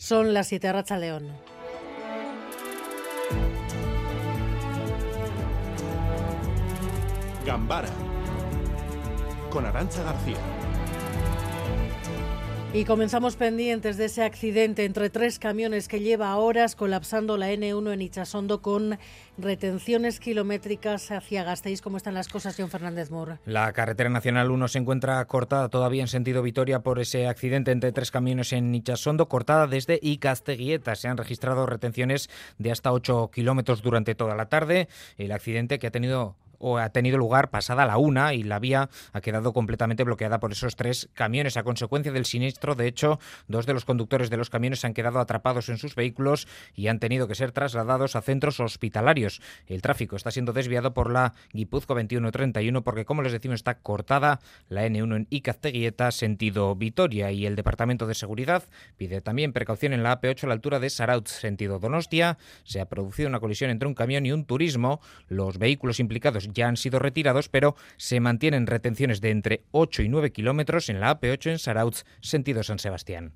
Son las 7, Arratsaldeon. Gambara con Arantxa García. Y comenzamos pendientes de ese accidente entre 3 camiones que lleva horas colapsando la N1 en Itsasondo con retenciones kilométricas hacia Gasteiz. ¿Cómo están las cosas, Jon Fernández Mur? La carretera nacional 1 se encuentra cortada todavía en sentido Vitoria por ese accidente entre 3 camiones en Itsasondo, cortada desde Ikasteguieta. Se han registrado retenciones de hasta 8 kilómetros durante toda la tarde. El accidente que ha tenido lugar pasada la 1 y la vía ha quedado completamente bloqueada por esos 3 camiones. A consecuencia del siniestro, de hecho, 2 de los conductores de los camiones han quedado atrapados en sus vehículos y han tenido que ser trasladados a centros hospitalarios. El tráfico está siendo desviado por la Guipúzcoa 2131 porque, como les decimos, está cortada la N1 en Ikasteguieta, sentido Vitoria, y el Departamento de Seguridad pide también precaución en la AP8 a la altura de Zarautz, sentido Donostia. Se ha producido una colisión entre un camión y un turismo. Los vehículos implicados ya han sido retirados, pero se mantienen retenciones de entre 8 y 9 kilómetros en la AP8 en Zarautz, sentido San Sebastián.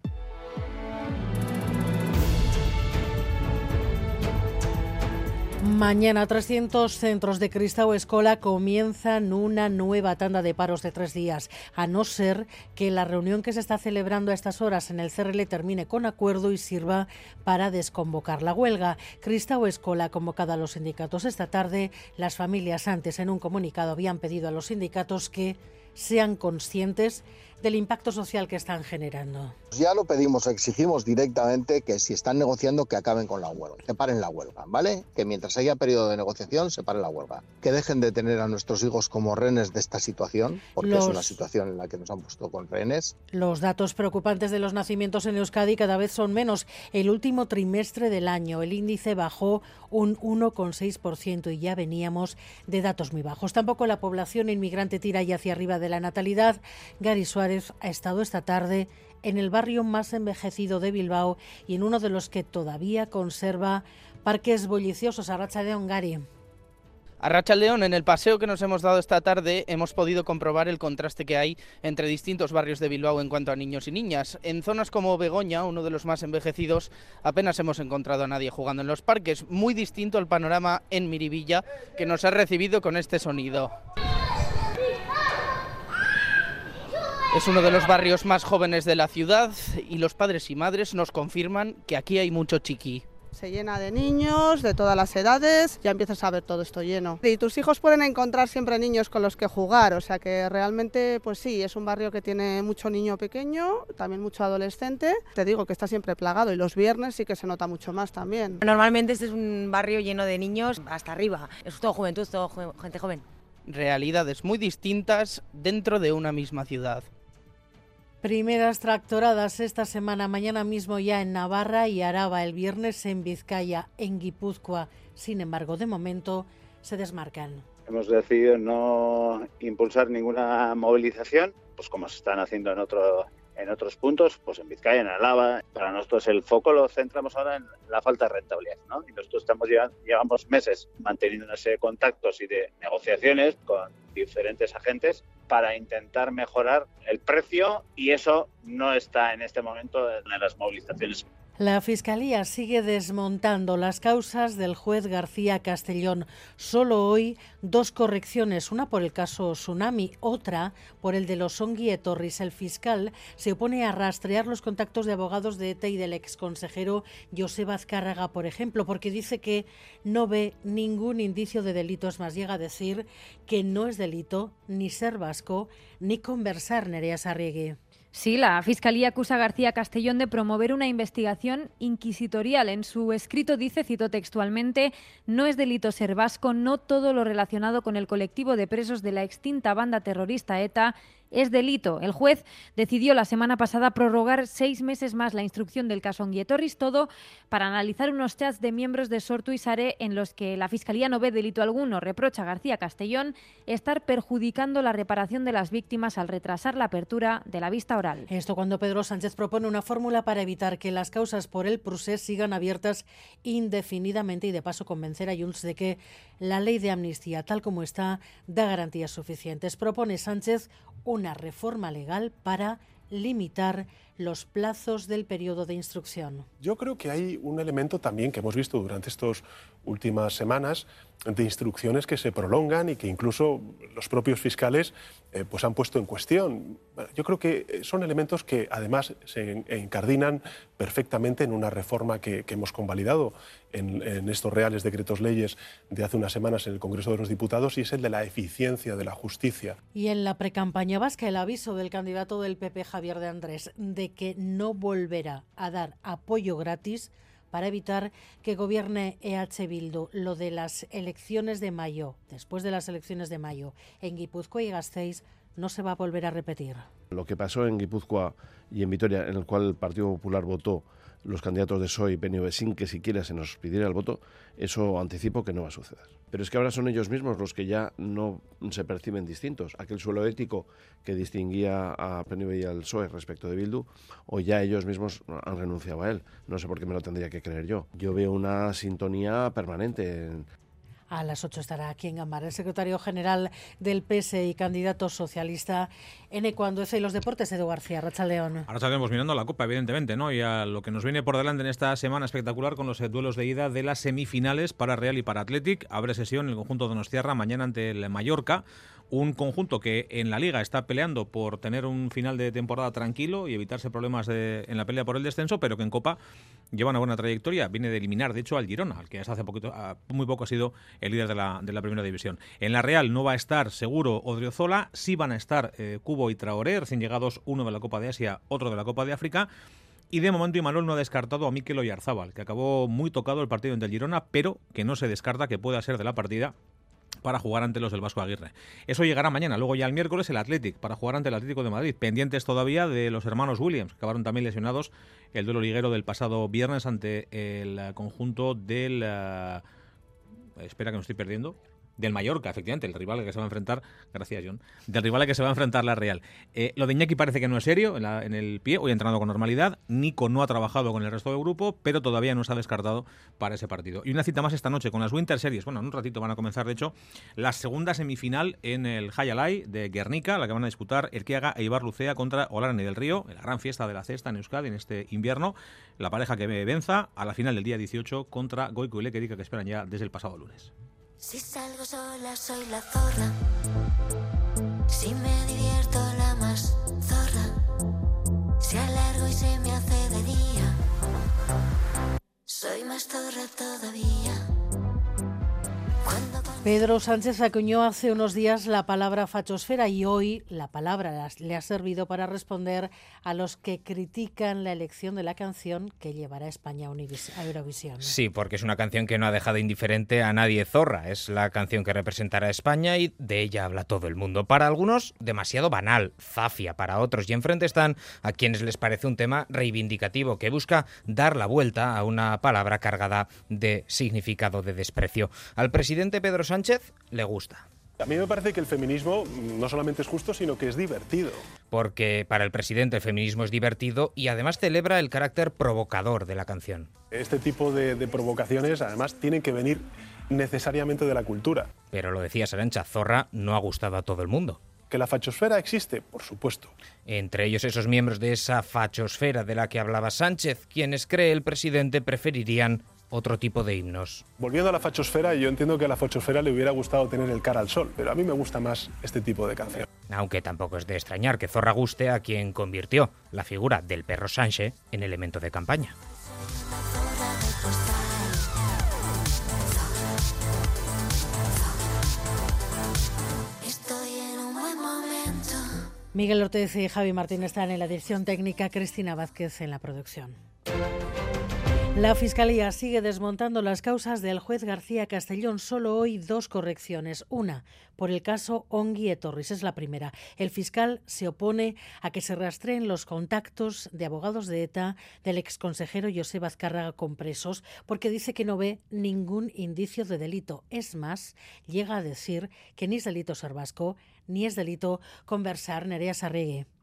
Mañana 300 centros de Kristau Eskola comienzan una nueva tanda de paros de 3 días, a no ser que la reunión que se está celebrando a estas horas en el CRL termine con acuerdo y sirva para desconvocar la huelga. Kristau Eskola ha convocado a los sindicatos esta tarde. Las familias antes, en un comunicado, habían pedido a los sindicatos que sean conscientes del impacto social que están generando. Ya lo pedimos, exigimos directamente que si están negociando que acaben con la huelga, que paren la huelga, ¿vale? Que mientras haya periodo de negociación se pare la huelga. Que dejen de tener a nuestros hijos como rehenes de esta situación, porque es una situación en la que nos han puesto con rehenes. Los datos preocupantes de los nacimientos en Euskadi cada vez son menos. El último trimestre del año el índice bajó un 1,6% y ya veníamos de datos muy bajos. Tampoco la población inmigrante tira ya hacia arriba de la natalidad. Gary Suárez ha estado esta tarde en el barrio más envejecido de Bilbao y en uno de los que todavía conserva parques bulliciosos. Arratsaldeon, Gary. Arratsaldeon, en el paseo que nos hemos dado esta tarde hemos podido comprobar el contraste que hay entre distintos barrios de Bilbao en cuanto a niños y niñas. En zonas como Begoña, uno de los más envejecidos, apenas hemos encontrado a nadie jugando en los parques. Muy distinto al panorama en Miribilla, que nos ha recibido con este sonido. Es uno de los barrios más jóvenes de la ciudad y los padres y madres nos confirman que aquí hay mucho chiqui. Se llena de niños, de todas las edades, ya empiezas a ver todo esto lleno. Y tus hijos pueden encontrar siempre niños con los que jugar, o sea que realmente, pues sí, es un barrio que tiene mucho niño pequeño, también mucho adolescente. Te digo que está siempre plagado y los viernes sí que se nota mucho más también. Normalmente este es un barrio lleno de niños hasta arriba, es todo juventud, gente joven. Realidades muy distintas dentro de una misma ciudad. Primeras tractoradas esta semana, mañana mismo ya en Navarra y Araba, el viernes en Vizcaya, en Guipúzcoa. Sin embargo, de momento se desmarcan. Hemos decidido no impulsar ninguna movilización, pues como se están haciendo en otros puntos, pues en Vizcaya, en Álava. Para nosotros el foco lo centramos ahora en la falta de rentabilidad, ¿no? Y nosotros llevamos meses manteniendo una serie de contactos y de negociaciones con diferentes agentes para intentar mejorar el precio, y eso no está en este momento en las movilizaciones. La Fiscalía sigue desmontando las causas del juez García Castellón. Solo hoy 2 correcciones, una por el caso Tsunami, otra por el de los Ongi Etorris. El fiscal se opone a rastrear los contactos de abogados de ETA y del exconsejero Joseba Azcárraga, por ejemplo, porque dice que no ve ningún indicio de delito. Es más, llega a decir que no es delito ni ser vasco ni conversar. Nerea Sarriegui. Sí, la Fiscalía acusa a García Castellón de promover una investigación inquisitorial. En su escrito dice, cito textualmente, no es delito ser vasco, no todo lo relacionado con el colectivo de presos de la extinta banda terrorista ETA es delito. El juez decidió la semana pasada prorrogar 6 meses más la instrucción del caso Ongi Etorris, todo para analizar unos chats de miembros de Sortu y Sare en los que la Fiscalía no ve delito alguno. Reprocha a García Castellón estar perjudicando la reparación de las víctimas al retrasar la apertura de la vista oral. Esto cuando Pedro Sánchez propone una fórmula para evitar que las causas por el procés sigan abiertas indefinidamente y de paso convencer a Junts de que la ley de amnistía, tal como está, da garantías suficientes. Propone Sánchez una reforma legal para limitar los plazos del periodo de instrucción. Yo creo que hay un elemento también que hemos visto durante estas últimas semanas de instrucciones que se prolongan y que incluso los propios fiscales pues han puesto en cuestión. Yo creo que son elementos que además se encardinan perfectamente en una reforma que hemos convalidado en estos reales decretos leyes de hace unas semanas en el Congreso de los Diputados, y es el de la eficiencia de la justicia. Y en la precampaña vasca, el aviso del candidato del PP, Javier de Andrés, de que no volverá a dar apoyo gratis para evitar que gobierne EH Bildu. Lo de las elecciones de mayo, después de las elecciones de mayo, en Guipúzcoa y Gasteiz, no se va a volver a repetir. Lo que pasó en Guipúzcoa y en Vitoria, en el cual el Partido Popular votó los candidatos de PSOE y PNV sin que siquiera se nos pidiera el voto, eso anticipo que no va a suceder. Pero es que ahora son ellos mismos los que ya no se perciben distintos. Aquel suelo ético que distinguía a PNV y al PSOE respecto de Bildu, o ya ellos mismos han renunciado a él. No sé por qué me lo tendría que creer yo. Yo veo una sintonía permanente. A las 8 estará aquí en Gambara el secretario general del PS y candidato socialista en Ecuandueza y los deportes, Edu García. Arratsaldeon. Ahora estaremos mirando a la Copa, evidentemente, ¿no? Y a lo que nos viene por delante en esta semana espectacular con los duelos de ida de las semifinales para Real y para Athletic. Abre sesión el conjunto donostiarra mañana ante el Mallorca. Un conjunto que en la Liga está peleando por tener un final de temporada tranquilo y evitarse problemas en la pelea por el descenso, pero que en Copa lleva una buena trayectoria. Viene de eliminar, de hecho, al Girona, al que hasta hace muy poco ha sido el líder de la primera división. En la Real no va a estar seguro Odriozola, sí van a estar Cubo y Traoré, recién llegados, uno de la Copa de Asia, otro de la Copa de África. Y de momento Imanol no ha descartado a Mikel Oyarzábal, que acabó muy tocado el partido ante el Girona, pero que no se descarta que pueda ser de la partida para jugar ante los del Vasco Aguirre. Eso llegará mañana. Luego ya el miércoles el Athletic, para jugar ante el Atlético de Madrid. Pendientes todavía de los hermanos Williams, que acabaron también lesionados el duelo liguero del pasado viernes ante el conjunto del... espera que me estoy perdiendo. Del Mallorca, efectivamente, el rival que se va a enfrentar, gracias John, del rival que se va a enfrentar la Real. Lo de Iñaki parece que no es serio en el pie, hoy ha entrenado con normalidad. Nico no ha trabajado con el resto del grupo, pero todavía no se ha descartado para ese partido. Y una cita más esta noche con las Winter Series. Bueno, en un ratito van a comenzar, de hecho, la segunda semifinal en el Jayalay de Guernica, la que van a disputar Erquiaga e Ibar Lucea contra Olarani del Río, en la gran fiesta de la cesta en Euskadi en este invierno. La pareja que venza a la final del día 18 contra Goico y Lequerica, que esperan ya desde el pasado lunes. Si salgo sola soy la zorra, si me divierto la más zorra, si alargo y se me hace de día, soy más zorra todavía. Pedro Sánchez acuñó hace unos días la palabra fachosfera y hoy la palabra le ha servido para responder a los que critican la elección de la canción que llevará a España a Eurovisión. Sí, porque es una canción que no ha dejado indiferente a nadie zorra. Es la canción que representará a España y de ella habla todo el mundo. Para algunos, demasiado banal, zafia para otros. Y enfrente están a quienes les parece un tema reivindicativo que busca dar la vuelta a una palabra cargada de significado de desprecio. Al presidente Pedro Sánchez le gusta. A mí me parece que el feminismo no solamente es justo, sino que es divertido. Porque para el presidente el feminismo es divertido y además celebra el carácter provocador de la canción. Este tipo de provocaciones además tienen que venir necesariamente de la cultura. Pero lo decía Arantxa, zorra no ha gustado a todo el mundo. ¿Que la fachosfera existe? Por supuesto. Entre ellos esos miembros de esa fachosfera de la que hablaba Sánchez, quienes cree el presidente preferirían otro tipo de himnos. Volviendo a la fachosfera, yo entiendo que a la fachosfera le hubiera gustado tener el cara al sol, pero a mí me gusta más este tipo de canción. Aunque tampoco es de extrañar que zorra guste a quien convirtió la figura del perro Sánchez en elemento de campaña. Miguel Ortiz y Javi Martín están en la dirección técnica, Cristina Vázquez en la producción. La Fiscalía sigue desmontando las causas del juez García Castellón. Solo hoy 2 correcciones. Una por el caso Ongi Etorris, es la primera. El fiscal se opone a que se rastreen los contactos de abogados de ETA del exconsejero Joseba Azcárraga con presos, porque dice que no ve ningún indicio de delito. Es más, llega a decir que ni es delito ser vasco, ni es delito conversar. Nerea Sarregui.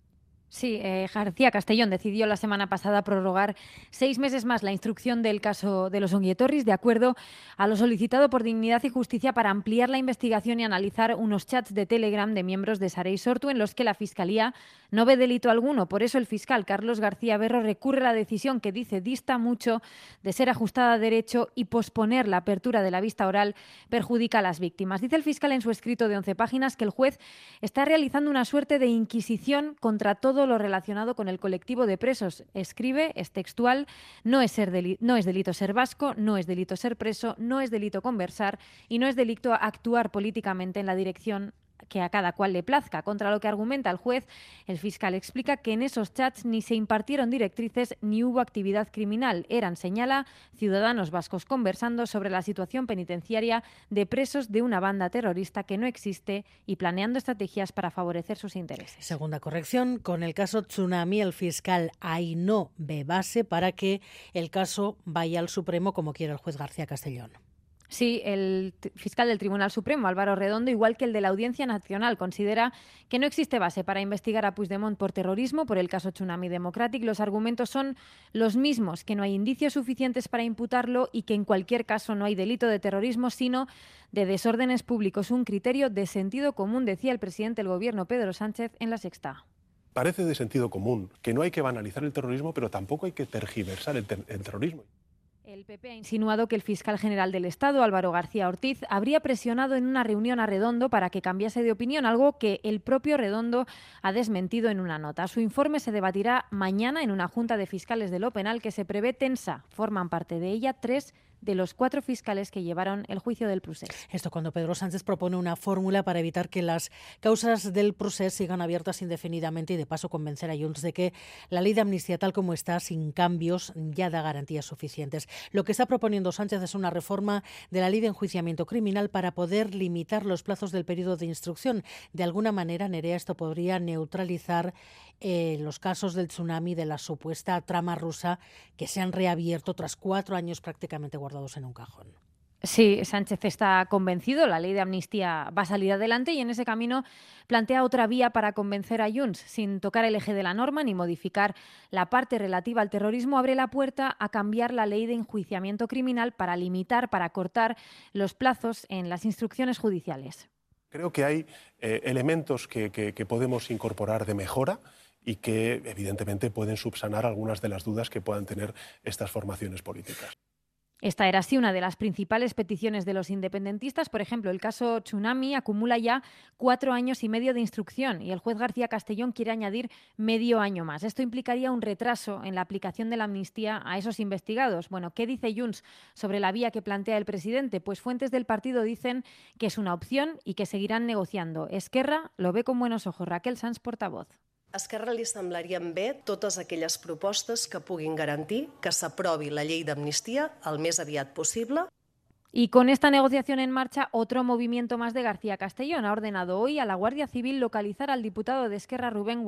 Sí, García Castellón decidió la semana pasada prorrogar 6 meses más la instrucción del caso de los Ongietorris, de acuerdo a lo solicitado por Dignidad y Justicia, para ampliar la investigación y analizar unos chats de Telegram de miembros de Sare y Sortu en los que la Fiscalía no ve delito alguno. Por eso el fiscal Carlos García Berro recurre a la decisión, que dice dista mucho de ser ajustada a derecho, y posponer la apertura de la vista oral perjudica a las víctimas. Dice el fiscal en su escrito de 11 páginas que el juez está realizando una suerte de inquisición contra todo lo relacionado con el colectivo de presos. Escribe, es textual: no es delito ser vasco, no es delito ser preso, no es delito conversar y no es delito actuar políticamente en la dirección que a cada cual le plazca. Contra lo que argumenta el juez, el fiscal explica que en esos chats ni se impartieron directrices ni hubo actividad criminal. Eran, señala, ciudadanos vascos conversando sobre la situación penitenciaria de presos de una banda terrorista que no existe y planeando estrategias para favorecer sus intereses. Segunda corrección, con el caso Tsunami, el fiscal ahí no ve base para que el caso vaya al Supremo como quiere el juez García Castellón. Sí, el fiscal del Tribunal Supremo, Álvaro Redondo, igual que el de la Audiencia Nacional, considera que no existe base para investigar a Puigdemont por terrorismo por el caso Tsunami Democratic. Los argumentos son los mismos, que no hay indicios suficientes para imputarlo y que en cualquier caso no hay delito de terrorismo, sino de desórdenes públicos. Un criterio de sentido común, decía el presidente del Gobierno, Pedro Sánchez, en La Sexta. Parece de sentido común que no hay que banalizar el terrorismo, pero tampoco hay que tergiversar el terrorismo. El PP ha insinuado que el fiscal general del Estado, Álvaro García Ortiz, habría presionado en una reunión a Redondo para que cambiase de opinión, algo que el propio Redondo ha desmentido en una nota. Su informe se debatirá mañana en una junta de fiscales de lo penal que se prevé tensa. Forman parte de ella 3 de los 4 fiscales que llevaron el juicio del procés. Esto cuando Pedro Sánchez propone una fórmula para evitar que las causas del procés sigan abiertas indefinidamente y de paso convencer a Junts de que la ley de amnistía tal como está, sin cambios, ya da garantías suficientes. Lo que está proponiendo Sánchez es una reforma de la ley de enjuiciamiento criminal para poder limitar los plazos del periodo de instrucción. De alguna manera, Nerea, esto podría neutralizar los casos del tsunami, de la supuesta trama rusa que se han reabierto tras 4 años prácticamente guardados en un cajón. Sí, Sánchez está convencido, la ley de amnistía va a salir adelante y en ese camino plantea otra vía para convencer a Junts. Sin tocar el eje de la norma ni modificar la parte relativa al terrorismo, abre la puerta a cambiar la ley de enjuiciamiento criminal para limitar, para cortar los plazos en las instrucciones judiciales. Creo que hay elementos que podemos incorporar de mejora y que evidentemente pueden subsanar algunas de las dudas que puedan tener estas formaciones políticas. Esta era así una de las principales peticiones de los independentistas. Por ejemplo, el caso Tsunami acumula ya 4 años y medio de instrucción y el juez García Castellón quiere añadir medio año más. Esto implicaría un retraso en la aplicación de la amnistía a esos investigados. Bueno, ¿qué dice Junts sobre la vía que plantea el presidente? Pues fuentes del partido dicen que es una opción y que seguirán negociando. Esquerra lo ve con buenos ojos. Raquel Sanz, portavoz. A Esquerra li semblarien bé totes aquelles propostes que puguin garantir que s'aprovi la llei d'amnistia el més aviat possible. Y con esta negociación en marcha, otro movimiento más de García Castellón ha ordenado hoy a la Guardia Civil localizar al diputado de Esquerra, Rubén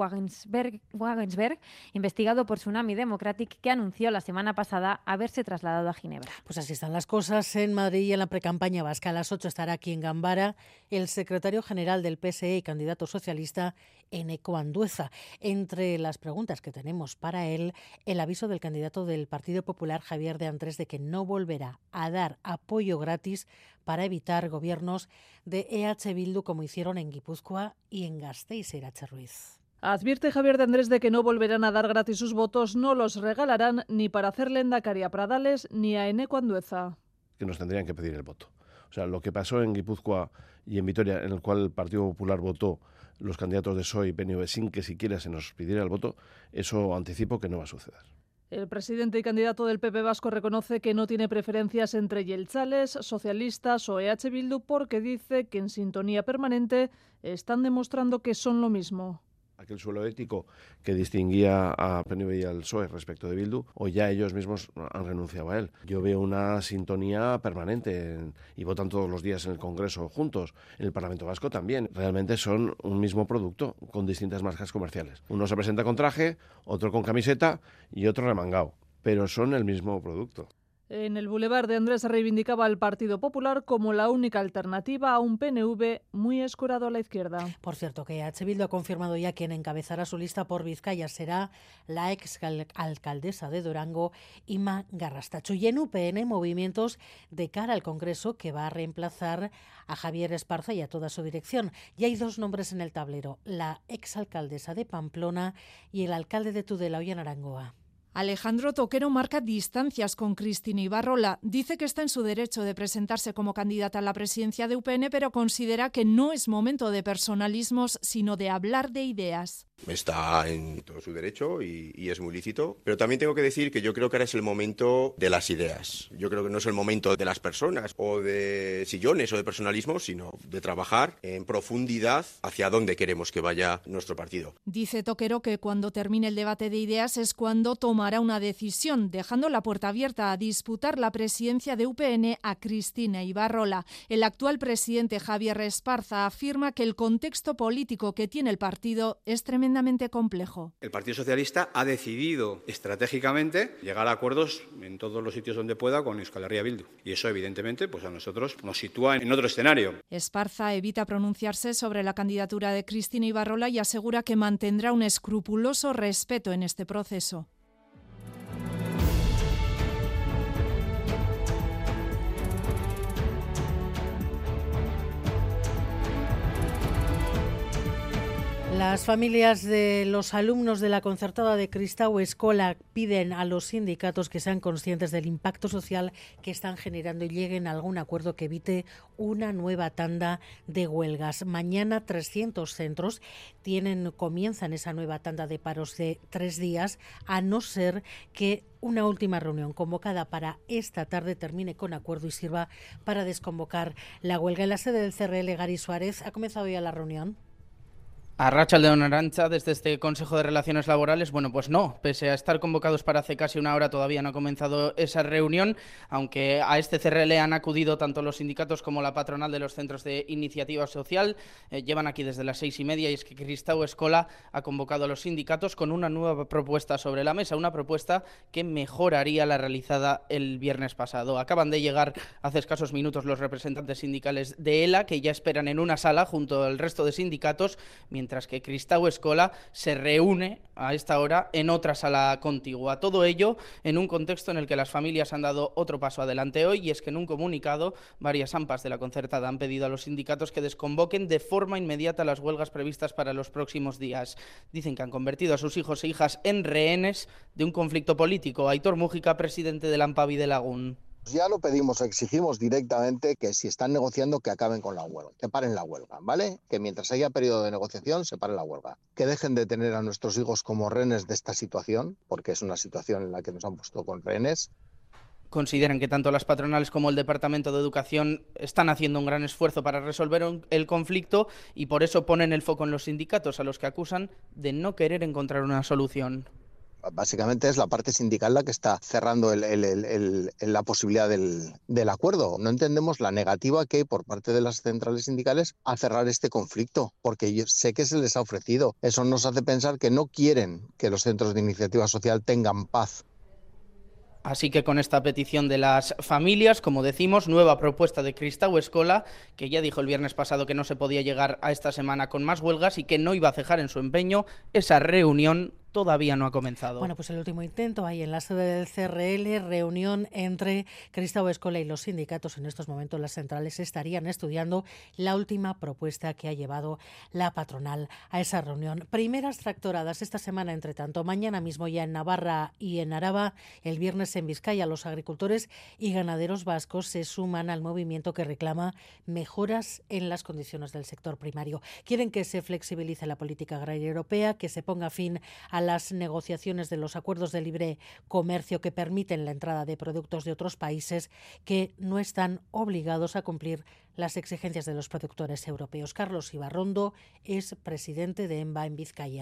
Wagensberg, investigado por Tsunami Democratic, que anunció la semana pasada haberse trasladado a Ginebra. Pues así están las cosas en Madrid y en la precampaña vasca. A las 8 estará aquí en Gambara el secretario general del PSE y candidato socialista, Eneko Andueza. Entre las preguntas que tenemos para él, el aviso del candidato del Partido Popular, Javier de Andrés, de que no volverá a dar apoyo gratis para evitar gobiernos de EH Bildu como hicieron en Guipúzcoa y en Gasteiz. Irache Ruiz. Advierte Javier de Andrés de que no volverán a dar gratis sus votos, no los regalarán ni para hacer lehendakari a Pradales ni a Eneko Andueza. Que nos tendrían que pedir el voto. O sea, lo que pasó en Guipúzcoa y en Vitoria, en el cual el Partido Popular votó los candidatos de PSOE y PNV sin que siquiera se nos pidiera el voto, eso anticipo que no va a suceder. El presidente y candidato del PP vasco reconoce que no tiene preferencias entre jeltzales, socialistas o EH Bildu porque dice que en sintonía permanente están demostrando que son lo mismo. Aquel suelo ético que distinguía a PNV y al PSOE respecto de Bildu, o ya ellos mismos han renunciado a él. Yo veo una sintonía permanente y votan todos los días en el Congreso juntos, en el Parlamento Vasco también. Realmente son un mismo producto con distintas marcas comerciales. Uno se presenta con traje, otro con camiseta y otro remangado, pero son el mismo producto. En el Boulevard de Andrés reivindicaba al Partido Popular como la única alternativa a un PNV muy escurado a la izquierda. Por cierto, que H. Bildu ha confirmado ya quien encabezará su lista por Vizcaya será la ex alcaldesa de Durango, Ima Garrastacho. Y en UPN, movimientos de cara al Congreso que va a reemplazar a Javier Esparza y a toda su dirección. Y hay dos nombres en el tablero, la ex alcaldesa de Pamplona y el alcalde de Tudela, Ollán Arangoa. Alejandro Toquero marca distancias con Cristina Ibarrola. Dice que está en su derecho de presentarse como candidata a la presidencia de UPN, pero considera que no es momento de personalismos, sino de hablar de ideas. Está en todo su derecho y es muy lícito, pero también tengo que decir que yo creo que ahora es el momento de las ideas. Yo creo que no es el momento de las personas o de sillones o de personalismo, sino de trabajar en profundidad hacia dónde queremos que vaya nuestro partido. Dice Toquero que cuando termine el debate de ideas es cuando tomará una decisión, dejando la puerta abierta a disputar la presidencia de UPN a Cristina Ibarrola. El actual presidente Javier Esparza afirma que el contexto político que tiene el partido es tremendamente complejo. El Partido Socialista ha decidido estratégicamente llegar a acuerdos en todos los sitios donde pueda con Euskal Herria Bildu. Y eso, evidentemente, pues a nosotros nos sitúa en otro escenario. Esparza evita pronunciarse sobre la candidatura de Cristina Ibarrola y asegura que mantendrá un escrupuloso respeto en este proceso. Las familias de los alumnos de la concertada de Kristau Eskola piden a los sindicatos que sean conscientes del impacto social que están generando y lleguen a algún acuerdo que evite una nueva tanda de huelgas. Mañana 300 centros comienzan esa nueva tanda de paros de 3 días, a no ser que una última reunión convocada para esta tarde termine con acuerdo y sirva para desconvocar la huelga. En la sede del CRL, Gary Suárez, ¿ha comenzado ya la reunión? Arratsaldeon, Arantza, desde este Consejo de Relaciones Laborales, bueno, pues no, pese a estar convocados para hace casi una hora, todavía no ha comenzado esa reunión, aunque a este CRL han acudido tanto los sindicatos como la patronal de los centros de iniciativa social. Llevan aquí desde las 6:30 y es que Kristau Eskola ha convocado a los sindicatos con una nueva propuesta sobre la mesa, una propuesta que mejoraría la realizada el viernes pasado. Acaban de llegar hace escasos minutos los representantes sindicales de ELA, que ya esperan en una sala junto al resto de sindicatos, mientras que Kristau Eskola se reúne a esta hora en otra sala contigua. Todo ello en un contexto en el que las familias han dado otro paso adelante hoy, y es que en un comunicado varias AMPAs de la concertada han pedido a los sindicatos que desconvoquen de forma inmediata las huelgas previstas para los próximos días. Dicen que han convertido a sus hijos e hijas en rehenes de un conflicto político. Aitor Mújica, presidente de la AMPA de Lagún. Ya lo pedimos, exigimos directamente que si están negociando que acaben con la huelga, que paren la huelga, ¿vale? Que mientras haya periodo de negociación se pare la huelga. Que dejen de tener a nuestros hijos como rehenes de esta situación, porque es una situación en la que nos han puesto con rehenes. Consideran que tanto las patronales como el Departamento de Educación están haciendo un gran esfuerzo para resolver el conflicto y por eso ponen el foco en los sindicatos, a los que acusan de no querer encontrar una solución. Básicamente es la parte sindical la que está cerrando la posibilidad del acuerdo. No entendemos la negativa que hay por parte de las centrales sindicales a cerrar este conflicto, porque yo sé que se les ha ofrecido. Eso nos hace pensar que no quieren que los centros de iniciativa social tengan paz. Así que con esta petición de las familias, como decimos, nueva propuesta de Kristau Eskola, que ya dijo el viernes pasado que no se podía llegar a esta semana con más huelgas y que no iba a cejar en su empeño, esa reunión todavía no ha comenzado. Bueno, pues el último intento ahí en la sede del CRL, reunión entre Kristau Eskola y los sindicatos. En estos momentos las centrales estarían estudiando la última propuesta que ha llevado la patronal a esa reunión. Primeras tractoradas esta semana, entre tanto, mañana mismo ya en Navarra y en Araba, el viernes en Vizcaya. Los agricultores y ganaderos vascos se suman al movimiento que reclama mejoras en las condiciones del sector primario. Quieren que se flexibilice la política agraria europea, que se ponga fin a las negociaciones de los acuerdos de libre comercio que permiten la entrada de productos de otros países que no están obligados a cumplir las exigencias de los productores europeos. Carlos Ibarrondo es presidente de EMBA en Vizcaya.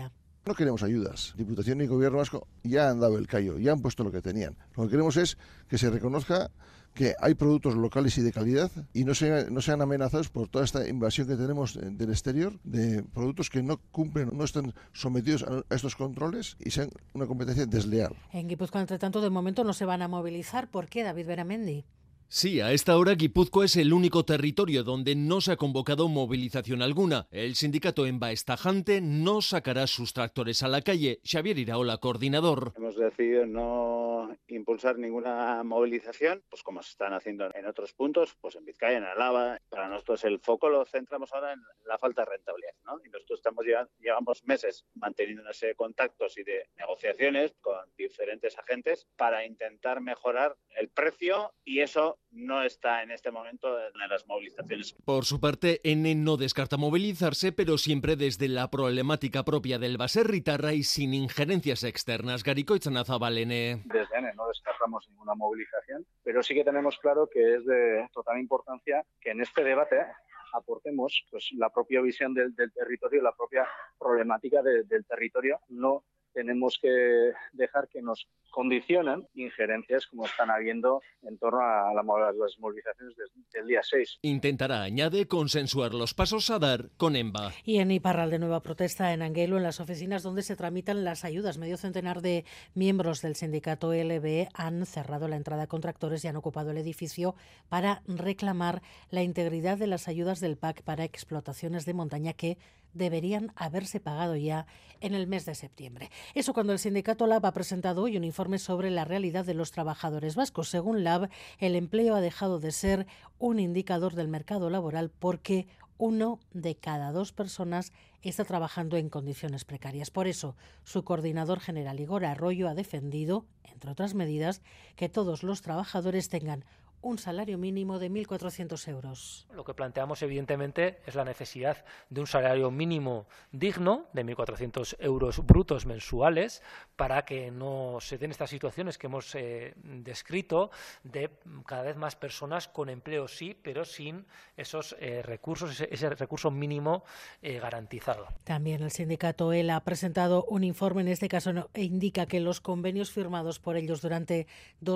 No queremos ayudas. Diputación y Gobierno vasco ya han dado el callo, ya han puesto lo que tenían. Lo que queremos es que se reconozca que hay productos locales y de calidad y no sean amenazados por toda esta invasión que tenemos del exterior de productos que no cumplen, no están sometidos a estos controles y sean una competencia desleal. En Guipúzcoa, entre tanto, de momento no se van a movilizar. ¿Por qué, David Beramendi? Sí, a esta hora Guipúzcoa es el único territorio donde no se ha convocado movilización alguna. El sindicato ENBA es tajante, no sacará sus tractores a la calle. Xavier Iraola, coordinador. Hemos decidido no impulsar ninguna movilización, pues como se están haciendo en otros puntos, pues en Vizcaya, en Álava. Para nosotros el foco lo centramos ahora en la falta de rentabilidad, ¿no? Y nosotros llevamos meses manteniendo una serie de contactos y de negociaciones con diferentes agentes para intentar mejorar el precio, y eso no está en este momento en las movilizaciones. Por su parte, N no descarta movilizarse, pero siempre desde la problemática propia del baserritarra y sin injerencias externas. Garicoitzana Zabal, N. Desde N no descartamos ninguna movilización, pero sí que tenemos claro que es de total importancia que en este debate aportemos pues la propia visión del territorio, la propia problemática del territorio. No tenemos que dejar que nos condicionen injerencias como están habiendo en torno a las movilizaciones del día 6. Intentará, añade, consensuar los pasos a dar con ENBA. Y en Iparralde, nueva protesta en Anguelo, en las oficinas donde se tramitan las ayudas. Medio centenar de miembros del sindicato LB han cerrado la entrada con tractores y han ocupado el edificio para reclamar la integridad de las ayudas del PAC para explotaciones de montaña que deberían haberse pagado ya en el mes de septiembre. Eso cuando el sindicato LAB ha presentado hoy un informe sobre la realidad de los trabajadores vascos. Según LAB, el empleo ha dejado de ser un indicador del mercado laboral porque 1 de cada 2 personas está trabajando en condiciones precarias. Por eso, su coordinador general, Igor Arroyo, ha defendido, entre otras medidas, que todos los trabajadores tengan un salario mínimo de 1.400 euros. Lo que planteamos, evidentemente, es la necesidad de un salario mínimo digno de 1.400 euros brutos mensuales para que no se den estas situaciones que hemos descrito de cada vez más personas con empleo, sí, pero sin esos recursos, ese recurso mínimo garantizado. También el sindicato ELA ha presentado un informe, en este caso indica que los convenios firmados por ellos durante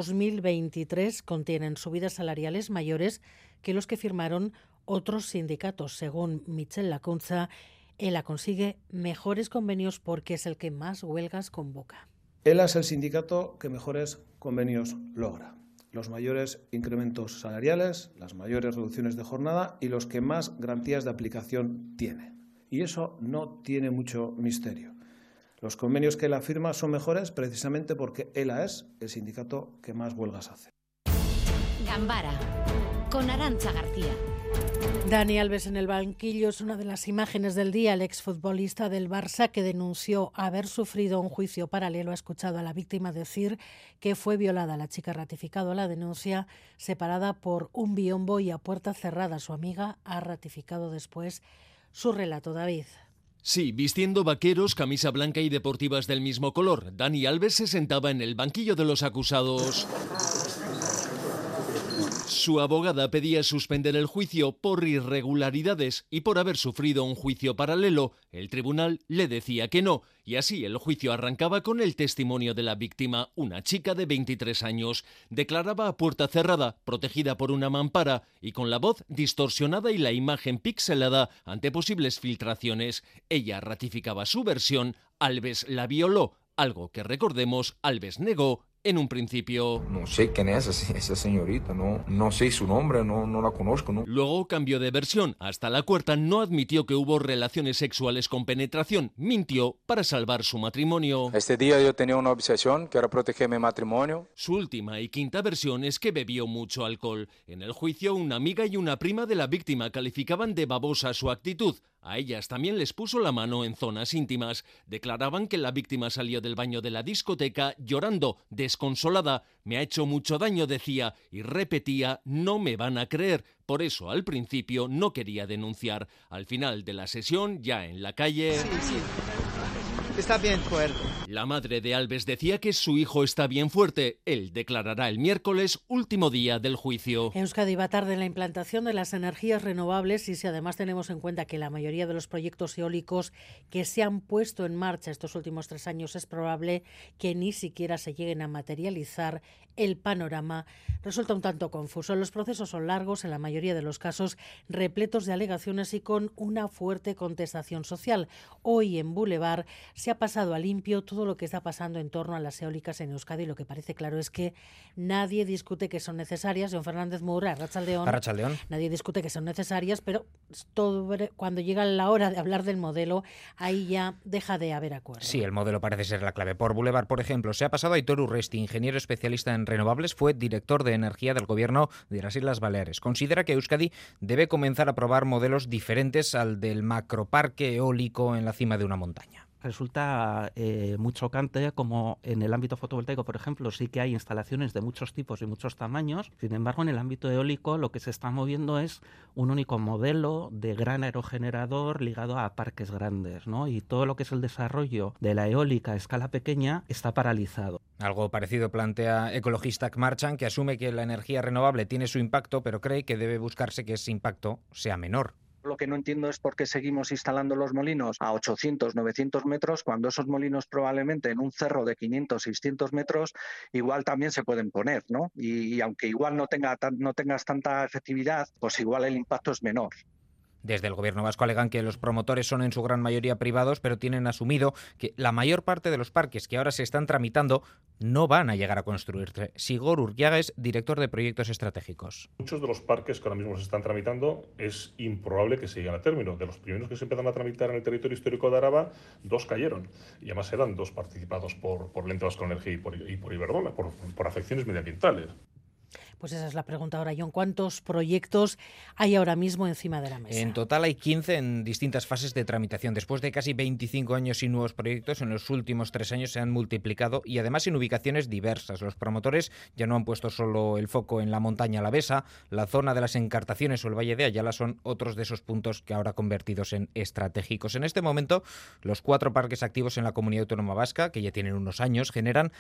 2023 contienen subidas salariales mayores que los que firmaron otros sindicatos. Según Michel Lacunza, ELA consigue mejores convenios porque es el que más huelgas convoca. ELA es el sindicato que mejores convenios logra. Los mayores incrementos salariales, las mayores reducciones de jornada y los que más garantías de aplicación tiene. Y eso no tiene mucho misterio. Los convenios que ELA firma son mejores precisamente porque ELA es el sindicato que más huelgas hace. Gambara, con Arantxa García. Dani Alves en el banquillo es una de las imágenes del día. El exfutbolista del Barça, que denunció haber sufrido un juicio paralelo, ha escuchado a la víctima decir que fue violada. La chica ha ratificado la denuncia separada por un biombo y a puerta cerrada. Su amiga ha ratificado después su relato. David. Sí, vistiendo vaqueros, camisa blanca y deportivas del mismo color, Dani Alves se sentaba en el banquillo de los acusados. Su abogada pedía suspender el juicio por irregularidades y por haber sufrido un juicio paralelo. El tribunal le decía que no, y así el juicio arrancaba con el testimonio de la víctima, una chica de 23 años. Declaraba a puerta cerrada, protegida por una mampara y con la voz distorsionada y la imagen pixelada ante posibles filtraciones. Ella ratificaba su versión, Alves la violó, algo que, recordemos, Alves negó en un principio. No sé quién es esa señorita, no sé su nombre, no la conozco. ¿no? Luego cambió de versión. Hasta la cuarta no admitió que hubo relaciones sexuales con penetración. Mintió para salvar su matrimonio. Este día yo tenía una obsesión que era proteger mi matrimonio. Su última y quinta versión es que bebió mucho alcohol. En el juicio, una amiga y una prima de la víctima calificaban de babosa su actitud. A ellas también les puso la mano en zonas íntimas. Declaraban que la víctima salió del baño de la discoteca llorando, desconsolada. Me ha hecho mucho daño, decía, y repetía, no me van a creer. Por eso, al principio, no quería denunciar. Al final de la sesión, ya en la calle... Sí. está bien fuerte. La madre de Alves decía que su hijo está bien fuerte. Él declarará el miércoles, último día del juicio. Euskadi va tarde en la implantación de las energías renovables y si además tenemos en cuenta que la mayoría de los proyectos eólicos que se han puesto en marcha estos últimos 3 años es probable que ni siquiera se lleguen a materializar, el panorama resulta un tanto confuso. Los procesos son largos, en la mayoría de los casos repletos de alegaciones y con una fuerte contestación social. Hoy en Boulevard se ha pasado a limpio todo lo que está pasando en torno a las eólicas en Euskadi. Lo que parece claro es que nadie discute que son necesarias. John Fernández Moura, Arratsaldeón. Nadie discute que son necesarias, pero cuando llega la hora de hablar del modelo, ahí ya deja de haber acuerdo. Sí, el modelo parece ser la clave. Por Boulevard, por ejemplo, se ha pasado a Aitor Urresti, ingeniero especialista en renovables, fue director de energía del Gobierno de las Islas Baleares. Considera que Euskadi debe comenzar a probar modelos diferentes al del macroparque eólico en la cima de una montaña. Resulta muy chocante como en el ámbito fotovoltaico, por ejemplo, sí que hay instalaciones de muchos tipos y muchos tamaños. Sin embargo, en el ámbito eólico lo que se está moviendo es un único modelo de gran aerogenerador ligado a parques grandes, ¿no? Y todo lo que es el desarrollo de la eólica a escala pequeña está paralizado. Algo parecido plantea ecologista Marchand, que asume que la energía renovable tiene su impacto, pero cree que debe buscarse que ese impacto sea menor. Lo que no entiendo es por qué seguimos instalando los molinos a 800, 900 metros, cuando esos molinos probablemente en un cerro de 500, 600 metros igual también se pueden poner, ¿no? Y aunque igual no tengas tanta efectividad, pues igual el impacto es menor. Desde el Gobierno vasco alegan que los promotores son en su gran mayoría privados, pero tienen asumido que la mayor parte de los parques que ahora se están tramitando no van a llegar a construirse. Sigor Urquiaga es director de proyectos estratégicos. Muchos de los parques que ahora mismo se están tramitando es improbable que se lleguen a término. De los primeros que se empezaron a tramitar en el territorio histórico de Araba, 2 cayeron. Y además eran 2 participados por el Ente Vasco de Energía y por Iberdrola, por afecciones medioambientales. Pues esa es la pregunta ahora, John. ¿Cuántos proyectos hay ahora mismo encima de la mesa? En total hay 15 en distintas fases de tramitación. Después de casi 25 años sin nuevos proyectos, en los últimos 3 años se han multiplicado y además en ubicaciones diversas. Los promotores ya no han puesto solo el foco en la montaña alavesa, la zona de las Encartaciones o el Valle de Ayala son otros de esos puntos que ahora convertidos en estratégicos. En este momento, los 4 parques activos en la Comunidad Autónoma Vasca, que ya tienen unos años, generan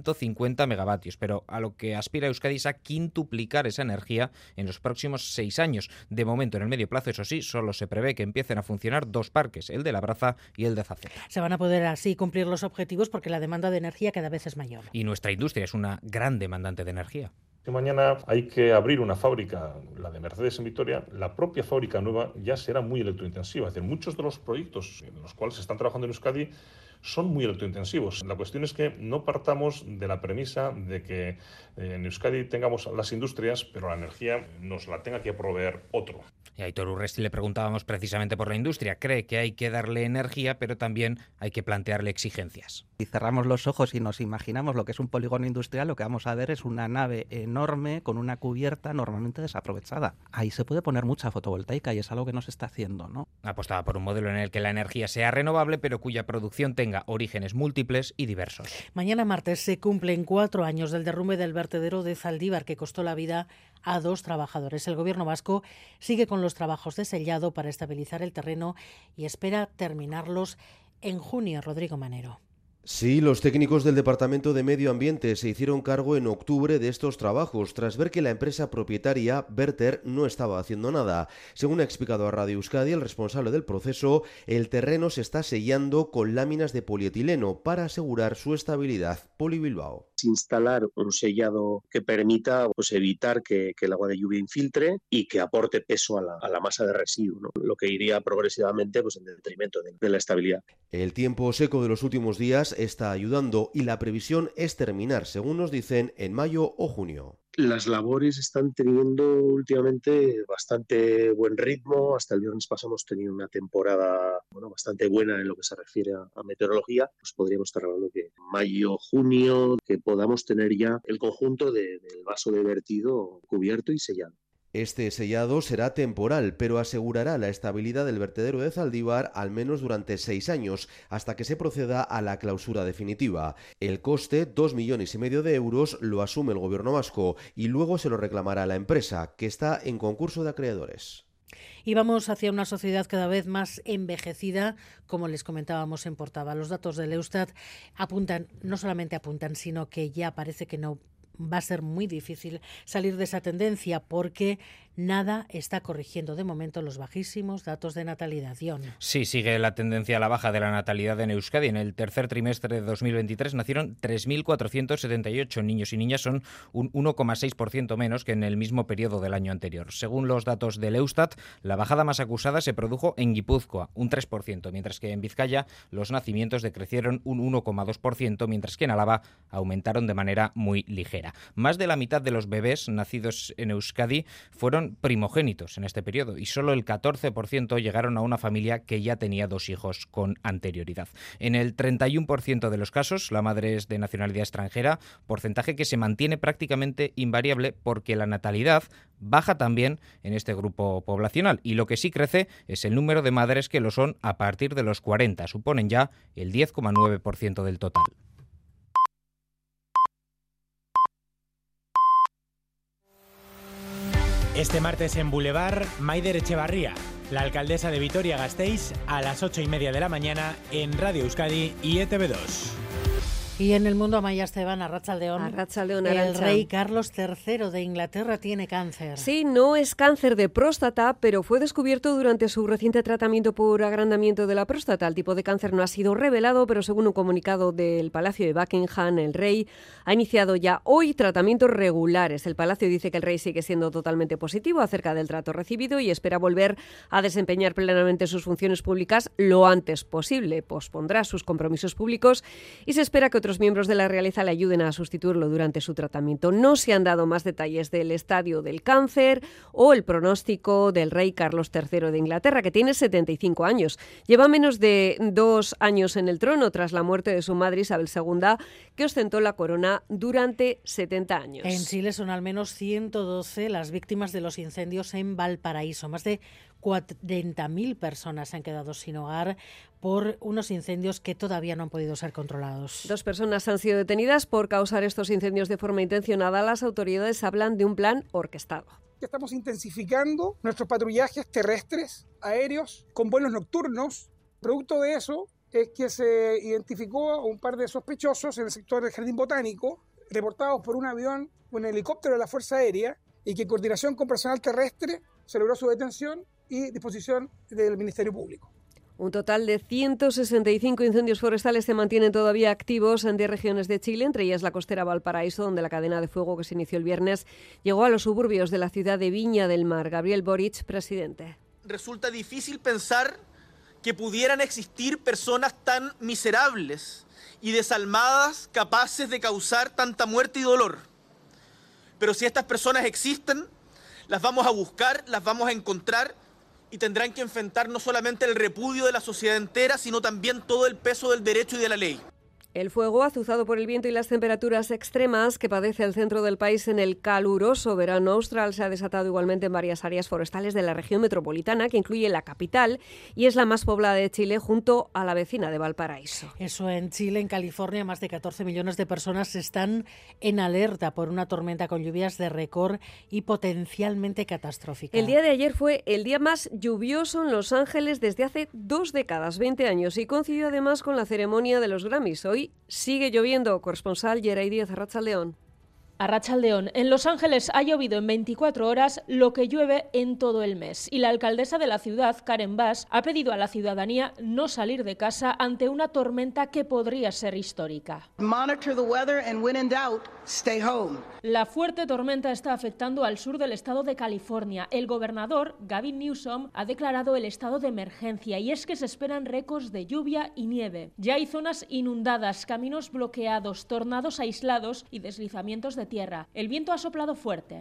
150 megavatios, pero a lo que aspira Euskadi es a quintuplicar esa energía en los próximos 6 años. De momento, en el medio plazo, eso sí, solo se prevé que empiecen a funcionar 2 parques, el de Labraza y el de Zaceta. Se van a poder así cumplir los objetivos porque la demanda de energía cada vez es mayor. Y nuestra industria es una gran demandante de energía. Mañana hay que abrir una fábrica, la de Mercedes en Vitoria. La propia fábrica nueva ya será muy electrointensiva. Es decir, muchos de los proyectos en los cuales se están trabajando en Euskadi son muy electrointensivos. La cuestión es que no partamos de la premisa de que en Euskadi tengamos las industrias, pero la energía nos la tenga que proveer otro. Y a Aitor Urresti le preguntábamos precisamente por la industria. Cree que hay que darle energía, pero también hay que plantearle exigencias. Si cerramos los ojos y nos imaginamos lo que es un polígono industrial, lo que vamos a ver es una nave enorme con una cubierta normalmente desaprovechada. Ahí se puede poner mucha fotovoltaica y es algo que no se está haciendo, ¿no? Apostaba por un modelo en el que la energía sea renovable, pero cuya producción tenga orígenes múltiples y diversos. Mañana martes se cumplen 4 años del derrumbe del vertedero de Zaldívar, que costó la vida a 2 trabajadores. El Gobierno vasco sigue con los trabajos de sellado para estabilizar el terreno y espera terminarlos en junio. Rodrigo Manero. Sí, los técnicos del Departamento de Medio Ambiente se hicieron cargo en octubre de estos trabajos, tras ver que la empresa propietaria, Verter, no estaba haciendo nada. Según ha explicado a Radio Euskadi el responsable del proceso, el terreno se está sellando con láminas de polietileno para asegurar su estabilidad. Poli Bilbao. Instalar un sellado que permita evitar que el agua de lluvia infiltre y que aporte peso a la masa de residuo, ¿no? Lo que iría progresivamente en detrimento de la estabilidad. El tiempo seco de los últimos días está ayudando y la previsión es terminar, según nos dicen, en mayo o junio. Las labores están teniendo últimamente bastante buen ritmo. Hasta el viernes pasado hemos tenido una temporada bastante buena en lo que se refiere a meteorología. Pues podríamos estar hablando que mayo, junio, que podamos tener ya el conjunto del vaso de vertido cubierto y sellado. Este sellado será temporal, pero asegurará la estabilidad del vertedero de Zaldívar al menos durante 6 años, hasta que se proceda a la clausura definitiva. El coste, 2,5 millones de euros, lo asume el Gobierno vasco y luego se lo reclamará a la empresa, que está en concurso de acreedores. Y vamos hacia una sociedad cada vez más envejecida, como les comentábamos en portada. Los datos del Eustat no solamente apuntan, sino que ya parece que no va a ser muy difícil salir de esa tendencia, porque nada está corrigiendo de momento los bajísimos datos de natalidad. Sí, sigue la tendencia a la baja de la natalidad en Euskadi. En el tercer trimestre de 2023 nacieron 3.478 niños y niñas, son un 1,6% menos que en el mismo periodo del año anterior. Según los datos del Eustat, la bajada más acusada se produjo en Guipúzcoa, un 3%, mientras que en Vizcaya los nacimientos decrecieron un 1,2%, mientras que en Álava aumentaron de manera muy ligera. Más de la mitad de los bebés nacidos en Euskadi fueron primogénitos en este periodo y solo el 14% llegaron a una familia que ya tenía 2 hijos con anterioridad. En el 31% de los casos, la madre es de nacionalidad extranjera, porcentaje que se mantiene prácticamente invariable porque la natalidad baja también en este grupo poblacional, y lo que sí crece es el número de madres que lo son a partir de los 40, suponen ya el 10,9% del total. Este martes en Boulevard, Maider Echevarría, la alcaldesa de Vitoria-Gasteiz, a las 8:30 de la mañana en Radio Euskadi y ETV2. Y en el mundo, Amaya Esteban, Arratsaldeón, el rey Carlos III de Inglaterra tiene cáncer. Sí, no es cáncer de próstata, pero fue descubierto durante su reciente tratamiento por agrandamiento de la próstata. El tipo de cáncer no ha sido revelado, pero según un comunicado del Palacio de Buckingham, el rey ha iniciado ya hoy tratamientos regulares. El Palacio dice que el rey sigue siendo totalmente positivo acerca del trato recibido y espera volver a desempeñar plenamente sus funciones públicas lo antes posible. Pospondrá sus compromisos públicos y se espera que otros miembros de la realeza le ayuden a sustituirlo durante su tratamiento. No se han dado más detalles del estadio del cáncer o el pronóstico del rey Carlos III de Inglaterra, que tiene 75 años. Lleva menos de 2 años en el trono tras la muerte de su madre Isabel II, que ostentó la corona durante 70 años. En Chile son al menos 112 las víctimas de los incendios en Valparaíso. Más de 40.000 personas se han quedado sin hogar por unos incendios que todavía no han podido ser controlados. 2 personas han sido detenidas por causar estos incendios de forma intencionada. Las autoridades hablan de un plan orquestado. Estamos intensificando nuestros patrullajes terrestres, aéreos, con vuelos nocturnos. Producto de eso es que se identificó a un par de sospechosos en el sector del Jardín Botánico, reportados por un avión, un helicóptero de la Fuerza Aérea, y que en coordinación con personal terrestre se logró su detención y disposición del Ministerio Público. Un total de 165 incendios forestales se mantienen todavía activos en 10 regiones de Chile, entre ellas la costera Valparaíso, donde la cadena de fuego que se inició el viernes llegó a los suburbios de la ciudad de Viña del Mar. Gabriel Boric, presidente. Resulta difícil pensar que pudieran existir personas tan miserables y desalmadas capaces de causar tanta muerte y dolor. Pero si estas personas existen, las vamos a buscar, las vamos a encontrar y tendrán que enfrentar no solamente el repudio de la sociedad entera, sino también todo el peso del derecho y de la ley. El fuego, azuzado por el viento y las temperaturas extremas que padece el centro del país en el caluroso verano austral, se ha desatado igualmente en varias áreas forestales de la región metropolitana, que incluye la capital y es la más poblada de Chile, junto a la vecina de Valparaíso. Eso en Chile. En California, más de 14 millones de personas están en alerta por una tormenta con lluvias de récord y potencialmente catastrófica. El día de ayer fue el día más lluvioso en Los Ángeles desde hace 2 décadas, 20 años, y coincidió además con la ceremonia de los Grammys. Hoy sigue lloviendo. Corresponsal Yeray Díaz, Arratsaldeón. Arratsaldeón. En Los Ángeles ha llovido en 24 horas lo que llueve en todo el mes. Y la alcaldesa de la ciudad, Karen Bass, ha pedido a la ciudadanía no salir de casa ante una tormenta que podría ser histórica. Monitor the weather and when in doubt, stay home. La fuerte tormenta está afectando al sur del estado de California. El gobernador, Gavin Newsom, ha declarado el estado de emergencia y es que se esperan récords de lluvia y nieve. Ya hay zonas inundadas, caminos bloqueados, tornados aislados y deslizamientos de tierra. El viento ha soplado fuerte.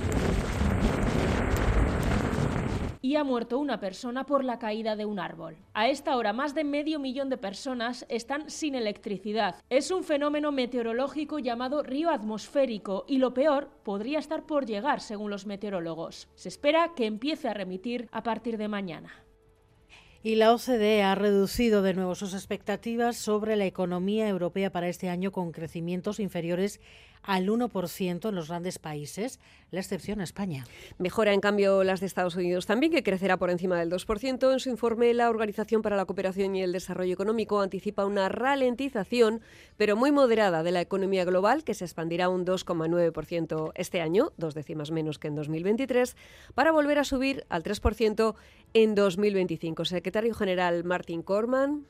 Y ha muerto una persona por la caída de un árbol. A esta hora, más de 500.000 de personas están sin electricidad. Es un fenómeno meteorológico llamado río atmosférico y lo peor podría estar por llegar, según los meteorólogos. Se espera que empiece a remitir a partir de mañana. Y la OCDE ha reducido de nuevo sus expectativas sobre la economía europea para este año, con crecimientos inferiores al 1% en los grandes países, la excepción España. Mejora, en cambio, las de Estados Unidos también, que crecerá por encima del 2%. En su informe, la Organización para la Cooperación y el Desarrollo Económico anticipa una ralentización, pero muy moderada, de la economía global, que se expandirá un 2,9% este año, 2 décimas menos que en 2023, para volver a subir al 3% en 2025. Secretario General Martin Corman.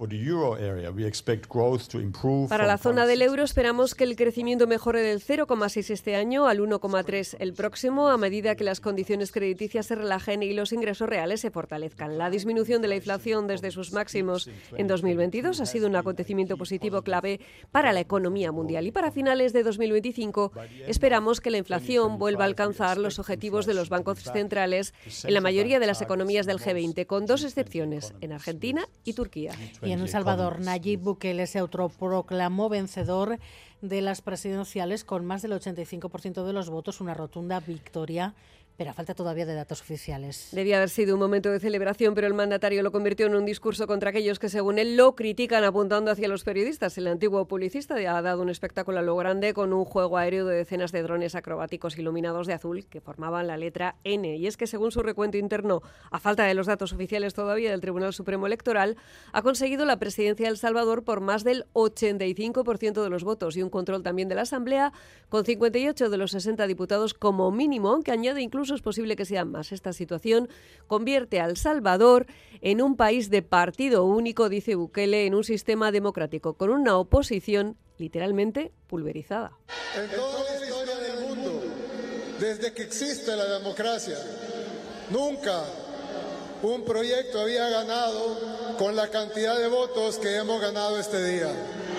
Para la zona del euro esperamos que el crecimiento mejore del 0,6 este año al 1,3 el próximo, a medida que las condiciones crediticias se relajen y los ingresos reales se fortalezcan. La disminución de la inflación desde sus máximos en 2022 ha sido un acontecimiento positivo clave para la economía mundial. Y para finales de 2025 esperamos que la inflación vuelva a alcanzar los objetivos de los bancos centrales en la mayoría de las economías del G20, con 2 excepciones, en Argentina y Turquía. Y en El Salvador, Nayib Bukele se autoproclamó vencedor de las presidenciales con más del 85% de los votos, una rotunda victoria, pero a falta todavía de datos oficiales. Debía haber sido un momento de celebración, pero el mandatario lo convirtió en un discurso contra aquellos que, según él, lo critican, apuntando hacia los periodistas. El antiguo publicista ha dado un espectáculo a lo grande con un juego aéreo de decenas de drones acrobáticos iluminados de azul que formaban la letra N. Y es que, según su recuento interno, a falta de los datos oficiales todavía del Tribunal Supremo Electoral, ha conseguido la presidencia de El Salvador por más del 85% de los votos y un control también de la Asamblea, con 58 de los 60 diputados como mínimo, aunque añade incluso es posible que sean más. Esta situación convierte a El Salvador en un país de partido único, dice Bukele, en un sistema democrático con una oposición literalmente pulverizada. En toda la historia del mundo, desde que existe la democracia, nunca un proyecto había ganado con la cantidad de votos que hemos ganado este día.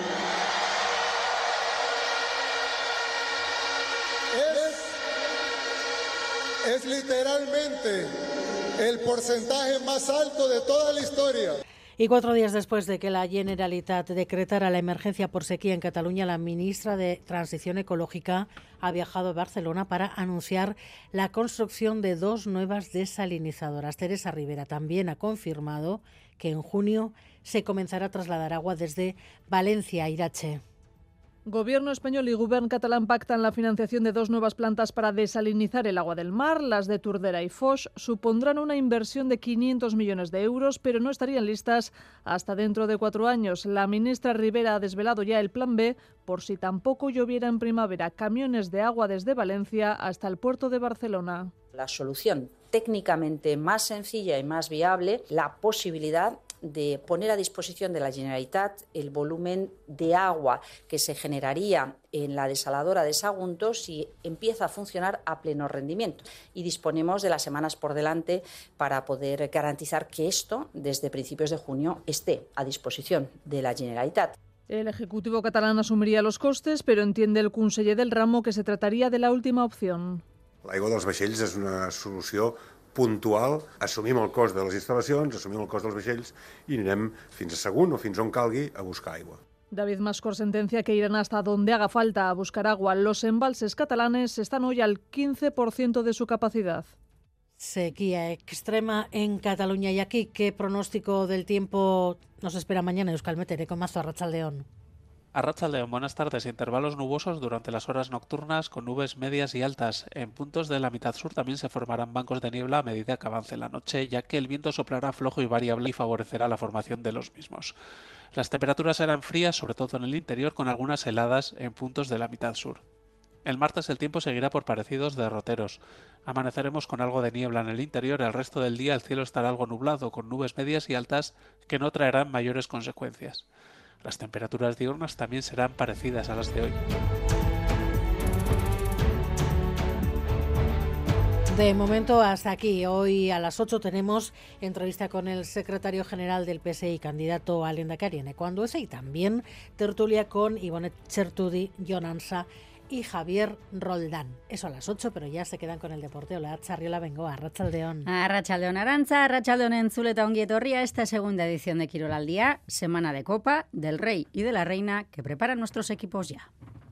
Es literalmente el porcentaje más alto de toda la historia. Y 4 días después de que la Generalitat decretara la emergencia por sequía en Cataluña, la ministra de Transición Ecológica ha viajado a Barcelona para anunciar la construcción de 2 nuevas desalinizadoras. Teresa Rivera también ha confirmado que en junio se comenzará a trasladar agua desde Valencia a Irache. Gobierno español y Govern catalán pactan la financiación de 2 nuevas plantas para desalinizar el agua del mar. Las de Tordera y Foix supondrán una inversión de 500 millones de euros, pero no estarían listas hasta dentro de 4 años. La ministra Rivera ha desvelado ya el plan B por si tampoco lloviera en primavera. Camiones de agua desde Valencia hasta el puerto de Barcelona. La solución técnicamente más sencilla y más viable, la posibilidad de poner a disposición de la Generalitat el volumen de agua que se generaría en la desaladora de Sagunto si empieza a funcionar a pleno rendimiento. Y disponemos de las semanas por delante para poder garantizar que esto, desde principios de junio, esté a disposición de la Generalitat. El Ejecutivo catalán asumiría los costes, pero entiende el conseller del ramo que se trataría de la última opción. L'aigua dels vaixells és una solució puntual, assumim el cost de les instal·lacions, assumim el cost dels vaixells i anirem fins a Sagunt o fins on calgui a buscar aigua. David Mascor sentencia que irán hasta donde haga falta a buscar agua. Los embalses catalanes están hoy al 15% de su capacidad. Sequía extrema en Cataluña. Y aquí, ¿qué pronóstico del tiempo nos espera mañana? Euskalmet, con Mazo, Arratsaldeon. Arratsaldeon, buenas tardes. Intervalos nubosos durante las horas nocturnas con nubes medias y altas. En puntos de la mitad sur también se formarán bancos de niebla a medida que avance la noche, ya que el viento soplará flojo y variable y favorecerá la formación de los mismos. Las temperaturas serán frías, sobre todo en el interior, con algunas heladas en puntos de la mitad sur. El martes el tiempo seguirá por parecidos derroteros. Amaneceremos con algo de niebla en el interior, el resto del día el cielo estará algo nublado, con nubes medias y altas que no traerán mayores consecuencias. Las temperaturas diurnas también serán parecidas a las de hoy. De momento hasta aquí. Hoy a las 8 tenemos entrevista con el secretario general del PSI, candidato al Lehendakari en Ecuando y también tertulia con Ivone Chertudi, Jonansa y Javier Roldán. Eso a las 8, pero ya se quedan con el deporte. Hola, Txarriola Bengoa, Arratsaldeon. Arratsaldeon Arantza, Arratsaldeon Entzule eta ongi etorri a esta segunda edición de Quirol al Día, semana de Copa, del Rey y de la Reina que preparan nuestros equipos ya.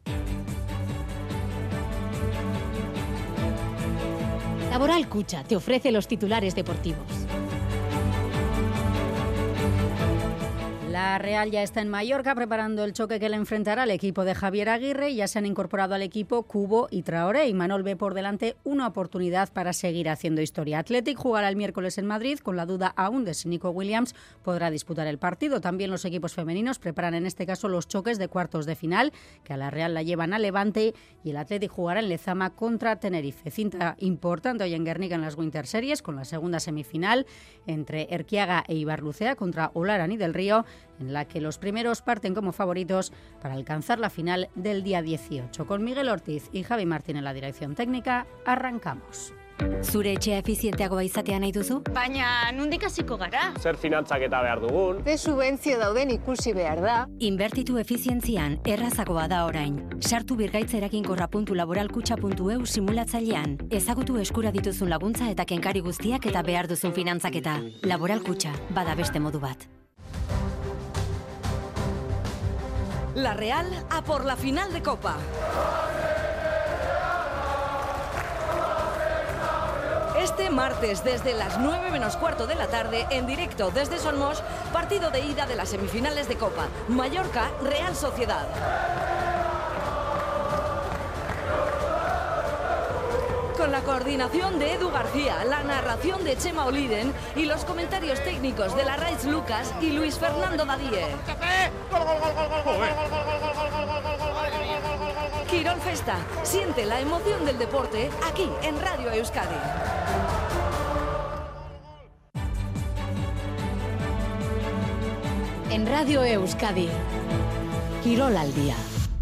Laboral Cucha te ofrece los titulares deportivos. La Real ya está en Mallorca preparando el choque que le enfrentará al equipo de Javier Aguirre. Ya se han incorporado al equipo Cubo y Traoré. Y Manol ve por delante una oportunidad para seguir haciendo historia. Athletic jugará el miércoles en Madrid, con la duda aún de si Nico Williams podrá disputar el partido. También los equipos femeninos preparan en este caso los choques de cuartos de final, que a la Real la llevan a Levante, y el Athletic jugará en Lezama contra Tenerife. Cinta importante hoy en Guernica en las Winter Series, con la segunda semifinal entre Erquiaga e Ibarlucea contra Olarani del Río, en la que los primeros parten como favoritos para alcanzar la final del día 18. Con Miguel Ortiz y Javi Martín en la dirección técnica, arrancamos. Zure etxea efizienteagoa izatea nahi duzu? Baina, nondik hasiko gara? Zer finantzaketa behar dugun? Ze subentzio dauden ikusi behar da. Inbertitu efizientzian errazagoa da orain. Sartu birgaitzerakinkorra.laboralkutxa.eu simulatzailean. Ezagutu eskura dituzun laguntza eta kenkari guztiak eta behar duzun finantzaketa. Laboralkutxa, bada beste modu bat. La Real a por la final de Copa. Este martes, desde las 9 menos cuarto de la tarde, en directo desde Solmos, partido de ida de las semifinales de Copa. Mallorca, Real Sociedad. Con la coordinación de Edu García, la narración de Chema Oliden y los comentarios técnicos de Larraiz Lucas y Luis Fernando Dadie. Quirol Festa, siente la emoción del deporte aquí en Radio Euskadi. En Radio Euskadi, Quirol al día.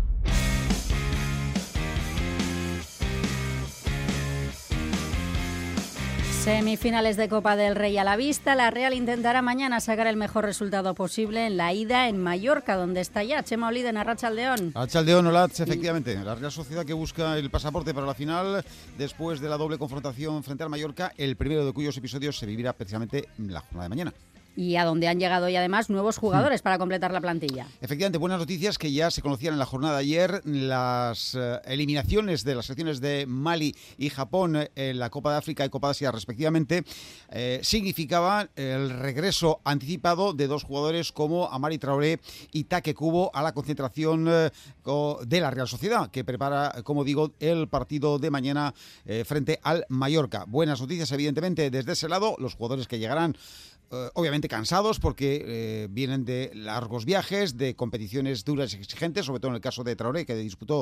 Semifinales de Copa del Rey a la vista. La Real intentará mañana sacar el mejor resultado posible en la ida en Mallorca, donde está ya Chema Oliden, Arratsaldeon. Arratsaldeon, Olatz, efectivamente. La Real Sociedad que busca el pasaporte para la final después de la doble confrontación frente al Mallorca, el primero de cuyos episodios se vivirá precisamente la jornada de mañana. Y a donde han llegado ya además nuevos jugadores para completar la plantilla. Efectivamente, buenas noticias que ya se conocían en la jornada de ayer. Las eliminaciones de las selecciones de Mali y Japón en la Copa de África y Copa de Asia respectivamente significaban el regreso anticipado de dos jugadores como Amari Traoré y Take Kubo a la concentración de la Real Sociedad, que prepara, como digo, el partido de mañana frente al Mallorca. Buenas noticias, evidentemente, desde ese lado. Los jugadores que llegarán obviamente cansados porque vienen de largos viajes, de competiciones duras y exigentes, sobre todo en el caso de Traoré, que disputó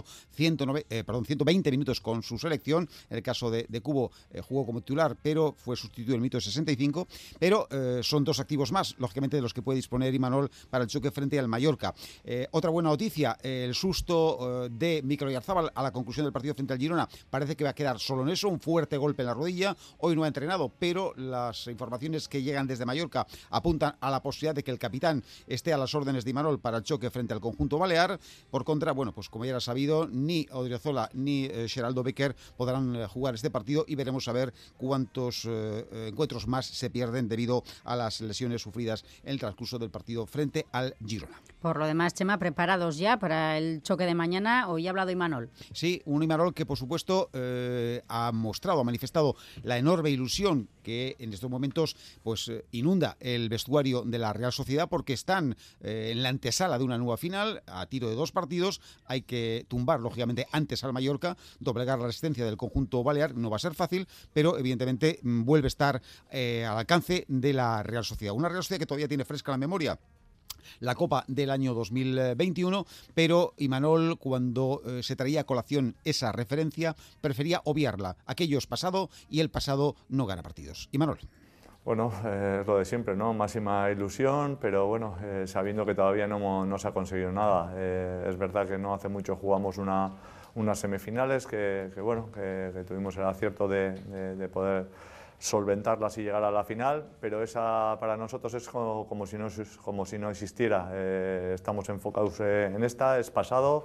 120 minutos con su selección. En el caso de Kubo jugó como titular, pero fue sustituido en el minuto 65. Pero son dos activos más, lógicamente, de los que puede disponer Imanol para el choque frente al Mallorca. Otra buena noticia, el susto de Mikel Oyarzabal a la conclusión del partido frente al Girona parece que va a quedar solo en eso, un fuerte golpe en la rodilla. Hoy no ha entrenado, pero las informaciones que llegan desde Mallorca apuntan a la posibilidad de que el capitán esté a las órdenes de Imanol para el choque frente al conjunto balear. Por contra, bueno, pues como ya era sabido, ni Odriozola ni Geraldo Becker podrán jugar este partido y veremos a ver cuántos encuentros más se pierden debido a las lesiones sufridas en el transcurso del partido frente al Girona. Por lo demás, Chema, preparados ya para el choque de mañana. Hoy ha hablado Imanol. Sí, un Imanol que por supuesto ha manifestado la enorme ilusión que en estos momentos pues inunda el vestuario de la Real Sociedad, porque están en la antesala de una nueva final a tiro de 2 partidos. Hay que tumbar lógicamente antes al Mallorca, doblegar la resistencia del conjunto balear. No va a ser fácil, pero evidentemente vuelve a estar al alcance de la Real Sociedad. Una Real Sociedad que todavía tiene fresca la memoria la Copa del año 2021, pero Imanol, cuando se traía a colación esa referencia, prefería obviarla. Aquello es pasado y el pasado no gana partidos. Imanol. Bueno, es lo de siempre, ¿no? Máxima ilusión, pero bueno, sabiendo que todavía no se ha conseguido nada. Es verdad que no hace mucho jugamos unas semifinales que tuvimos el acierto de poder solventarlas y llegar a la final, pero esa para nosotros es como si no existiera. Estamos enfocados en esta, es pasado,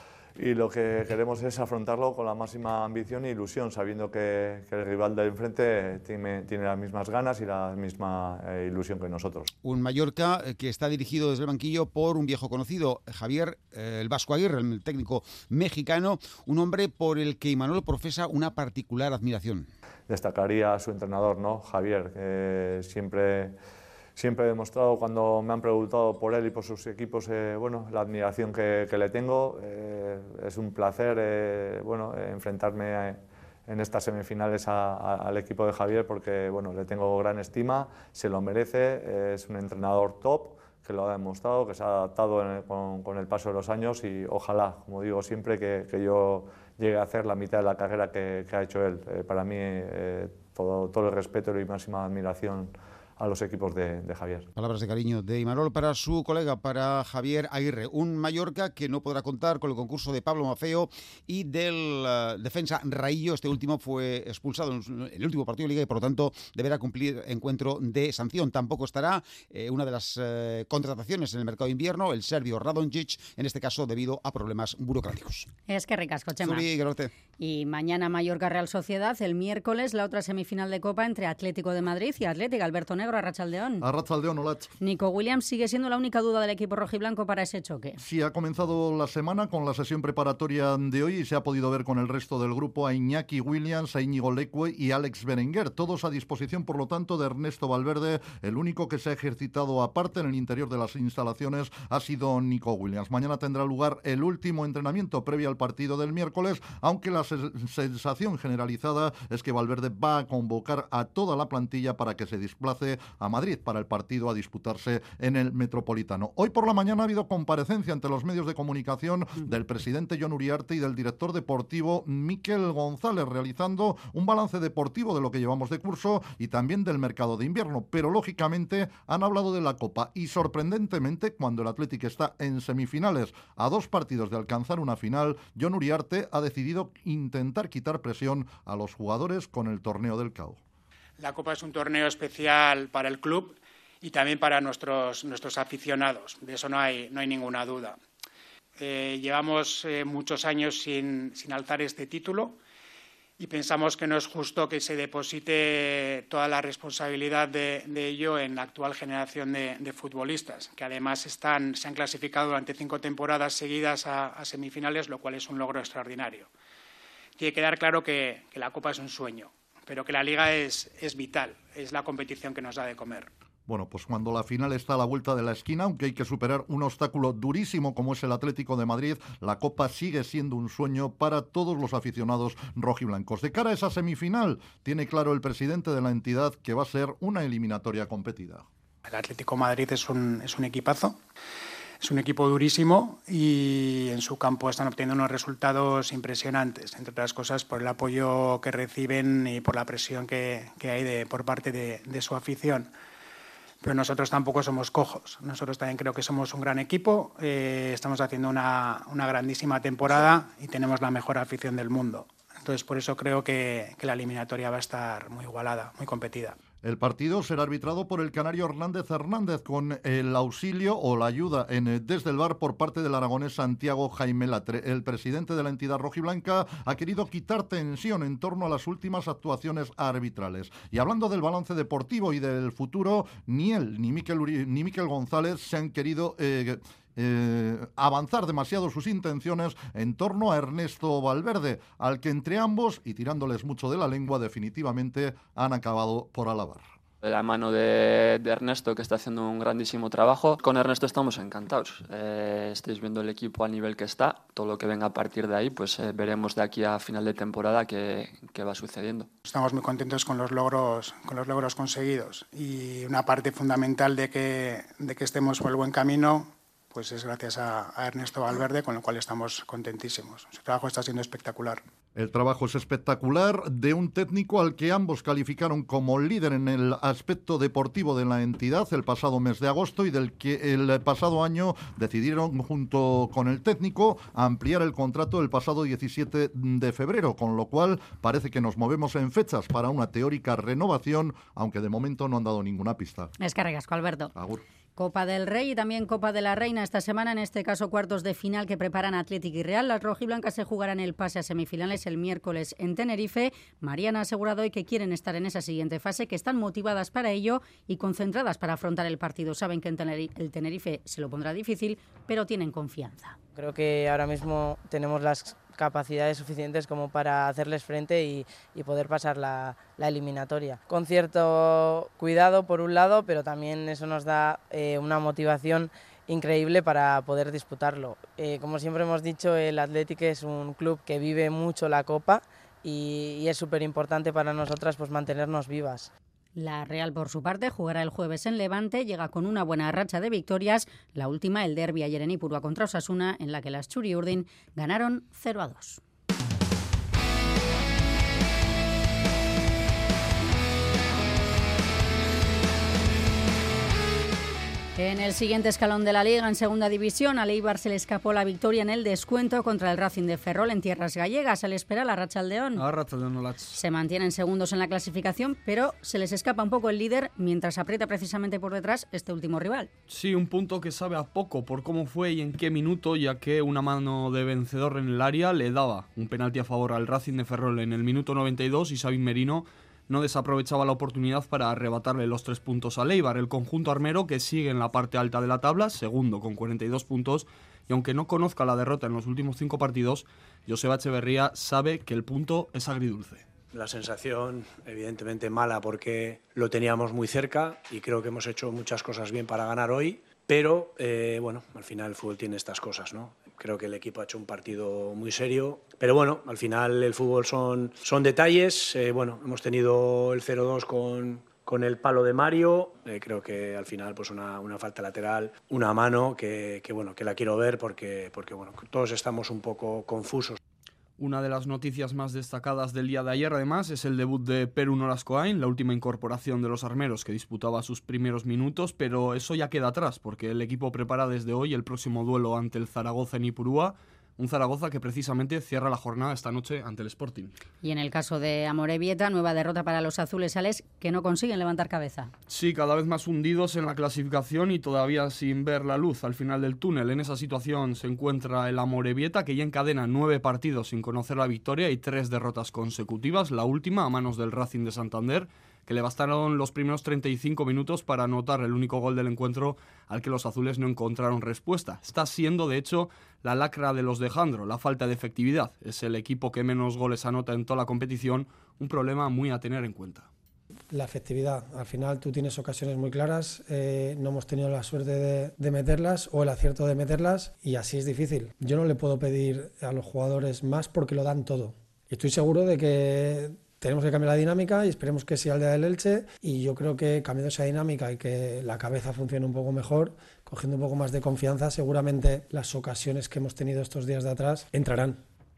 y lo que queremos es afrontarlo con la máxima ambición e ilusión, sabiendo que el rival de enfrente tiene las mismas ganas y la misma ilusión que nosotros. Un Mallorca que está dirigido desde el banquillo por un viejo conocido, Javier el Vasco Aguirre, el técnico mexicano, un hombre por el que Imanol profesa una particular admiración. Destacaría a su entrenador, ¿no? Javier, que siempre siempre he demostrado cuando me han preguntado por él y por sus equipos, la admiración que le tengo. Es un placer enfrentarme en estas semifinales al equipo de Javier porque le tengo gran estima, se lo merece, es un entrenador top que lo ha demostrado, que se ha adaptado con el paso de los años y ojalá, como digo siempre, que yo llegue a hacer la mitad de la carrera que ha hecho él. Para mí todo el respeto y máxima admiración a los equipos de Javier. Palabras de cariño de Imanol para su colega, para Javier Aguirre. Un Mallorca que no podrá contar con el concurso de Pablo Mafeo y del defensa Raillo. Este último fue expulsado en el último partido de Liga y por lo tanto deberá cumplir encuentro de sanción. Tampoco estará una de las contrataciones en el mercado de invierno, el serbio Radonjic, en este caso debido a problemas burocráticos. Es que ricasco, Chema. Y mañana Mallorca Real Sociedad, el miércoles la otra semifinal de Copa entre Atlético de Madrid y Atlético. Alberto Negro, Arratsaldeón. Arratsaldeón, Olatz. Nico Williams sigue siendo la única duda del equipo rojiblanco para ese choque. Sí, ha comenzado la semana con la sesión preparatoria de hoy y se ha podido ver con el resto del grupo a Iñaki Williams, a Íñigo Leque y Alex Berenguer, todos a disposición por lo tanto de Ernesto Valverde. El único que se ha ejercitado aparte en el interior de las instalaciones ha sido Nico Williams. Mañana tendrá lugar el último entrenamiento previo al partido del miércoles, aunque la sensación generalizada es que Valverde va a convocar a toda la plantilla para que se desplace a Madrid para el partido a disputarse en el Metropolitano. Hoy por la mañana ha habido comparecencia ante los medios de comunicación del presidente Jon Uriarte y del director deportivo Mikel González, realizando un balance deportivo de lo que llevamos de curso y también del mercado de invierno, pero lógicamente han hablado de la Copa y sorprendentemente cuando el Athletic está en semifinales a 2 partidos de alcanzar una final, Jon Uriarte ha decidido intentar quitar presión a los jugadores con el torneo del CAO. La Copa es un torneo especial para el club y también para nuestros aficionados. De eso no hay ninguna duda. Llevamos muchos años sin alzar este título y pensamos que no es justo que se deposite toda la responsabilidad de ello en la actual generación de futbolistas, que además se han clasificado durante 5 temporadas seguidas a semifinales, lo cual es un logro extraordinario. Tiene que quedar claro que la Copa es un sueño, pero que la Liga es vital, es la competición que nos da de comer. Bueno, pues cuando la final está a la vuelta de la esquina, aunque hay que superar un obstáculo durísimo como es el Atlético de Madrid, la Copa sigue siendo un sueño para todos los aficionados rojiblancos. De cara a esa semifinal, tiene claro el presidente de la entidad que va a ser una eliminatoria competida. El Atlético de Madrid es un equipazo. Es un equipo durísimo y en su campo están obteniendo unos resultados impresionantes, entre otras cosas por el apoyo que reciben y por la presión que hay por parte de su afición. Pero nosotros tampoco somos cojos, nosotros también creo que somos un gran equipo, estamos haciendo una grandísima temporada y tenemos la mejor afición del mundo. Entonces por eso creo que la eliminatoria va a estar muy igualada, muy competida. El partido será arbitrado por el canario Hernández con el auxilio o la ayuda desde el VAR por parte del aragonés Santiago Jaime Latre. El presidente de la entidad rojiblanca ha querido quitar tensión en torno a las últimas actuaciones arbitrales. Y hablando del balance deportivo y del futuro, ni él ni Mikel González se han querido avanzar demasiado sus intenciones en torno a Ernesto Valverde, al que entre ambos, y tirándoles mucho de la lengua, definitivamente han acabado por alabar. De la mano de Ernesto, que está haciendo un grandísimo trabajo. Con Ernesto estamos encantados. Estáis viendo el equipo al nivel que está. Todo lo que venga a partir de ahí, pues veremos de aquí a final de temporada qué va sucediendo. Estamos muy contentos con los logros conseguidos. Y una parte fundamental de que estemos por el buen camino pues es gracias a Ernesto Valverde, con lo cual estamos contentísimos. Su trabajo está siendo espectacular. El trabajo es espectacular de un técnico al que ambos calificaron como líder en el aspecto deportivo de la entidad el pasado mes de agosto y del que el pasado año decidieron junto con el técnico ampliar el contrato el pasado 17 de febrero, con lo cual parece que nos movemos en fechas para una teórica renovación, aunque de momento no han dado ninguna pista. Es que ricasco, Alberto. Agur. Copa del Rey y también Copa de la Reina esta semana, en este caso cuartos de final que preparan Athletic y Real. Las rojiblancas se jugarán el pase a semifinales el miércoles en Tenerife. Mariana ha asegurado hoy que quieren estar en esa siguiente fase, que están motivadas para ello y concentradas para afrontar el partido. Saben que el Tenerife se lo pondrá difícil, pero tienen confianza. Creo que ahora mismo tenemos las capacidades suficientes como para hacerles frente y poder pasar la eliminatoria. Con cierto cuidado por un lado, pero también eso nos da una motivación increíble para poder disputarlo. Como siempre hemos dicho, el Athletic es un club que vive mucho la Copa y es súper importante para nosotras pues mantenernos vivas. La Real, por su parte, jugará el jueves en Levante, llega con una buena racha de victorias, la última el derbi ayer en Ipurua contra Osasuna, en la que las Txuri-Urdin ganaron 0-2. En el siguiente escalón de la Liga, en Segunda División, al Eibar se le escapó la victoria en el descuento contra el Racing de Ferrol en tierras gallegas. Al esperar a Arratsaldeon. Se mantienen segundos en la clasificación, pero se les escapa un poco el líder mientras aprieta precisamente por detrás este último rival. Sí, un punto que sabe a poco por cómo fue y en qué minuto, ya que una mano de vencedor en el área le daba un penalti a favor al Racing de Ferrol en el minuto 92 y Sabin Merino no desaprovechaba la oportunidad para arrebatarle los 3 puntos al Eibar. El conjunto armero, que sigue en la parte alta de la tabla, segundo con 42 puntos, y aunque no conozca la derrota en los últimos 5 partidos, Joseba Echeverría sabe que el punto es agridulce. La sensación evidentemente mala porque lo teníamos muy cerca y creo que hemos hecho muchas cosas bien para ganar hoy, pero bueno, al final el fútbol tiene estas cosas, ¿no? Creo que el equipo ha hecho un partido muy serio, pero bueno, al final el fútbol son detalles. Bueno, hemos tenido el 0-2 con el palo de Mario. Creo que al final pues una falta lateral, una mano que bueno, que la quiero ver porque bueno, todos estamos un poco confusos. Una de las noticias más destacadas del día de ayer, además, es el debut de Peru Nolascoain, la última incorporación de los armeros que disputaba sus primeros minutos, pero eso ya queda atrás, porque el equipo prepara desde hoy el próximo duelo ante el Zaragoza en Ipurúa, un Zaragoza que precisamente cierra la jornada esta noche ante el Sporting. Y en el caso de Amorebieta, nueva derrota para los azules ales que no consiguen levantar cabeza. Sí, cada vez más hundidos en la clasificación y todavía sin ver la luz al final del túnel. En esa situación se encuentra el Amorebieta, que ya encadena 9 partidos sin conocer la victoria y 3 derrotas consecutivas, la última a manos del Racing de Santander, que le bastaron los primeros 35 minutos para anotar el único gol del encuentro al que los azules no encontraron respuesta. Está siendo, de hecho, la lacra de los de Jandro, la falta de efectividad. Es el equipo que menos goles anota en toda la competición, un problema muy a tener en cuenta. La efectividad, al final tú tienes ocasiones muy claras, no hemos tenido la suerte de meterlas o el acierto de meterlas y así es difícil. Yo no le puedo pedir a los jugadores más porque lo dan todo. Y estoy seguro de que tenemos que cambiar la dinámica y esperemos que sea el día del Elche y yo creo que cambiando esa dinámica y que la cabeza funcione un poco mejor, cogiendo un poco más de confianza, seguramente las ocasiones que hemos tenido estos días de atrás entrarán.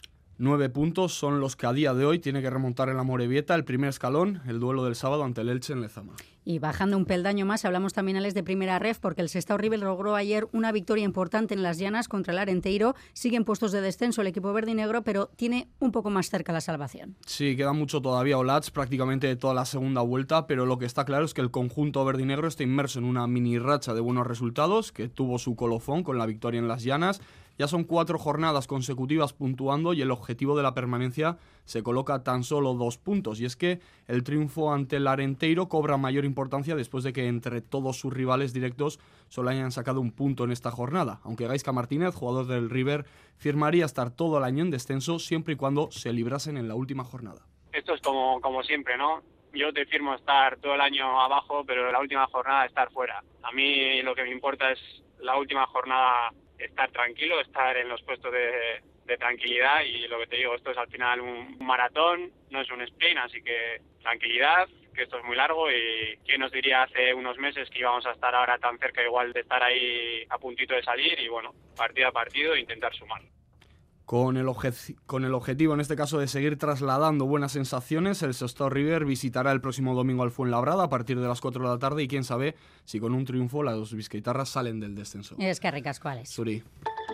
9 puntos son los que a día de hoy tiene que remontar el Amorebieta, el primer escalón, el duelo del sábado ante el Elche en Lezama. Y bajando un peldaño más, hablamos también, Alex, de primera ref, porque el Sestao River logró ayer una victoria importante en las llanas contra el Arenteiro. Sigue en puestos de descenso el equipo verde y negro, pero tiene un poco más cerca la salvación. Sí, queda mucho todavía, Olats, prácticamente toda la segunda vuelta, pero lo que está claro es que el conjunto verde y negro está inmerso en una mini racha de buenos resultados, que tuvo su colofón con la victoria en las llanas. Ya son 4 jornadas consecutivas puntuando y el objetivo de la permanencia se coloca a tan solo 2 puntos. Y es que el triunfo ante el Arenteiro cobra mayor importancia después de que entre todos sus rivales directos solo hayan sacado un punto en esta jornada. Aunque Gaizka Martínez, jugador del River, firmaría estar todo el año en descenso siempre y cuando se librasen en la última jornada. Esto es como siempre, ¿no? Yo te firmo estar todo el año abajo, pero la última jornada estar fuera. A mí lo que me importa es la última jornada estar tranquilo, estar en los puestos de tranquilidad y lo que te digo, esto es al final un maratón, no es un sprint, así que tranquilidad, que esto es muy largo y quién nos diría hace unos meses que íbamos a estar ahora tan cerca igual de estar ahí a puntito de salir y bueno, partido a partido intentar sumar. Con el objetivo, en este caso, de seguir trasladando buenas sensaciones, el Sestao River visitará el próximo domingo al Fuenlabrada a partir de las 4 de la tarde y quién sabe si con un triunfo las bizkaitarras salen del descenso. Es que ricasco, Alex. Suri.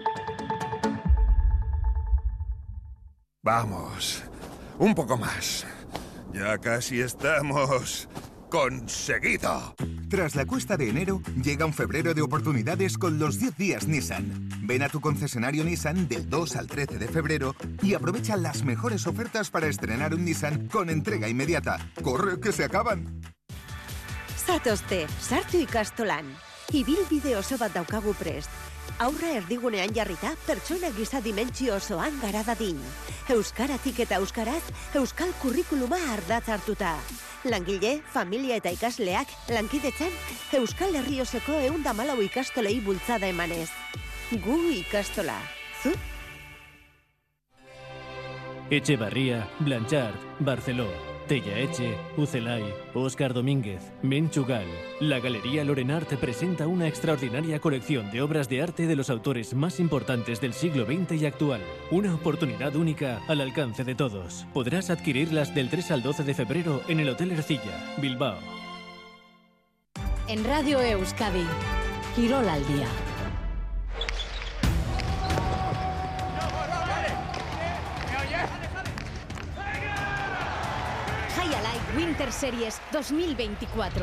Vamos, un poco más. Ya casi estamos conseguido. Tras la cuesta de enero, llega un febrero de oportunidades con los 10 días Nissan. Ven a tu concesionario Nissan del 2 al 13 de febrero y aprovecha las mejores ofertas para estrenar un Nissan con entrega inmediata. ¡Corre, que se acaban! Zatozte, sartu ikastolan. Ibilbide oso bat daukagu prest. Aurra erdigunean jarrita, pertsona giza dimentsio osoan gara dadin. Euskaratik eta euskaraz, euskal kurrikuluma ardatz hartuta. Langile, familia eta ikasleak, lankidetzen, Euskal Herri osoko 114 ikastolei bultzada emanez. Gu ikastola. Zu? Echevarría, Blanchard, Barceló, Tellaeche, Ucelay, Óscar Domínguez, Menchugal. La Galería Lorenart presenta una extraordinaria colección de obras de arte de los autores más importantes del siglo XX y actual. Una oportunidad única al alcance de todos. Podrás adquirirlas del 3 al 12 de febrero en el Hotel Ercilla, Bilbao. En Radio Euskadi, Quirol al día. Highlight Winter Series 2024.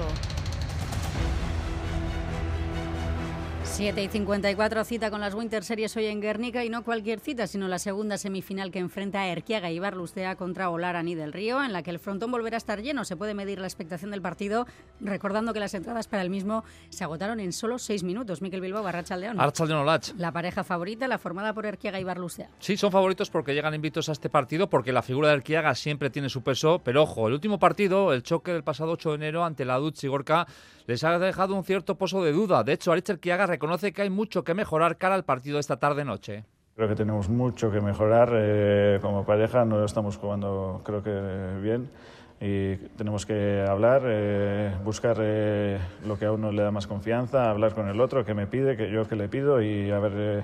7:54, cita con las Winter Series hoy en Guernica, y no cualquier cita, sino la segunda semifinal que enfrenta a Erquiaga y Barlustea contra Olarani del Río, en la que el frontón volverá a estar lleno. Se puede medir la expectación del partido, recordando que las entradas para el mismo se agotaron en solo 6 minutos. Mikel Bilbao, Arratsaldeon. Arratsaldeon, Olach. La pareja favorita, la formada por Erquiaga y Barlustea. Sí, son favoritos porque llegan invictos a este partido, porque la figura de Erquiaga siempre tiene su peso, pero ojo, el último partido, el choque del pasado 8 de enero ante la Dutch y Gorka, les ha dejado un cierto pozo de duda. De hecho, Aritz Erquiaga reconoce que hay mucho que mejorar cara al partido de esta tarde-noche. Creo que tenemos mucho que mejorar. Como pareja no lo estamos jugando, creo que bien. Y tenemos que hablar, buscar lo que a uno le da más confianza, hablar con el otro, que me pide, que yo que le pido, y a ver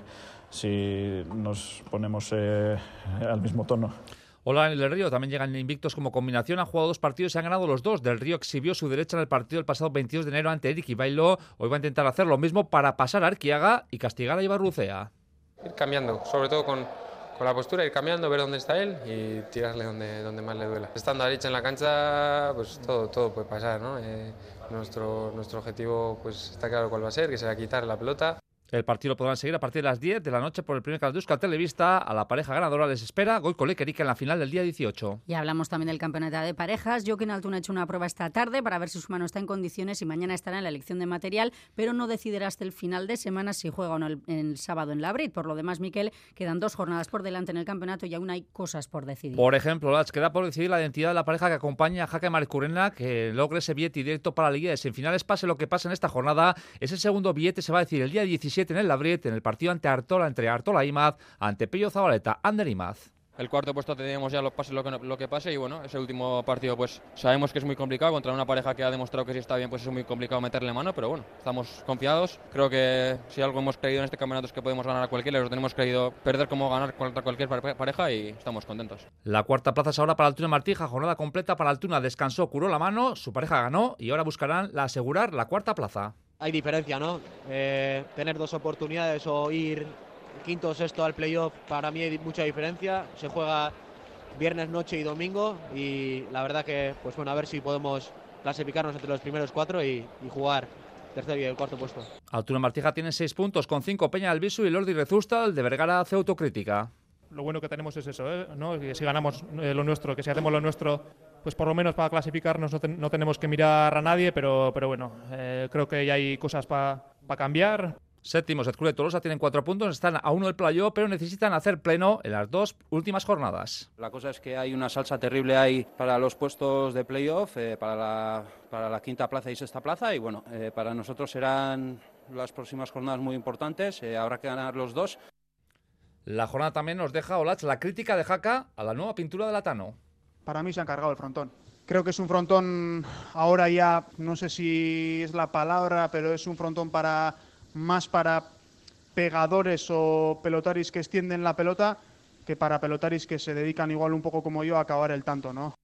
si nos ponemos al mismo tono. Olarani del Río también llegan invictos como combinación, han jugado 2 partidos y han ganado los 2. Del Río exhibió su derecha en el partido del pasado 22 de enero ante Eric Ibailo. Hoy va a intentar hacer lo mismo para pasar a Erquiaga y castigar a Ibarlucea. Ir cambiando, sobre todo con la postura, ir cambiando, ver dónde está él y tirarle donde más le duela. Estando a Aritz en la cancha, pues todo puede pasar, ¿no? Nuestro objetivo pues está claro cuál va a ser, que será quitar la pelota. El partido lo podrán seguir a partir de las 10 de la noche por el primer canal de Euskal Telebista. A la pareja ganadora les espera Goiko Lekerik en la final del día 18. Y hablamos también del campeonato de parejas. Jokin Altuna ha hecho una prueba esta tarde para ver si su mano está en condiciones y mañana estará en la elección de material, pero no decidirá hasta el final de semana si juega o no el sábado en la Brit. Por lo demás, Mikel, quedan 2 jornadas por delante en el campeonato y aún hay cosas por decidir. Por ejemplo, Lats, queda por decidir la identidad de la pareja que acompaña a Jaque Marcurena, que logre ese billete directo para la Liga de Semifinales. Pase lo que pase en esta jornada, ese segundo billete se va a decidir el día 17 en el Labrit, en el partido ante Artola, entre Artola e Imaz, ante Pello Zabaleta, Ander Imaz. El cuarto puesto tenemos ya pase lo que pase, y bueno, ese último partido pues sabemos que es muy complicado contra una pareja que ha demostrado que si está bien pues es muy complicado meterle mano, pero bueno, estamos confiados. Creo que si algo hemos creído en este campeonato es que podemos ganar a cualquiera, lo tenemos creído perder como ganar contra cualquier pareja y estamos contentos. La cuarta plaza es ahora para Altuna Martija, jornada completa para Altuna, descansó, curó la mano, su pareja ganó y ahora buscarán asegurar la cuarta plaza. Hay diferencia, ¿no? Tener 2 oportunidades o ir quinto o sexto al playoff, para mí hay mucha diferencia. Se juega viernes, noche y domingo, y la verdad que, pues bueno, a ver si podemos clasificarnos entre los primeros 4 y jugar tercer y el cuarto puesto. Altuna Martija tiene 6 puntos, con 5 Peña Albisu y Lordi Rezusta. El de Vergara hace autocrítica. Lo bueno que tenemos es eso, ¿no? Que si ganamos lo nuestro, que si hacemos lo nuestro, pues por lo menos para clasificarnos no tenemos que mirar a nadie, pero bueno, creo que ya hay cosas para cambiar. Séptimos, el Club de Tolosa tienen 4 puntos, están a 1 del playoff, pero necesitan hacer pleno en las 2 últimas jornadas. La cosa es que hay una salsa terrible ahí para los puestos de playoff, para la quinta plaza y sexta plaza, y bueno, para nosotros serán las próximas jornadas muy importantes, habrá que ganar los 2. La jornada también nos deja, Olach, la crítica de Jaca a la nueva pintura de Latano. Para mí se ha encargado el frontón. Creo que es un frontón, ahora ya, no sé si es la palabra, pero es un frontón más para pegadores o pelotaris que extienden la pelota, que para pelotaris que se dedican igual un poco como yo a acabar el tanto, ¿no?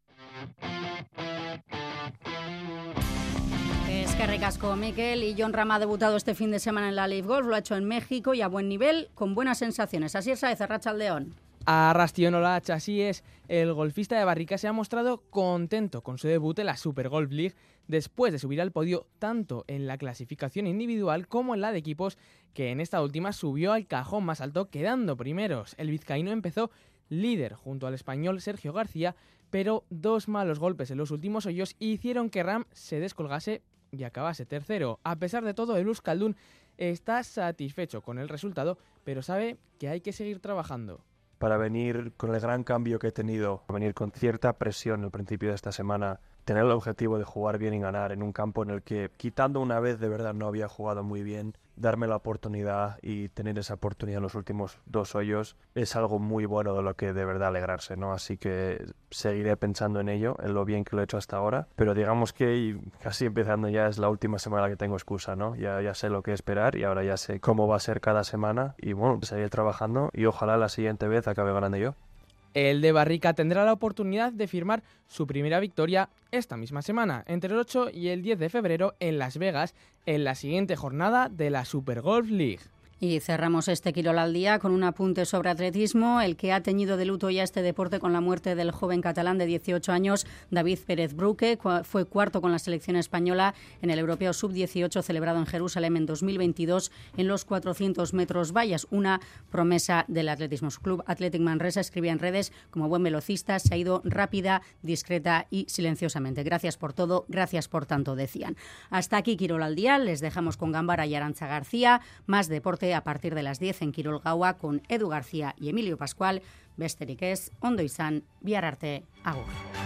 Eskerrik asko, Mikel. Y Jon Ram ha debutado este fin de semana en la Live Golf, lo ha hecho en México y a buen nivel, con buenas sensaciones. Así es, Saez, Arratsaldeon. Arrastion Olach, así es. El golfista de Barrica se ha mostrado contento con su debut en la Super Golf League después de subir al podio tanto en la clasificación individual como en la de equipos, que en esta última subió al cajón más alto quedando primeros. El vizcaíno empezó líder junto al español Sergio García, pero 2 malos golpes en los últimos hoyos hicieron que Ram se descolgase y acabase tercero. A pesar de todo, el Euskaldun está satisfecho con el resultado, pero sabe que hay que seguir trabajando. Para venir con el gran cambio que he tenido, venir con cierta presión al principio de esta semana, tener el objetivo de jugar bien y ganar en un campo en el que, quitando una vez, de verdad no había jugado muy bien, darme la oportunidad y tener esa oportunidad en los últimos 2 hoyos es algo muy bueno de lo que de verdad alegrarse, ¿no? Así que seguiré pensando en ello, en lo bien que lo he hecho hasta ahora, pero digamos que casi empezando ya es la última semana que tengo excusa, ¿no? Ya sé lo que esperar y ahora ya sé cómo va a ser cada semana y bueno, seguiré trabajando y ojalá la siguiente vez acabe ganando yo. El de Barrica tendrá la oportunidad de firmar su primera victoria esta misma semana, entre el 8 y el 10 de febrero en Las Vegas, en la siguiente jornada de la Super Golf League. Y cerramos este Quirol al día con un apunte sobre atletismo, el que ha teñido de luto ya este deporte con la muerte del joven catalán de 18 años, David Pérez Bruque. Fue cuarto con la selección española en el Europeo Sub-18 celebrado en Jerusalén en 2022 en los 400 metros vallas, una promesa del atletismo. Su club Athletic Manresa escribía en redes: como buen velocista se ha ido rápida, discreta y silenciosamente. Gracias por todo, gracias por tanto, decían. Hasta aquí Quirol al día, les dejamos con Gambara y Arantza García, más deporte a partir de las 10 en Quirol Gaua con Edu García y Emilio Pascual. Besterik ez, ondo izan, bihar arte, agur.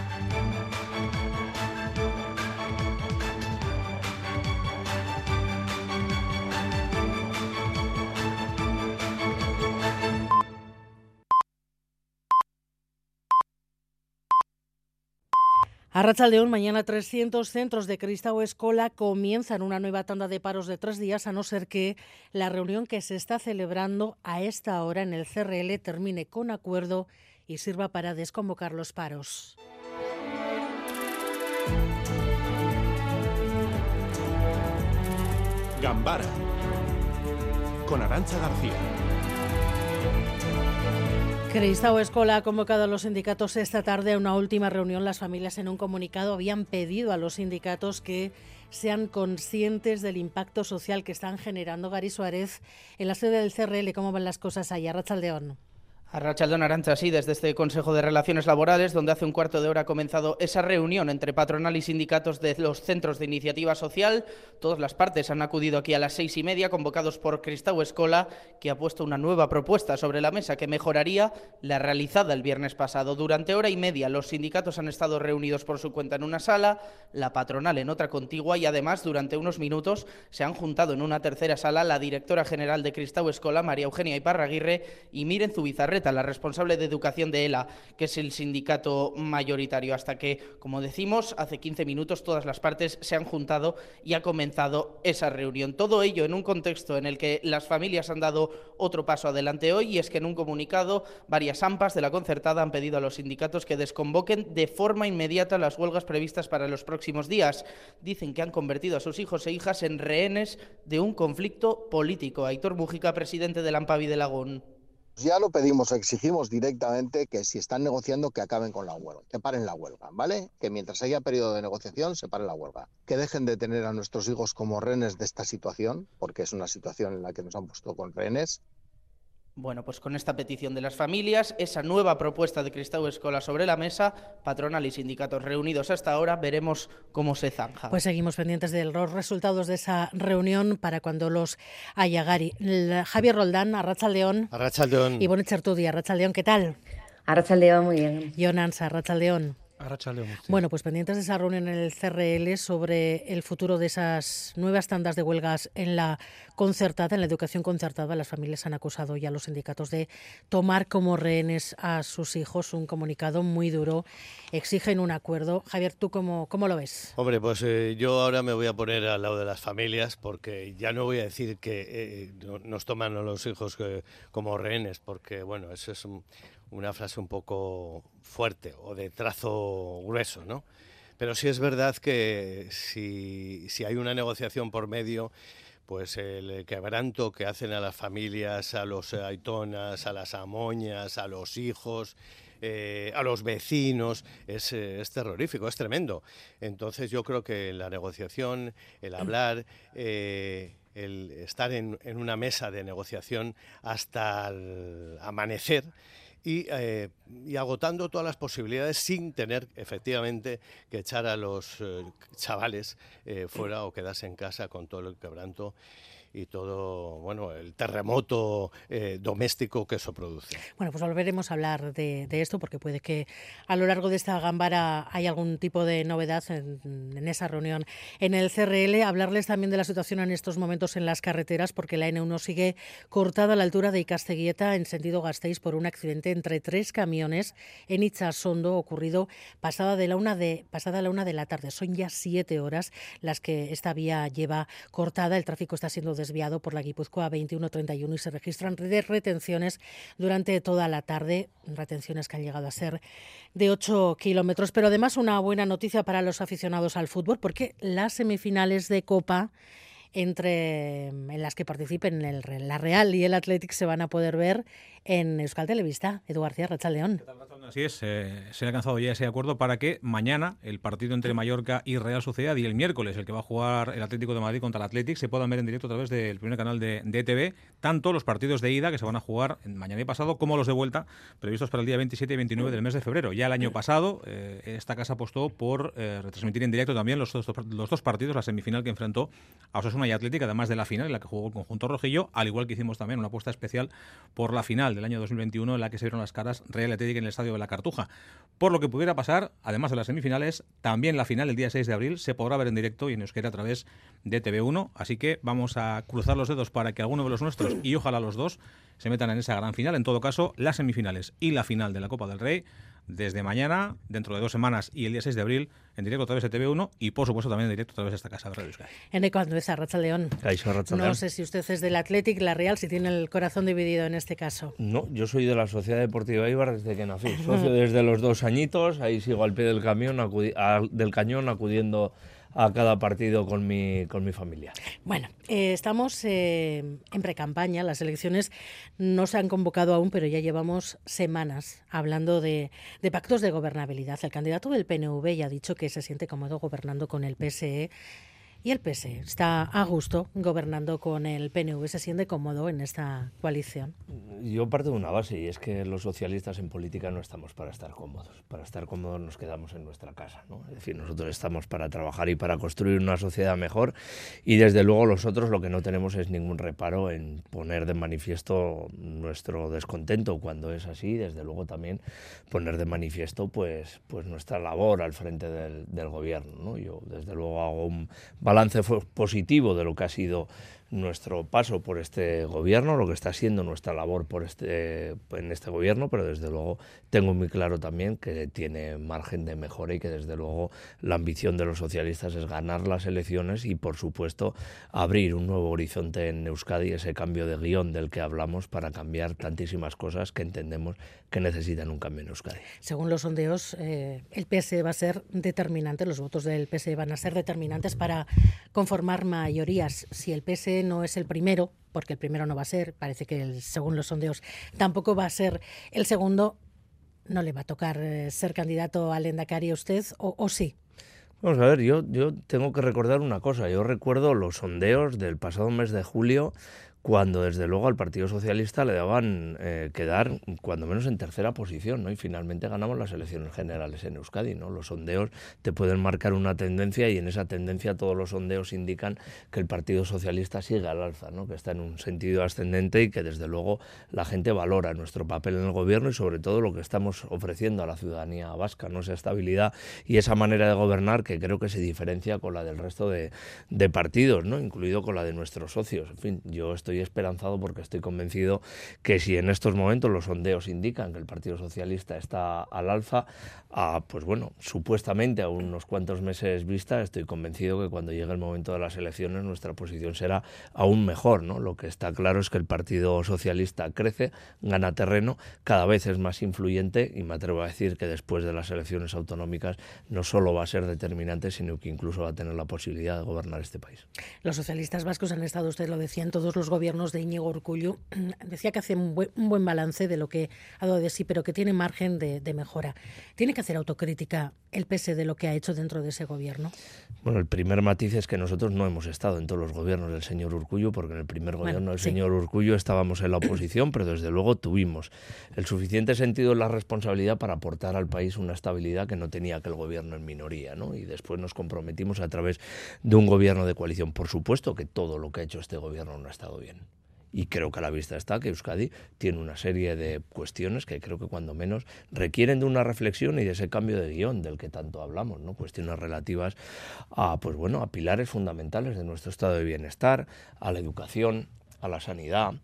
Arratsaldeón, mañana 300 centros de Kristau Eskola comienzan una nueva tanda de paros de 3 días, a no ser que la reunión que se está celebrando a esta hora en el CRL termine con acuerdo y sirva para desconvocar los paros. Gambara con Arantza García. Kristau Eskola ha convocado a los sindicatos esta tarde a una última reunión. Las familias en un comunicado habían pedido a los sindicatos que sean conscientes del impacto social que están generando. Gary Suárez, en la sede del CRL, ¿cómo van las cosas ahí? Arratsaldeón. Arratsaldeón, Arantza, sí, desde este Consejo de Relaciones Laborales, donde hace un cuarto de hora ha comenzado esa reunión entre patronal y sindicatos de los centros de iniciativa social. Todas las partes han acudido aquí a las 6:30, convocados por Kristau Eskola, que ha puesto una nueva propuesta sobre la mesa que mejoraría la realizada el viernes pasado. Durante hora y media los sindicatos han estado reunidos por su cuenta en una sala, la patronal en otra contigua y además durante unos minutos se han juntado en una tercera sala la directora general de Kristau Eskola, María Eugenia Iparraguirre, y Miren Zubizarreta, la responsable de educación de ELA, que es el sindicato mayoritario, hasta que, como decimos, hace 15 minutos todas las partes se han juntado y ha comenzado esa reunión. Todo ello en un contexto en el que las familias han dado otro paso adelante hoy, y es que en un comunicado varias AMPAs de la concertada han pedido a los sindicatos que desconvoquen de forma inmediata las huelgas previstas para los próximos días. Dicen que han convertido a sus hijos e hijas en rehenes de un conflicto político. Aitor Mujica, presidente del AMPAVI de Lagún. Ya lo pedimos, exigimos directamente que si están negociando que acaben con la huelga, que paren la huelga, ¿vale? Que mientras haya periodo de negociación se pare la huelga. Que dejen de tener a nuestros hijos como rehenes de esta situación, porque es una situación en la que nos han puesto con rehenes. Bueno, pues con esta petición de las familias, esa nueva propuesta de Kristau Eskola sobre la mesa, patronal y sindicatos reunidos hasta ahora, veremos cómo se zanja. Pues seguimos pendientes de los resultados de esa reunión para cuando los haya, Gary. Javier Roldán, Arratsaldeón. Arratsaldeón. Y Bonne Chertudi, Arratsaldeón, ¿qué tal? Arratsaldeón, muy bien. Jonanza, Arratsaldeón. Arratsaldeón. Bueno, pues pendientes de esa reunión en el CRL sobre el futuro de esas nuevas tandas de huelgas en la concertada, en la educación concertada. Las familias han acusado ya a los sindicatos de tomar como rehenes a sus hijos. Un comunicado muy duro. Exigen un acuerdo. Javier, ¿tú cómo lo ves? Hombre, pues yo ahora me voy a poner al lado de las familias, porque ya no voy a decir que nos toman a los hijos como rehenes, porque bueno, eso es una frase un poco fuerte o de trazo grueso, ¿no? Pero sí es verdad que si hay una negociación por medio, pues el quebranto que hacen a las familias, a los aitonas, a las amoñas, a los hijos, a los vecinos, es terrorífico, es tremendo. Entonces yo creo que la negociación, el hablar, el estar en una mesa de negociación hasta el amanecer, y agotando todas las posibilidades sin tener efectivamente que echar a los chavales fuera o quedarse en casa con todo el quebranto y todo, bueno, el terremoto doméstico que eso produce. Bueno, pues volveremos a hablar de esto, porque puede que a lo largo de esta gambara haya algún tipo de novedad en esa reunión en el CRL. Hablarles también de la situación en estos momentos en las carreteras, porque la N1 sigue cortada a la altura de Ikasteguieta en sentido Gasteiz por un accidente entre 3 camiones en Itsasondo, ocurrido pasada la 1 de la tarde. Son ya 7 horas las que esta vía lleva cortada. El tráfico está siendo desviado por la Guipúzcoa 2131 y se registran retenciones durante toda la tarde, retenciones que han llegado a ser de 8 kilómetros. Pero además una buena noticia para los aficionados al fútbol, porque las semifinales de Copa en las que participen la Real y el Athletic se van a poder ver en Euskal Telebista. Edu García, Arratsaldeon. Así es, se ha alcanzado ya ese acuerdo para que mañana el partido entre Mallorca y Real Sociedad y el miércoles el que va a jugar el Atlético de Madrid contra el Athletic se puedan ver en directo a través del primer canal de ETV, tanto los partidos de ida que se van a jugar mañana y pasado como los de vuelta previstos para el día 27 y 29 del mes de febrero. Ya el año pasado esta casa apostó por retransmitir en directo también los dos partidos, la semifinal que enfrentó a Osasuna y Athletic, además de la final en la que jugó el conjunto rojillo, al igual que hicimos también una apuesta especial por la final del año 2021 en la que se vieron las caras Real y Athletic en el estadio de la Cartuja. Por lo que pudiera pasar, además de las semifinales, también la final el día 6 de abril se podrá ver en directo y en euskera a través de TV1, así que vamos a cruzar los dedos para que alguno de los nuestros, y ojalá los dos, se metan en esa gran final. En todo caso, las semifinales y la final de la Copa del Rey desde mañana, dentro de 2 semanas y el día 6 de abril, en directo a través de TV1 y, por supuesto, también en directo a través de esta casa de Radio Euskadi. Eneko Andueza, Arratsaldeon. No sé si usted es del Athletic, la Real, si tiene el corazón dividido en este caso. No, yo soy de la Sociedad Deportiva Eibar desde que nací. Socio desde los 2 añitos, ahí sigo al pie del cañón acudiendo a cada partido con mi familia. Bueno, estamos en precampaña, las elecciones no se han convocado aún, pero ya llevamos semanas hablando de pactos de gobernabilidad. El candidato del PNV ya ha dicho que se siente cómodo gobernando con el PSE. Y el PSE está a gusto gobernando con el PNV, se siente cómodo en esta coalición. Yo parto de una base, y es que los socialistas en política no estamos para estar cómodos. Para estar cómodos nos quedamos en nuestra casa, ¿no? Es decir, nosotros estamos para trabajar y para construir una sociedad mejor, y desde luego los otros lo que no tenemos es ningún reparo en poner de manifiesto nuestro descontento cuando es así, desde luego también poner de manifiesto pues nuestra labor al frente del gobierno, ¿no? Yo desde luego hago un balance positivo de lo que ha sido nuestro paso por este gobierno, lo que está siendo nuestra labor en este gobierno, pero desde luego tengo muy claro también que tiene margen de mejora y que desde luego la ambición de los socialistas es ganar las elecciones y, por supuesto, abrir un nuevo horizonte en Euskadi, ese cambio de guión del que hablamos para cambiar tantísimas cosas que entendemos que necesitan un cambio en Euskadi. Según los sondeos, el PSE va a ser determinante, los votos del PSE van a ser determinantes para conformar mayorías. Si el PSE no es el primero, porque el primero no va a ser, parece que según los sondeos tampoco va a ser el segundo, ¿no le va a tocar ser candidato al Lehendakari a usted o sí? Vamos a ver, yo tengo que recordar una cosa. Yo recuerdo los sondeos del pasado mes de julio, cuando desde luego al Partido Socialista le daban quedar cuando menos en tercera posición, ¿no? Y finalmente ganamos las elecciones generales en Euskadi, ¿no? Los sondeos te pueden marcar una tendencia, y en esa tendencia todos los sondeos indican que el Partido Socialista sigue al alza, ¿no? Que está en un sentido ascendente y que desde luego la gente valora nuestro papel en el gobierno y sobre todo lo que estamos ofreciendo a la ciudadanía vasca, ¿no? Esa estabilidad y esa manera de gobernar que creo que se diferencia con la del resto de partidos, ¿no? Incluido con la de nuestros socios. En fin, yo estoy esperanzado porque estoy convencido que si en estos momentos los sondeos indican que el Partido Socialista está al alza, pues bueno, supuestamente a unos cuantos meses vista, estoy convencido que cuando llegue el momento de las elecciones nuestra posición será aún mejor, ¿no? Lo que está claro es que el Partido Socialista crece, gana terreno, cada vez es más influyente, y me atrevo a decir que después de las elecciones autonómicas no solo va a ser determinante, sino que incluso va a tener la posibilidad de gobernar este país. Los socialistas vascos han estado, usted lo decía, en todos los gobiernos gobiernos de Íñigo Urkullu. Decía que hace un buen balance de lo que ha dado de sí, pero que tiene margen de mejora. ¿Tiene que hacer autocrítica el PS de lo que ha hecho dentro de ese gobierno? Bueno, el primer matiz es que nosotros no hemos estado en todos los gobiernos del señor Urkullu, porque en el primer gobierno del señor Urkullu estábamos en la oposición, pero desde luego tuvimos el suficiente sentido de la responsabilidad para aportar al país una estabilidad que no tenía aquel gobierno en minoría, ¿no? Y después nos comprometimos a través de un gobierno de coalición. Por supuesto que todo lo que ha hecho este gobierno no ha estado bien. Y creo que a la vista está que Euskadi tiene una serie de cuestiones que creo que cuando menos requieren de una reflexión y de ese cambio de guión del que tanto hablamos, ¿no? Cuestiones relativas a, pues bueno, a pilares fundamentales de nuestro estado de bienestar, a la educación, a la sanidad,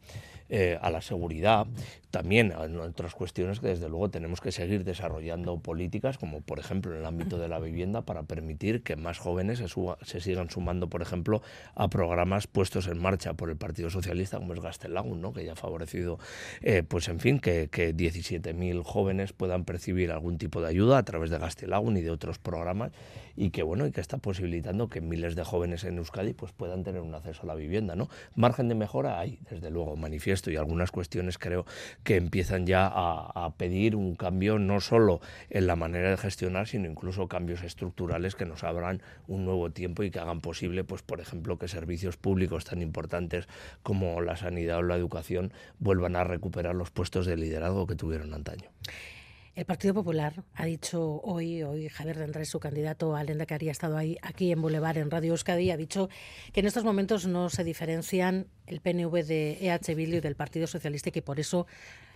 a la seguridad, también a otras cuestiones que desde luego tenemos que seguir desarrollando políticas, como por ejemplo en el ámbito de la vivienda, para permitir que más jóvenes se sigan sumando, por ejemplo, a programas puestos en marcha por el Partido Socialista, como es Gaztelagun, ¿no? Que ya ha favorecido, pues en fin, que 17.000 jóvenes puedan percibir algún tipo de ayuda a través de Gaztelagun y de otros programas, y que bueno, y que está posibilitando que miles de jóvenes en Euskadi pues puedan tener un acceso a la vivienda, ¿no? Margen de mejora hay, desde luego, manifiesto, y algunas cuestiones creo que empiezan ya a pedir un cambio no solo en la manera de gestionar, sino incluso cambios estructurales que nos abran un nuevo tiempo y que hagan posible, pues por ejemplo, que servicios públicos tan importantes como la sanidad o la educación vuelvan a recuperar los puestos de liderazgo que tuvieron antaño. El Partido Popular ha dicho hoy Javier de Andrés, su candidato al Lehendakari, ha estado aquí en Boulevard, en Radio Euskadi, ha dicho que en estos momentos no se diferencian el PNV de EH Bildu y del Partido Socialista y que por eso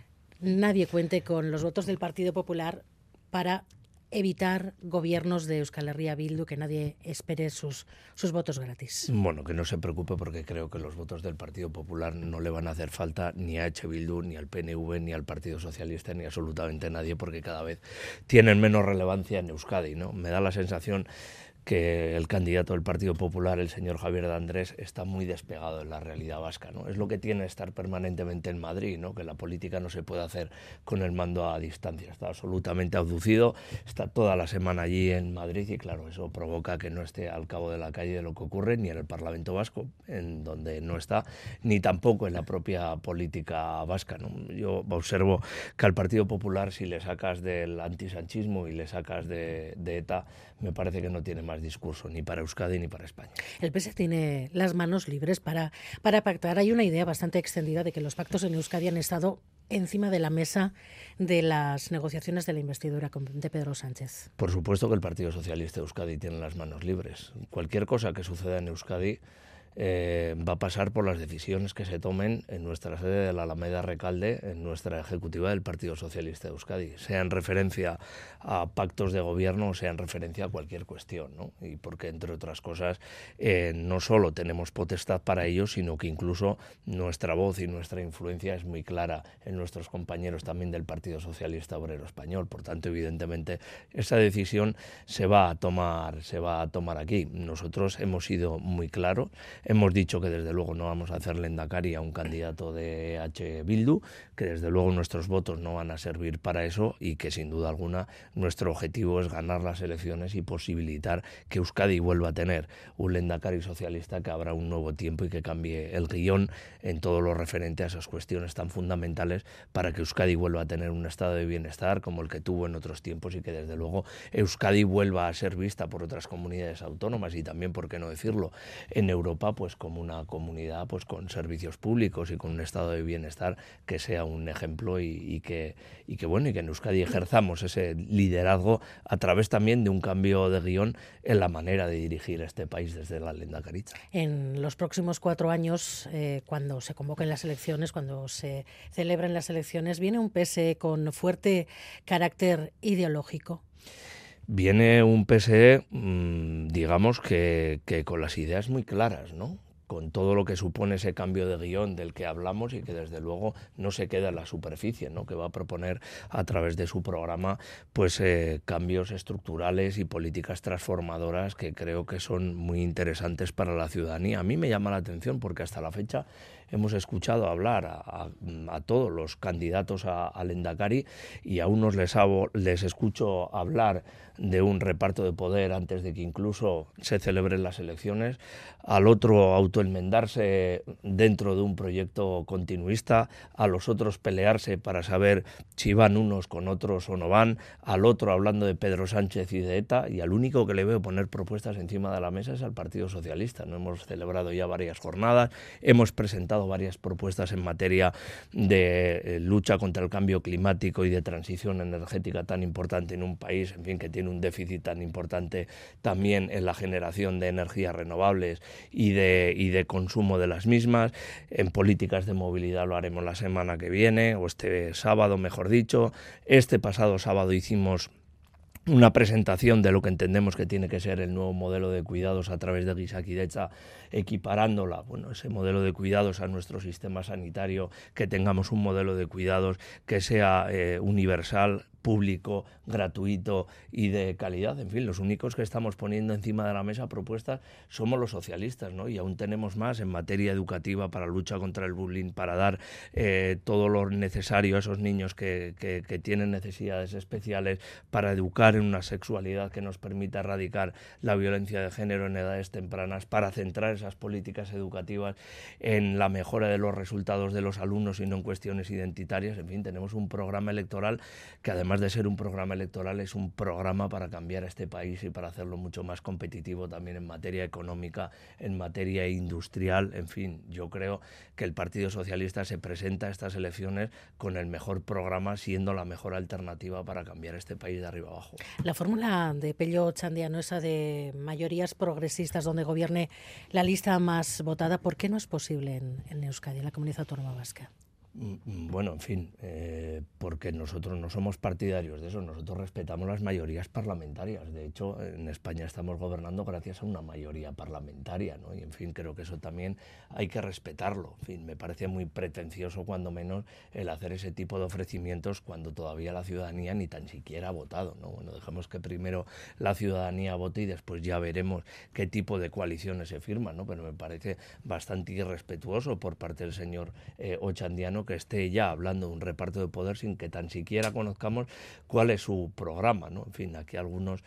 nadie cuente con los votos del Partido Popular para evitar gobiernos de Euskal Herria Bildu, que nadie espere sus votos gratis. Bueno, que no se preocupe, porque creo que los votos del Partido Popular no le van a hacer falta ni a EH Bildu, ni al PNV, ni al Partido Socialista, ni absolutamente nadie, porque cada vez tienen menos relevancia en Euskadi, ¿no? Me da la sensación que el candidato del Partido Popular, el señor Javier de Andrés, está muy despegado de la realidad vasca, ¿no? Es lo que tiene estar permanentemente en Madrid, ¿no? Que la política no se puede hacer con el mando a distancia. Está absolutamente abducido, está toda la semana allí en Madrid y claro, eso provoca que no esté al cabo de la calle de lo que ocurre ni en el Parlamento Vasco, en donde no está, ni tampoco en la propia política vasca, ¿no? Yo observo que al Partido Popular, si le sacas del antisanchismo y le sacas de ETA, me parece que no tiene más discurso ni para Euskadi ni para España. El PS tiene las manos libres para pactar. Hay una idea bastante extendida de que los pactos en Euskadi han estado encima de la mesa de las negociaciones de la investidura de Pedro Sánchez. Por supuesto que el Partido Socialista de Euskadi tiene las manos libres. Cualquier cosa que suceda en Euskadi va a pasar por las decisiones que se tomen en nuestra sede de la Alameda Recalde, en nuestra ejecutiva del Partido Socialista de Euskadi, sea en referencia a pactos de gobierno o sea en referencia a cualquier cuestión, ¿no? Y porque, entre otras cosas, no solo tenemos potestad para ello, sino que incluso nuestra voz y nuestra influencia es muy clara en nuestros compañeros también del Partido Socialista Obrero Español. Por tanto, evidentemente, esa decisión se va a tomar aquí. Nosotros hemos sido muy claros. Hemos dicho que desde luego no vamos a hacer lehendakari a un candidato de EH Bildu, que desde luego nuestros votos no van a servir para eso y que sin duda alguna nuestro objetivo es ganar las elecciones y posibilitar que Euskadi vuelva a tener un lehendakari socialista, que abra un nuevo tiempo y que cambie el guión en todo lo referente a esas cuestiones tan fundamentales para que Euskadi vuelva a tener un estado de bienestar como el que tuvo en otros tiempos y que desde luego Euskadi vuelva a ser vista por otras comunidades autónomas y también, por qué no decirlo, en Europa, pues como una comunidad pues con servicios públicos y con un estado de bienestar que sea un ejemplo y que en Euskadi ejerzamos ese liderazgo a través también de un cambio de guión en la manera de dirigir este país desde la lehendakaritza. En los próximos 4 años, cuando se convoquen las elecciones, cuando se celebren las elecciones, viene un PSE con fuerte carácter ideológico. Viene un PSE, digamos, que con las ideas muy claras, ¿no? Con todo lo que supone ese cambio de guión del que hablamos y que desde luego no se queda en la superficie, ¿no? Que va a proponer a través de su programa pues cambios estructurales y políticas transformadoras que creo que son muy interesantes para la ciudadanía. A mí me llama la atención porque hasta la fecha hemos escuchado hablar a todos los candidatos al Endacari, y a unos les escucho hablar de un reparto de poder antes de que incluso se celebren las elecciones, al otro autoenmendarse dentro de un proyecto continuista, a los otros pelearse para saber si van unos con otros o no van, al otro hablando de Pedro Sánchez y de ETA, y al único que le veo poner propuestas encima de la mesa es al Partido Socialista. No hemos celebrado ya varias jornadas, hemos presentado varias propuestas en materia de lucha contra el cambio climático y de transición energética tan importante en un país, en fin, que tiene un déficit tan importante también en la generación de energías renovables y de consumo de las mismas. En políticas de movilidad lo haremos la semana que viene, o este sábado, mejor dicho. Este pasado sábado hicimos una presentación de lo que entendemos que tiene que ser el nuevo modelo de cuidados a través de Gizakidetza, equiparándola, ese modelo de cuidados a nuestro sistema sanitario, que tengamos un modelo de cuidados que sea universal, público, gratuito y de calidad. En fin, los únicos que estamos poniendo encima de la mesa propuestas somos los socialistas, ¿no? Y aún tenemos más en materia educativa para lucha contra el bullying, para dar todo lo necesario a esos niños que tienen necesidades especiales, para educar en una sexualidad que nos permita erradicar la violencia de género en edades tempranas, para centrar esas políticas educativas en la mejora de los resultados de los alumnos y no en cuestiones identitarias. En fin, tenemos un programa electoral que, además de ser un programa electoral, es un programa para cambiar a este país y para hacerlo mucho más competitivo también en materia económica, en materia industrial. En fin, yo creo que el Partido Socialista se presenta a estas elecciones con el mejor programa, siendo la mejor alternativa para cambiar este país de arriba abajo. La fórmula de Pello Otxandiano, esa de mayorías progresistas donde gobierne la lista más votada, ¿por qué no es posible en Euskadi, en la comunidad autónoma vasca? Bueno, en fin, porque nosotros no somos partidarios de eso, nosotros respetamos las mayorías parlamentarias. De hecho, en España estamos gobernando gracias a una mayoría parlamentaria, ¿no? Y en fin, creo que eso también hay que respetarlo. En fin, me parece muy pretencioso, cuando menos, el hacer ese tipo de ofrecimientos cuando todavía la ciudadanía ni tan siquiera ha votado, ¿no? Bueno, dejemos que primero la ciudadanía vote y después ya veremos qué tipo de coaliciones se firman, ¿no? Pero me parece bastante irrespetuoso por parte del señor Otxandiano que esté ya hablando de un reparto de poder sin que tan siquiera conozcamos cuál es su programa, ¿no? En fin, aquí algunos,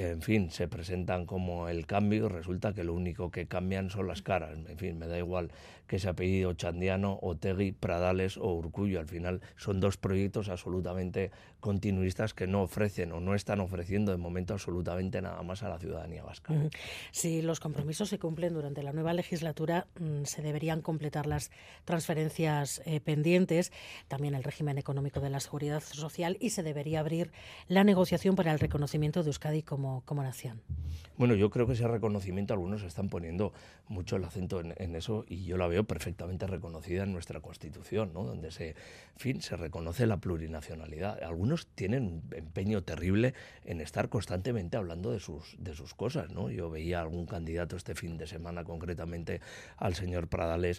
se presentan como el cambio, y resulta que lo único que cambian son las caras. En fin, me da igual que se apellide Otxandiano, Otegi, Pradales o Urkullu. Al final son dos proyectos absolutamente continuistas que no ofrecen o no están ofreciendo de momento absolutamente nada más a la ciudadanía vasca. Si los compromisos se cumplen durante la nueva legislatura, se deberían completar las transferencias pendientes, también el régimen económico de la seguridad social, y se debería abrir la negociación para el reconocimiento de Euskadi como nación. Bueno, yo creo que ese reconocimiento, algunos están poniendo mucho el acento en eso, y yo la veo perfectamente reconocida en nuestra Constitución, ¿no? Donde se reconoce la plurinacionalidad. Algunos tienen un empeño terrible en estar constantemente hablando de sus cosas, ¿no? Yo veía a algún candidato este fin de semana, concretamente al señor Pradales,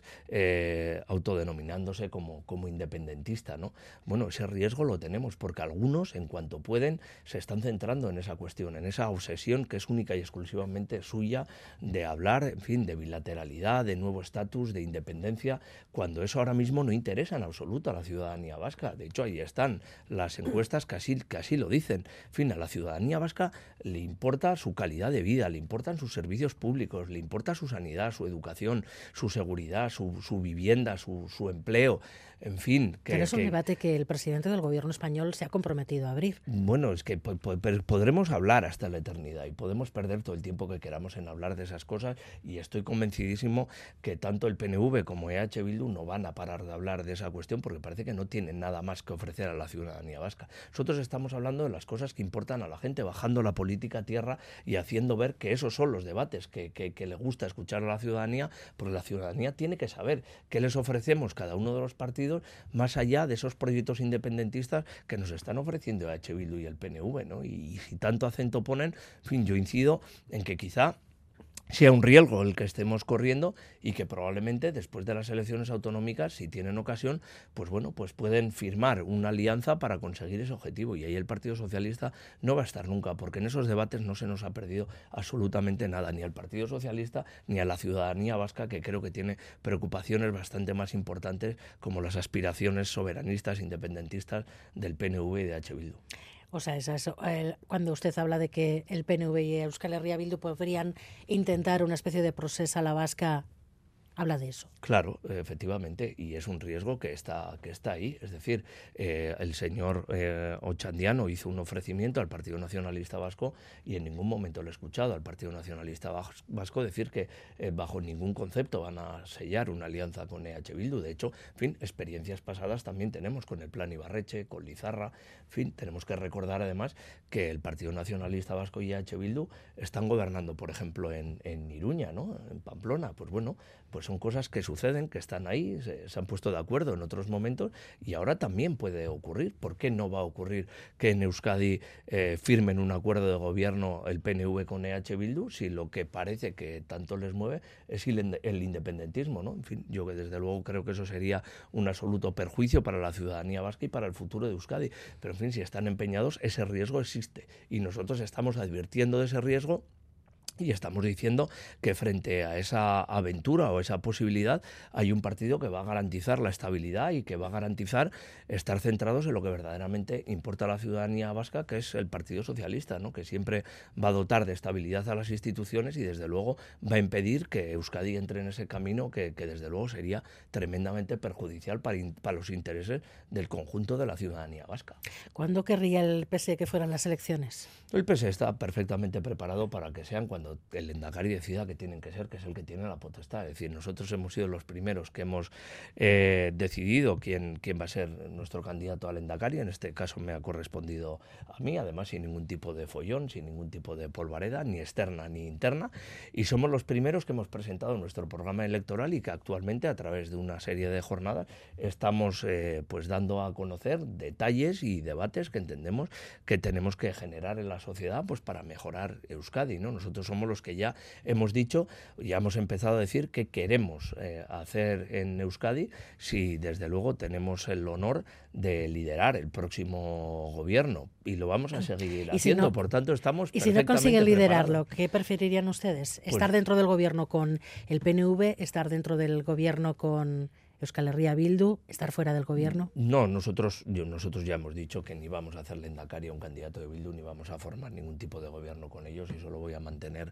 autodenominándose como independentista, ¿no? Bueno, ese riesgo lo tenemos porque algunos, en cuanto pueden, se están centrando en esa cuestión, en esa obsesión que es única y exclusivamente suya de hablar, en fin, de bilateralidad, de nuevo estatus, de independencia, cuando eso ahora mismo no interesa en absoluto a la ciudadanía vasca. De hecho, ahí están las encuestas que así lo dicen. En fin, a la ciudadanía vasca le importa su calidad de vida, le importan sus servicios públicos, le importa su sanidad, su educación, su seguridad, su vivienda, su empleo. En fin... Pero es un debate que el presidente del gobierno español se ha comprometido a abrir. Bueno, es que podremos hablar hasta la eternidad y podemos perder todo el tiempo que queramos en hablar de esas cosas, y estoy convencidísimo que tanto el PNV como EH Bildu no van a parar de hablar de esa cuestión porque parece que no tienen nada más que ofrecer a la ciudadanía vasca. Nosotros estamos hablando de las cosas que importan a la gente, bajando la política a tierra y haciendo ver que esos son los debates que le gusta escuchar a la ciudadanía, porque la ciudadanía tiene que saber qué les ofrecemos cada uno de los partidos, más allá de esos proyectos independentistas que nos están ofreciendo EH Bildu y el PNV, ¿no? Y si tanto acento ponen, en fin, yo incido en que quizá sea un riesgo el que estemos corriendo y que probablemente después de las elecciones autonómicas, si tienen ocasión, pues bueno, pues pueden firmar una alianza para conseguir ese objetivo, y ahí el Partido Socialista no va a estar nunca, porque en esos debates no se nos ha perdido absolutamente nada, ni al Partido Socialista ni a la ciudadanía vasca, que creo que tiene preocupaciones bastante más importantes, como las aspiraciones soberanistas, independentistas del PNV y de H. Bildu. O sea, es eso. Cuando usted habla de que el PNV y Euskal Herria Bildu podrían intentar una especie de proceso a la vasca, habla de eso. Claro, efectivamente, y es un riesgo que está ahí. Es decir, el señor Ochandiano hizo un ofrecimiento al Partido Nacionalista Vasco y en ningún momento le he escuchado al Partido Nacionalista Vasco decir que bajo ningún concepto van a sellar una alianza con EH Bildu. De hecho, en fin, experiencias pasadas también tenemos con el Plan Ibarretxe, con Lizarra. En fin, tenemos que recordar además que el Partido Nacionalista Vasco y EH Bildu están gobernando, por ejemplo, en Iruña, ¿no? En Pamplona. Pues bueno, pues son cosas que suceden, que están ahí, se han puesto de acuerdo en otros momentos, y ahora también puede ocurrir. ¿Por qué no va a ocurrir que en Euskadi firmen un acuerdo de gobierno el PNV con EH Bildu, si lo que parece que tanto les mueve es el independentismo, ¿no? En fin, yo que desde luego creo que eso sería un absoluto perjuicio para la ciudadanía vasca y para el futuro de Euskadi. Pero en fin, si están empeñados, ese riesgo existe, y nosotros estamos advirtiendo de ese riesgo. Y estamos diciendo que frente a esa aventura o esa posibilidad hay un partido que va a garantizar la estabilidad y que va a garantizar estar centrados en lo que verdaderamente importa a la ciudadanía vasca, que es el Partido Socialista, ¿no? Que siempre va a dotar de estabilidad a las instituciones y desde luego va a impedir que Euskadi entre en ese camino que desde luego sería tremendamente perjudicial para los intereses del conjunto de la ciudadanía vasca. ¿Cuándo querría el PSE que fueran las elecciones? El PSE está perfectamente preparado para que sean cuando el Lehendakari decida que tienen que ser, que es el que tiene la potestad. Es decir, nosotros hemos sido los primeros que hemos decidido quién va a ser nuestro candidato al Lehendakari. En este caso me ha correspondido a mí, además sin ningún tipo de follón, sin ningún tipo de polvareda, ni externa ni interna. Y somos los primeros que hemos presentado nuestro programa electoral y que actualmente, a través de una serie de jornadas, estamos pues dando a conocer detalles y debates que entendemos que tenemos que generar en la sociedad pues para mejorar Euskadi, ¿no? Nosotros somos los que ya hemos dicho, ya hemos empezado a decir que queremos hacer en Euskadi, si desde luego tenemos el honor de liderar el próximo gobierno, y lo vamos a seguir haciendo. Si no, por tanto, estamos perfectamente preparados. Y si no consiguen liderarlo, preparados. ¿qué preferirían ustedes? ¿Estar dentro del gobierno con el PNV, estar dentro del gobierno con Euskal Herria Bildu, estar fuera del gobierno? No, nosotros ya hemos dicho que ni vamos a hacer lehendakari a un candidato de Bildu, ni vamos a formar ningún tipo de gobierno con ellos, y eso lo voy a mantener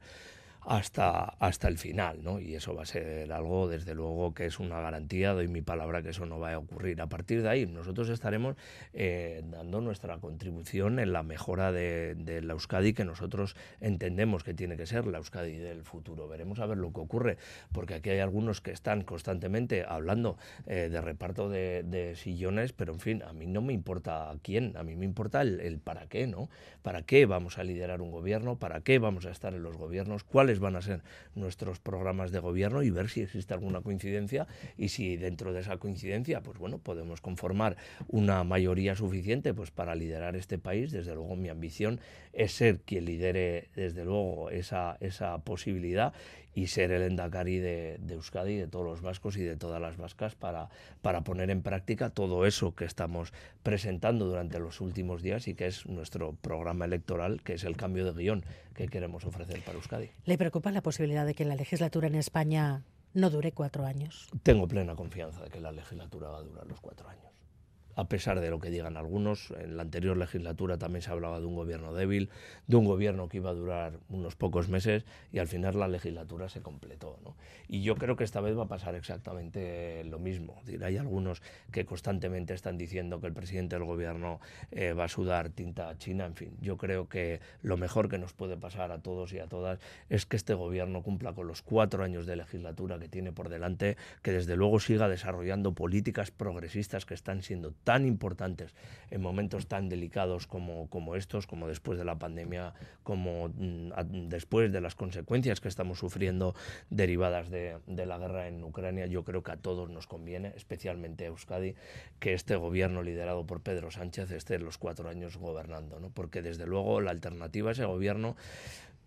hasta el final, ¿no? Y eso va a ser algo, desde luego, que es una garantía, doy mi palabra que eso no va a ocurrir. A partir de ahí, nosotros estaremos dando nuestra contribución en la mejora de la Euskadi que nosotros entendemos que tiene que ser la Euskadi del futuro. Veremos a ver lo que ocurre, porque aquí hay algunos que están constantemente hablando de reparto de sillones, pero en fin, a mí no me importa quién, a mí me importa el para qué, ¿no? ¿Para qué vamos a liderar un gobierno? ¿Para qué vamos a estar en los gobiernos? ¿Cuáles van a ser nuestros programas de gobierno? Y ver si existe alguna coincidencia, y si dentro de esa coincidencia pues bueno, podemos conformar una mayoría suficiente pues para liderar este país. Desde luego mi ambición es ser quien lidere desde luego esa posibilidad y ser el lehendakari de Euskadi, de todos los vascos y de todas las vascas para poner en práctica todo eso que estamos presentando durante los últimos días y que es nuestro programa electoral, que es el cambio de guión que queremos ofrecer para Euskadi. ¿Le preocupa la posibilidad de que la legislatura en España no dure 4 años? Tengo plena confianza de que la legislatura va a durar los 4 años. A pesar de lo que digan algunos, en la anterior legislatura también se hablaba de un gobierno débil, de un gobierno que iba a durar unos pocos meses, y al final la legislatura se completó, ¿no? Y yo creo que esta vez va a pasar exactamente lo mismo. Hay algunos que constantemente están diciendo que el presidente del gobierno va a sudar tinta china. En fin, yo creo que lo mejor que nos puede pasar a todos y a todas es que este gobierno cumpla con los 4 años de legislatura que tiene por delante, que desde luego siga desarrollando políticas progresistas que están siendo tan importantes en momentos tan delicados como estos, como después de la pandemia, como después de las consecuencias que estamos sufriendo derivadas de la guerra en Ucrania. Yo creo que a todos nos conviene, especialmente a Euskadi, que este gobierno liderado por Pedro Sánchez esté los 4 años gobernando, ¿no? Porque desde luego la alternativa a ese gobierno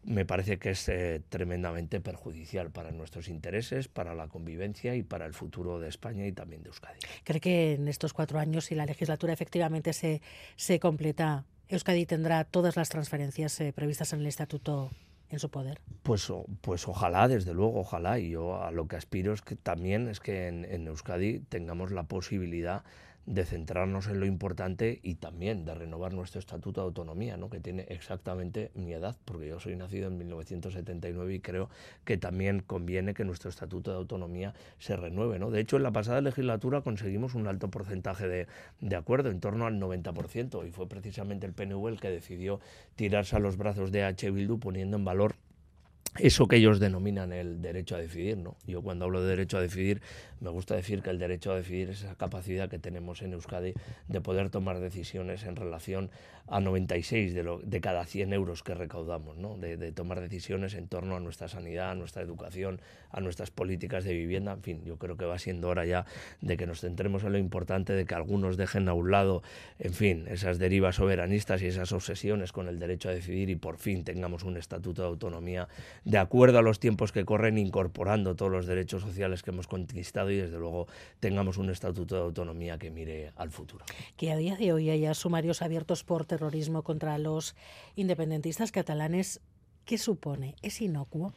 me parece que es tremendamente perjudicial para nuestros intereses, para la convivencia y para el futuro de España y también de Euskadi. ¿Cree que en estos 4 años, si la legislatura efectivamente se completa, Euskadi tendrá todas las transferencias previstas en el Estatuto en su poder? Pues ojalá, desde luego, ojalá. Y yo a lo que aspiro es que también en Euskadi tengamos la posibilidad de centrarnos en lo importante y también de renovar nuestro Estatuto de Autonomía, ¿no? Que tiene exactamente mi edad, porque yo soy nacido en 1979 y creo que también conviene que nuestro Estatuto de Autonomía se renueve, ¿no? De hecho, en la pasada legislatura conseguimos un alto porcentaje de acuerdo, en torno al 90%, y fue precisamente el PNV el que decidió tirarse a los brazos de H. Bildu poniendo en valor eso que ellos denominan el derecho a decidir, ¿no? Yo cuando hablo de derecho a decidir me gusta decir que el derecho a decidir es esa capacidad que tenemos en Euskadi de poder tomar decisiones en relación a 96 de cada 100 euros que recaudamos, ¿no? De tomar decisiones en torno a nuestra sanidad, a nuestra educación, a nuestras políticas de vivienda. En fin, yo creo que va siendo hora ya de que nos centremos en lo importante, de que algunos dejen a un lado, en fin, esas derivas soberanistas y esas obsesiones con el derecho a decidir y por fin tengamos un Estatuto de Autonomía de acuerdo a los tiempos que corren, incorporando todos los derechos sociales que hemos conquistado y desde luego tengamos un Estatuto de Autonomía que mire al futuro. Que a día de hoy haya sumarios abiertos por terrorismo contra los independentistas catalanes, ¿qué supone? ¿Es inocuo?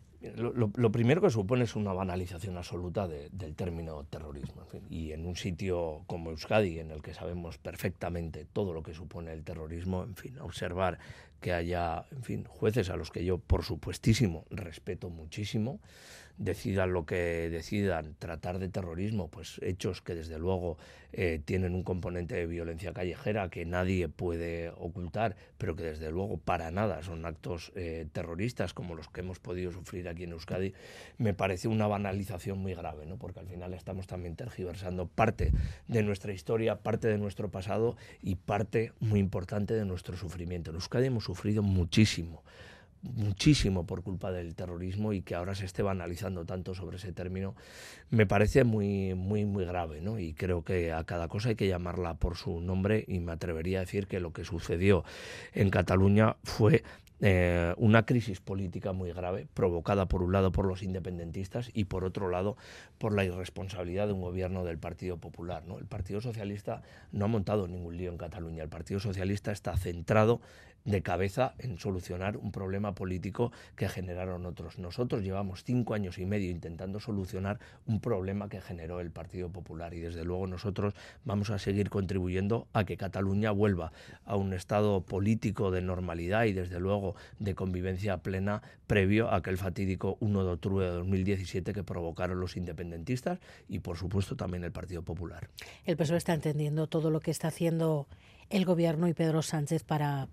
Lo primero que supone es una banalización absoluta del término terrorismo. En fin, y en un sitio como Euskadi, en el que sabemos perfectamente todo lo que supone el terrorismo, en fin, observar que haya, en fin, jueces a los que yo, por supuestísimo, respeto muchísimo, decidan lo que decidan, tratar de terrorismo, pues hechos que desde luego tienen un componente de violencia callejera que nadie puede ocultar, pero que desde luego para nada son actos terroristas como los que hemos podido sufrir aquí en Euskadi, me parece una banalización muy grave, ¿no? Porque al final estamos también tergiversando parte de nuestra historia, parte de nuestro pasado y parte muy importante de nuestro sufrimiento. En Euskadi hemos sufrido muchísimo por culpa del terrorismo, y que ahora se esté banalizando tanto sobre ese término me parece muy grave, ¿no? Y creo que a cada cosa hay que llamarla por su nombre, y me atrevería a decir que lo que sucedió en Cataluña fue una crisis política muy grave, provocada por un lado por los independentistas y por otro lado por la irresponsabilidad de un gobierno del Partido Popular, ¿no? El Partido Socialista no ha montado ningún lío en Cataluña. El Partido Socialista está centrado de cabeza en solucionar un problema político que generaron otros. Nosotros llevamos 5 años y medio intentando solucionar un problema que generó el Partido Popular, y desde luego nosotros vamos a seguir contribuyendo a que Cataluña vuelva a un estado político de normalidad y desde luego de convivencia plena previo a aquel fatídico 1 de octubre de 2017 que provocaron los independentistas y por supuesto también el Partido Popular. El PSOE está entendiendo todo lo que está haciendo el gobierno y Pedro Sánchez para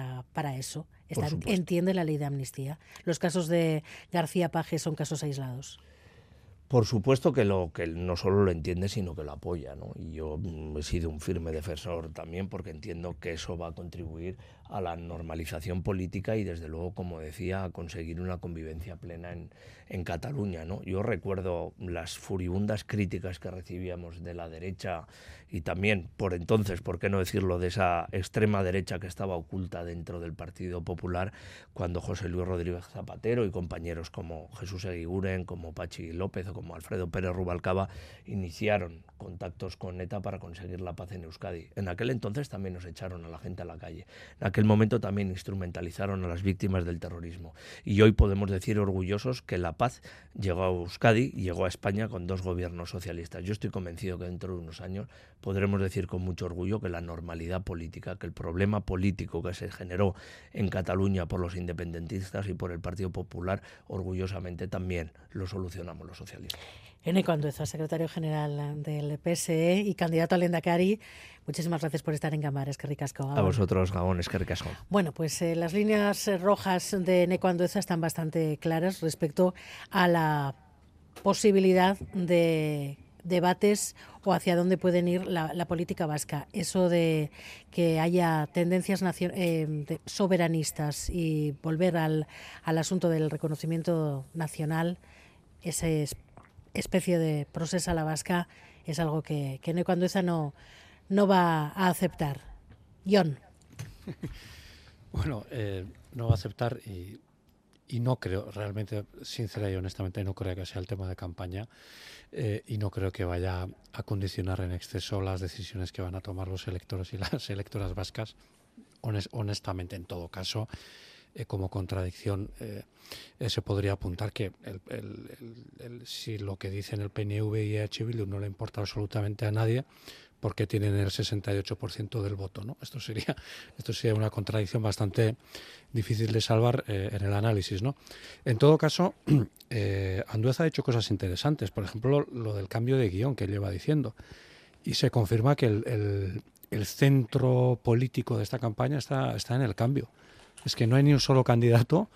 eso. Entiende la ley de amnistía. Los casos de García Paje son casos aislados. Por supuesto que no solo lo entiende, sino que lo apoya, ¿no? Y yo he sido un firme defensor también, porque entiendo que eso va a contribuir a la normalización política y, desde luego, como decía, a conseguir una convivencia plena en Cataluña, ¿no? Yo recuerdo las furibundas críticas que recibíamos de la derecha y también, por entonces, por qué no decirlo, de esa extrema derecha que estaba oculta dentro del Partido Popular, cuando José Luis Rodríguez Zapatero y compañeros como Jesús Eguiguren, como Pachi López o como Alfredo Pérez Rubalcaba iniciaron contactos con ETA para conseguir la paz en Euskadi. En aquel entonces también nos echaron a la gente a la calle. En aquel momento también instrumentalizaron a las víctimas del terrorismo. Y hoy podemos decir orgullosos que la paz llegó a Euskadi y llegó a España con 2 gobiernos socialistas. Yo estoy convencido que dentro de unos años podremos decir con mucho orgullo que la normalidad política, que el problema político que se generó en Cataluña por los independentistas y por el Partido Popular, orgullosamente también lo solucionamos los socialistas. Eneco Andueza, secretario general del PSE y candidato al Lehendakari, muchísimas gracias por estar en Gamar. Eskerrik asko. A vosotros, Gabón, eskerrik asko. Bueno, pues las líneas rojas de Eneco Andueza están bastante claras respecto a la posibilidad de debates o hacia dónde pueden ir la política vasca. Eso de que haya tendencias soberanistas y volver al asunto del reconocimiento nacional, ese especie de procesa a la vasca, es algo que Eneco Andueza no va a aceptar. Jon. Bueno, no va a aceptar, y y no creo, realmente, sincera y honestamente, no creo que sea el tema de campaña y no creo que vaya a condicionar en exceso las decisiones que van a tomar los electores y las electoras vascas. Honestamente, en todo caso, como contradicción, se podría apuntar que si lo que dicen el PNV y EH Bildu no le importa absolutamente a nadie, porque tienen el 68% del voto, ¿no? Esto sería una contradicción bastante difícil de salvar en el análisis, ¿no? En todo caso, Andueza ha hecho cosas interesantes, por ejemplo, lo del cambio de guión que lleva diciendo, y se confirma que el centro político de esta campaña está en el cambio. Es que no hay ni un solo candidato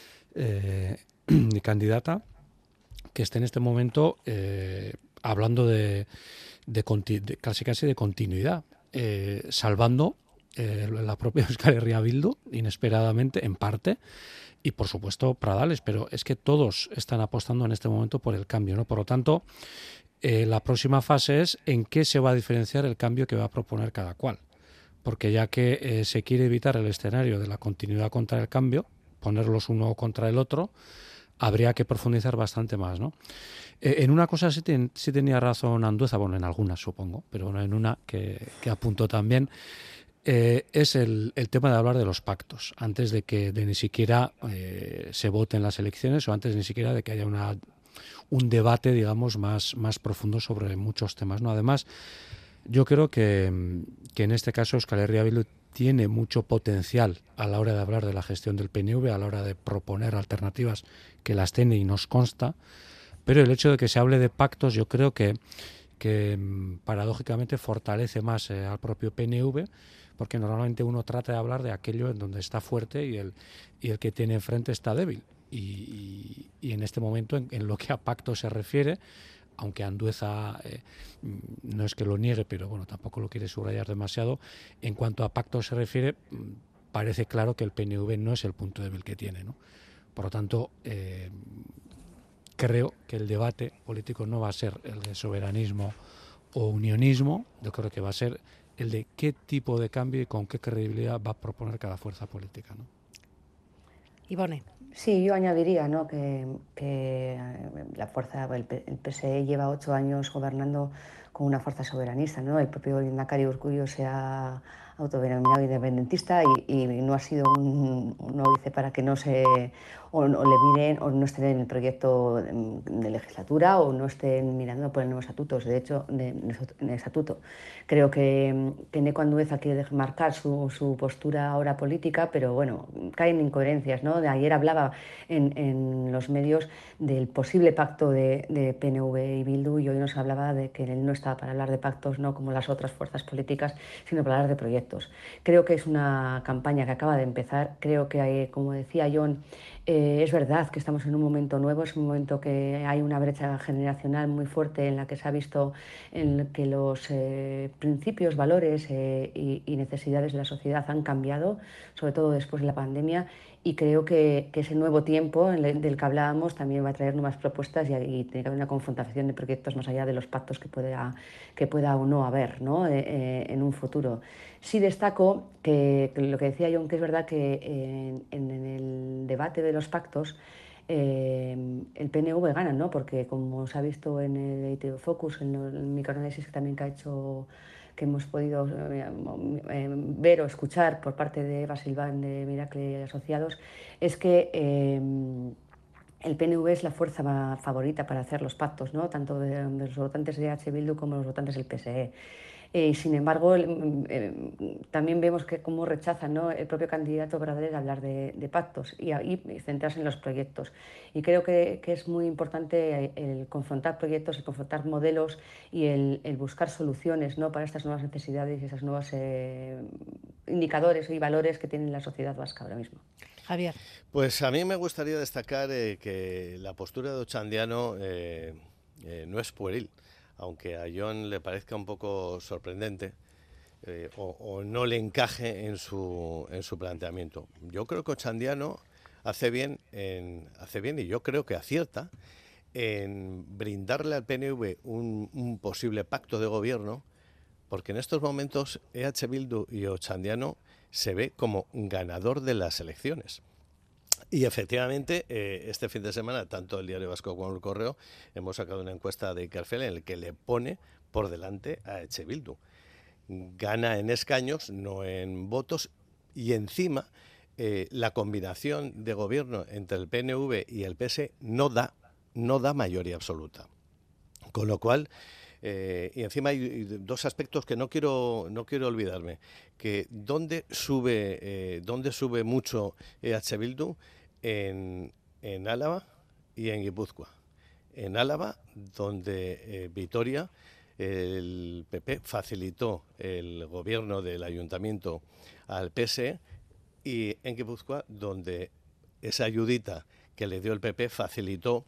ni candidata que esté en este momento hablando de casi de continuidad, salvando la propia Euskal Herria Bildu, inesperadamente, en parte, y por supuesto Pradales, pero es que todos están apostando en este momento por el cambio, ¿no? Por lo tanto, la próxima fase es en qué se va a diferenciar el cambio que va a proponer cada cual, porque ya que se quiere evitar el escenario de la continuidad contra el cambio, ponerlos uno contra el otro, habría que profundizar bastante más, ¿no? En una cosa sí tenía razón Andueza, bueno, en algunas supongo, pero bueno, en una que apuntó también, es el tema de hablar de los pactos, antes de que ni siquiera se vote en las elecciones o antes ni siquiera de que haya un debate, digamos, más profundo sobre muchos temas, ¿no? Además, yo creo que en este caso Euskal Herria Bildu tiene mucho potencial a la hora de hablar de la gestión del PNV, a la hora de proponer alternativas, que las tiene y nos consta, pero el hecho de que se hable de pactos yo creo que paradójicamente fortalece más al propio PNV, porque normalmente uno trata de hablar de aquello en donde está fuerte y el que tiene enfrente está débil. Y en este momento, en lo que a pactos se refiere, aunque Andueza no es que lo niegue, pero bueno, tampoco lo quiere subrayar demasiado, en cuanto a pactos se refiere, parece claro que el PNV no es el punto débil que tiene, ¿no? Por lo tanto, creo que el debate político no va a ser el de soberanismo o unionismo, yo creo que va a ser el de qué tipo de cambio y con qué credibilidad va a proponer cada fuerza política, ¿no? Ivone. Sí, yo añadiría, ¿no?, que la fuerza, el PSE lleva 8 años gobernando con una fuerza soberanista, ¿no? El propio Lehendakari Urkullu se ha autodenominado independentista y no ha sido un óbice para que no le miren o no estén en el proyecto de legislatura o no estén mirando por el nuevo estatuto. De hecho, en el estatuto. Creo que Eneko Andueza quiere marcar su postura ahora política, pero bueno, caen incoherencias, ¿no? De ayer hablaba en los medios del posible pacto de PNV y Bildu y hoy nos hablaba de que él no estaba para hablar de pactos, no como las otras fuerzas políticas, sino para hablar de proyectos. Creo que es una campaña que acaba de empezar. Creo que, como decía Jon, es verdad que estamos en un momento nuevo, es un momento que hay una brecha generacional muy fuerte en la que se ha visto en que los principios, valores y necesidades de la sociedad han cambiado, sobre todo después de la pandemia, y creo que ese nuevo tiempo del que hablábamos también va a traer nuevas propuestas y tiene que haber una confrontación de proyectos más allá de los pactos que pueda o no haber, ¿no? En un futuro. Sí destaco que lo que decía Jon, que es verdad que en el debate de los pactos el PNV gana, ¿no? Porque como se ha visto en el ITV Focus, en el microanálisis que también que hemos podido ver o escuchar por parte de Eva Silván de Miracle Asociados, es que el PNV es la fuerza favorita para hacer los pactos, ¿no? Tanto de los votantes de EH Bildu como los votantes del PSE. Sin embargo, también vemos que cómo rechazan, ¿no?, el propio candidato Pradales hablar de pactos y centrarse en los proyectos. Y creo que es muy importante el confrontar proyectos, el confrontar modelos y el buscar soluciones, ¿no?, para estas nuevas necesidades y esos nuevos indicadores y valores que tiene la sociedad vasca ahora mismo. Javier. Pues a mí me gustaría destacar que la postura de Otxandiano no es pueril, aunque a Jon le parezca un poco sorprendente o no le encaje en su planteamiento. Yo creo que Otxandiano hace bien y yo creo que acierta en brindarle al PNV un posible pacto de gobierno, porque en estos momentos EH Bildu y Otxandiano se ve como ganador de las elecciones. Y efectivamente, este fin de semana, tanto el Diario Vasco como el Correo, hemos sacado una encuesta de Ikerfel en el que le pone por delante a EH Bildu. Gana en escaños, no en votos, y encima la combinación de gobierno entre el PNV y el PS no da mayoría absoluta. Con lo cual, y encima hay dos aspectos que no quiero olvidarme, que ¿dónde sube mucho EH Bildu? En Álava y en Guipúzcoa. En Álava, donde Vitoria, el PP facilitó el gobierno del ayuntamiento al PSE, y en Guipúzcoa, donde esa ayudita que le dio el PP facilitó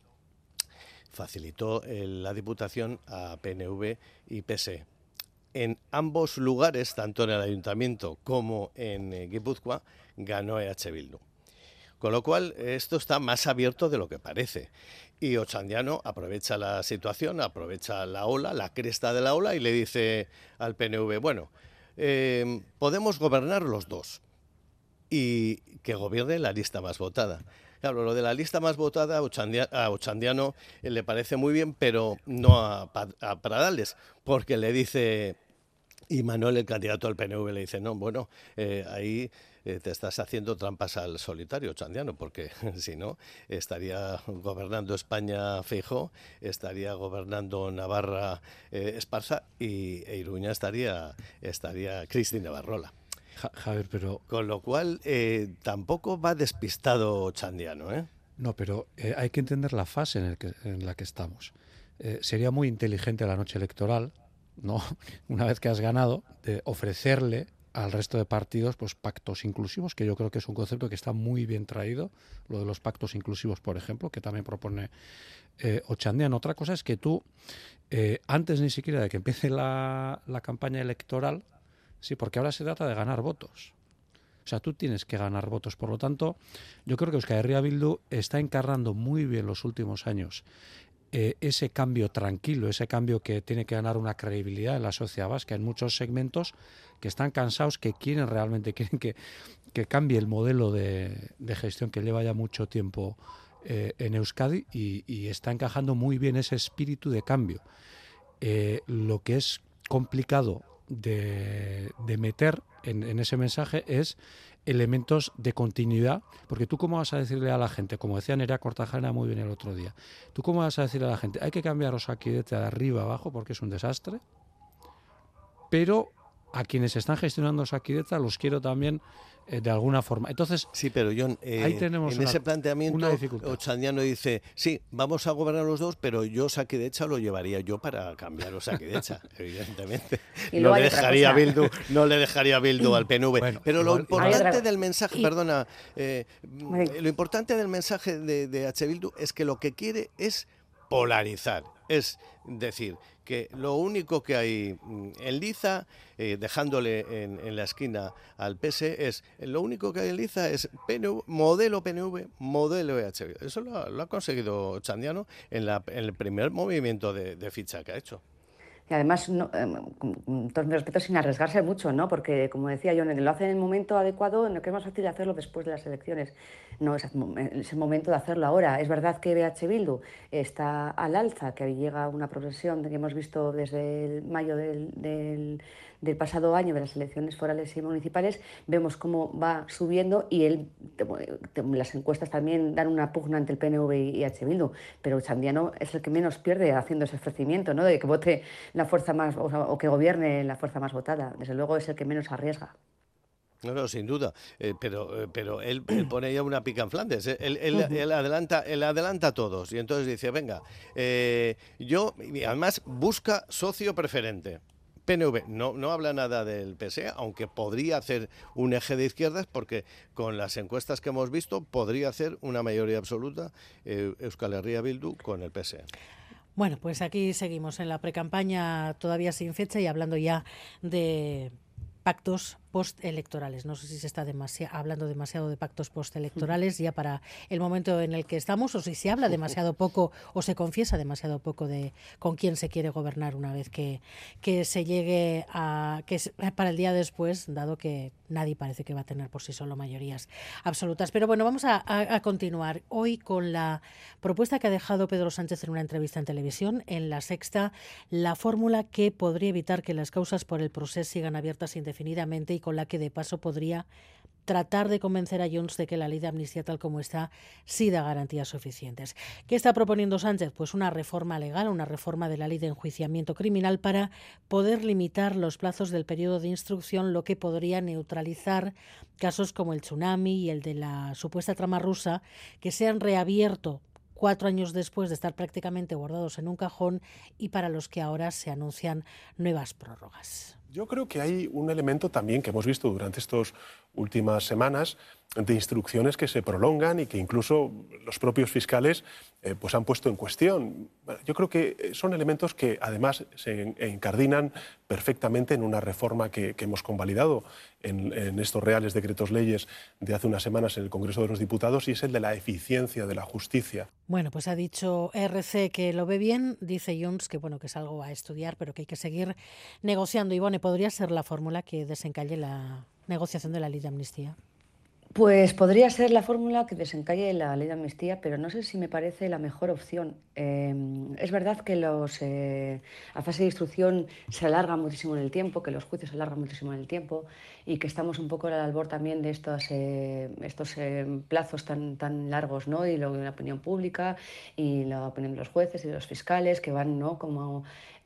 la diputación a PNV y PSE. En ambos lugares, tanto en el ayuntamiento como en Guipúzcoa, ganó EH Bildu. Con lo cual, esto está más abierto de lo que parece. Y Otxandiano aprovecha la situación, aprovecha la ola, la cresta de la ola, y le dice al PNV, bueno, podemos gobernar los dos y que gobierne la lista más votada. Claro, lo de la lista más votada a Otxandiano le parece muy bien, pero no a Pradales, porque le dice... Y Manuel, el candidato al PNV, le dice, no, bueno, ahí te estás haciendo trampas al solitario, Otxandiano, porque si no, estaría gobernando España Feijóo, estaría gobernando Navarra Esparza, e Iruña estaría Cristina Barrola. Javier, pero... Con lo cual, tampoco va despistado Otxandiano, ¿eh? No, pero hay que entender la fase en la que estamos. Sería muy inteligente la noche electoral, ¿no? Una vez que has ganado, de ofrecerle al resto de partidos pues pactos inclusivos, que yo creo que es un concepto que está muy bien traído, lo de los pactos inclusivos, por ejemplo, que también propone Otxandiano. Otra cosa es que tú, antes ni siquiera de que empiece la campaña electoral, sí, porque ahora se trata de ganar votos. O sea, tú tienes que ganar votos. Por lo tanto, yo creo que Euskal Herria Bildu está encarnando muy bien los últimos años ese cambio tranquilo, ese cambio que tiene que ganar una credibilidad en la sociedad vasca, en muchos segmentos que están cansados, que quieren que cambie el modelo de gestión que lleva ya mucho tiempo en Euskadi, y está encajando muy bien ese espíritu de cambio. Lo que es complicado de meter en ese mensaje es elementos de continuidad, porque tú cómo vas a decirle a la gente, como decía Nerea Kortajarena muy bien el otro día, tú cómo vas a decirle a la gente, hay que cambiar Osakidetza de arriba abajo porque es un desastre, pero a quienes están gestionando Osakidetza los quiero también de alguna forma. Entonces, sí, pero John, ahí tenemos en ese planteamiento Otxandiano dice, sí, vamos a gobernar los dos, pero yo Osakidetza lo llevaría yo para cambiar Osakidetza, evidentemente. No le dejaría Bildu al PNV. Bueno, pero lo importante del mensaje, perdona, lo importante del mensaje de H. Bildu es que lo que quiere es polarizar, es decir, que lo único que hay en liza, dejándole en la esquina al PS, lo único que hay en liza es modelo PNV, modelo EH. Eso lo ha conseguido Otxandiano en el primer movimiento de ficha que ha hecho. Y además, no, con todo mi respeto, sin arriesgarse mucho, ¿no? Porque, como decía yo, lo hace en el momento adecuado, no que es más fácil hacerlo después de las elecciones. No, es el momento de hacerlo ahora. Es verdad que EH Bildu está al alza, que llega una progresión que hemos visto desde el mayo del pasado año, de las elecciones forales y municipales. Vemos cómo va subiendo y las encuestas también dan una pugna entre el PNV y EH Bildu. Pero Otxandiano es el que menos pierde haciendo ese ofrecimiento, ¿no? De que vote la fuerza más, o que gobierne la fuerza más votada. Desde luego es el que menos arriesga. No, sin duda, pero él pone ya una pica en Flandes, él adelanta a todos, y entonces dice, venga, y además busca socio preferente. PNV no habla nada del PSE, aunque podría hacer un eje de izquierdas, porque con las encuestas que hemos visto podría hacer una mayoría absoluta Euskal Herria Bildu con el PSE. Bueno, pues aquí seguimos en la precampaña todavía sin fecha y hablando ya de pactos postelectorales. No sé si se está hablando demasiado de pactos postelectorales ya para el momento en el que estamos, o si se habla demasiado poco o se confiesa demasiado poco de con quién se quiere gobernar una vez que se llegue a para el día después, dado que nadie parece que va a tener por sí solo mayorías absolutas. Pero bueno, vamos a continuar hoy con la propuesta que ha dejado Pedro Sánchez en una entrevista en televisión, en La Sexta, la fórmula que podría evitar que las causas por el procés sigan abiertas indefinidamente y con la que de paso podría tratar de convencer a Junts de que la ley de amnistía tal como está sí da garantías suficientes. ¿Qué está proponiendo Sánchez? Pues una reforma legal, una reforma de la ley de enjuiciamiento criminal para poder limitar los plazos del periodo de instrucción, lo que podría neutralizar casos como el tsunami y el de la supuesta trama rusa, que se han reabierto 4 años después de estar prácticamente guardados en un cajón y para los que ahora se anuncian nuevas prórrogas. Yo creo que hay un elemento también que hemos visto durante estas últimas semanas de instrucciones que se prolongan y que incluso los propios fiscales pues han puesto en cuestión. Yo creo que son elementos que además se encardinan perfectamente en una reforma que hemos convalidado en estos reales decretos leyes de hace unas semanas en el Congreso de los Diputados, y es el de la eficiencia de la justicia. Bueno, pues ha dicho RC que lo ve bien, dice Junts que bueno, que es algo a estudiar, pero que hay que seguir negociando. Ivone, ¿podría ser la fórmula que desencalle la negociación de la ley de amnistía? Pues podría ser la fórmula que desencalle la ley de amnistía, pero no sé si me parece la mejor opción. Es verdad que a fase de instrucción se alarga muchísimo en el tiempo, que los juicios se alargan muchísimo en el tiempo y que estamos un poco al albor también de estos plazos tan largos, ¿no? Y la opinión pública y la opinión de los jueces y de los fiscales que van, ¿no? como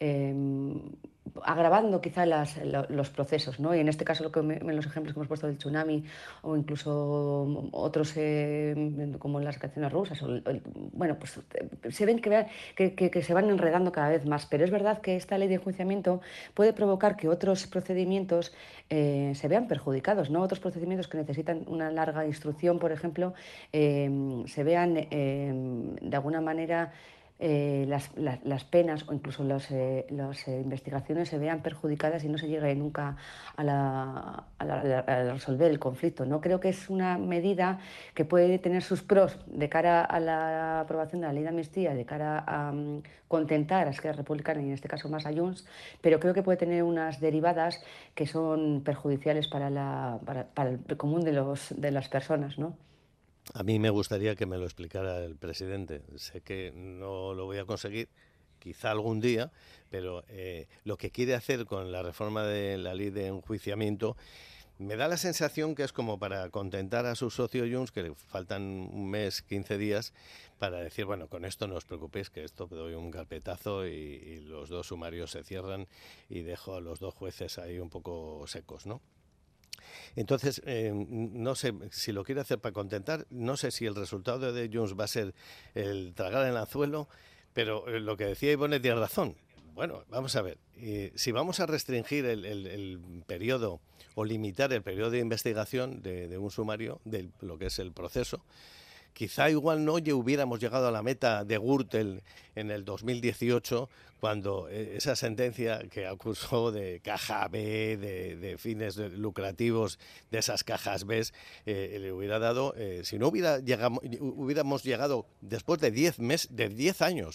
agravando quizá los procesos, ¿no? Y en este caso en los ejemplos que hemos puesto del tsunami o incluso otros como las canciones rusas, bueno, pues se ven que se van enredando cada vez más, pero es verdad que esta ley de enjuiciamiento puede provocar que otros procedimientos se vean perjudicados, ¿no? Otros procedimientos que necesitan una larga instrucción, por ejemplo, se vean de alguna manera las penas o incluso las investigaciones se vean perjudicadas y no se llegue nunca a resolver el conflicto, ¿no? Creo que es una medida que puede tener sus pros de cara a la aprobación de la ley de amnistía, de cara a contentar a Esquerra Republicana y en este caso más a Junts, pero creo que puede tener unas derivadas que son perjudiciales para el común de las personas, ¿no? A mí me gustaría que me lo explicara el presidente. Sé que no lo voy a conseguir, quizá algún día, pero lo que quiere hacer con la reforma de la ley de enjuiciamiento me da la sensación que es como para contentar a su socio Junts, que le faltan un mes, 15 días, para decir, bueno, con esto no os preocupéis, que esto doy un carpetazo y los dos sumarios se cierran y dejo a los dos jueces ahí un poco secos, ¿no? Entonces, no sé si lo quiere hacer para contentar, no sé si el resultado de Junts va a ser el tragar el anzuelo, pero lo que decía Ivone tiene razón. Bueno, vamos a ver, si vamos a restringir el periodo o limitar el periodo de investigación de un sumario, de lo que es el proceso, quizá igual no hubiéramos llegado a la meta de Gürtel en el 2018, cuando esa sentencia que acusó de caja B, de fines lucrativos de esas cajas B, le hubiera dado, si no hubiéramos llegado después de 10 años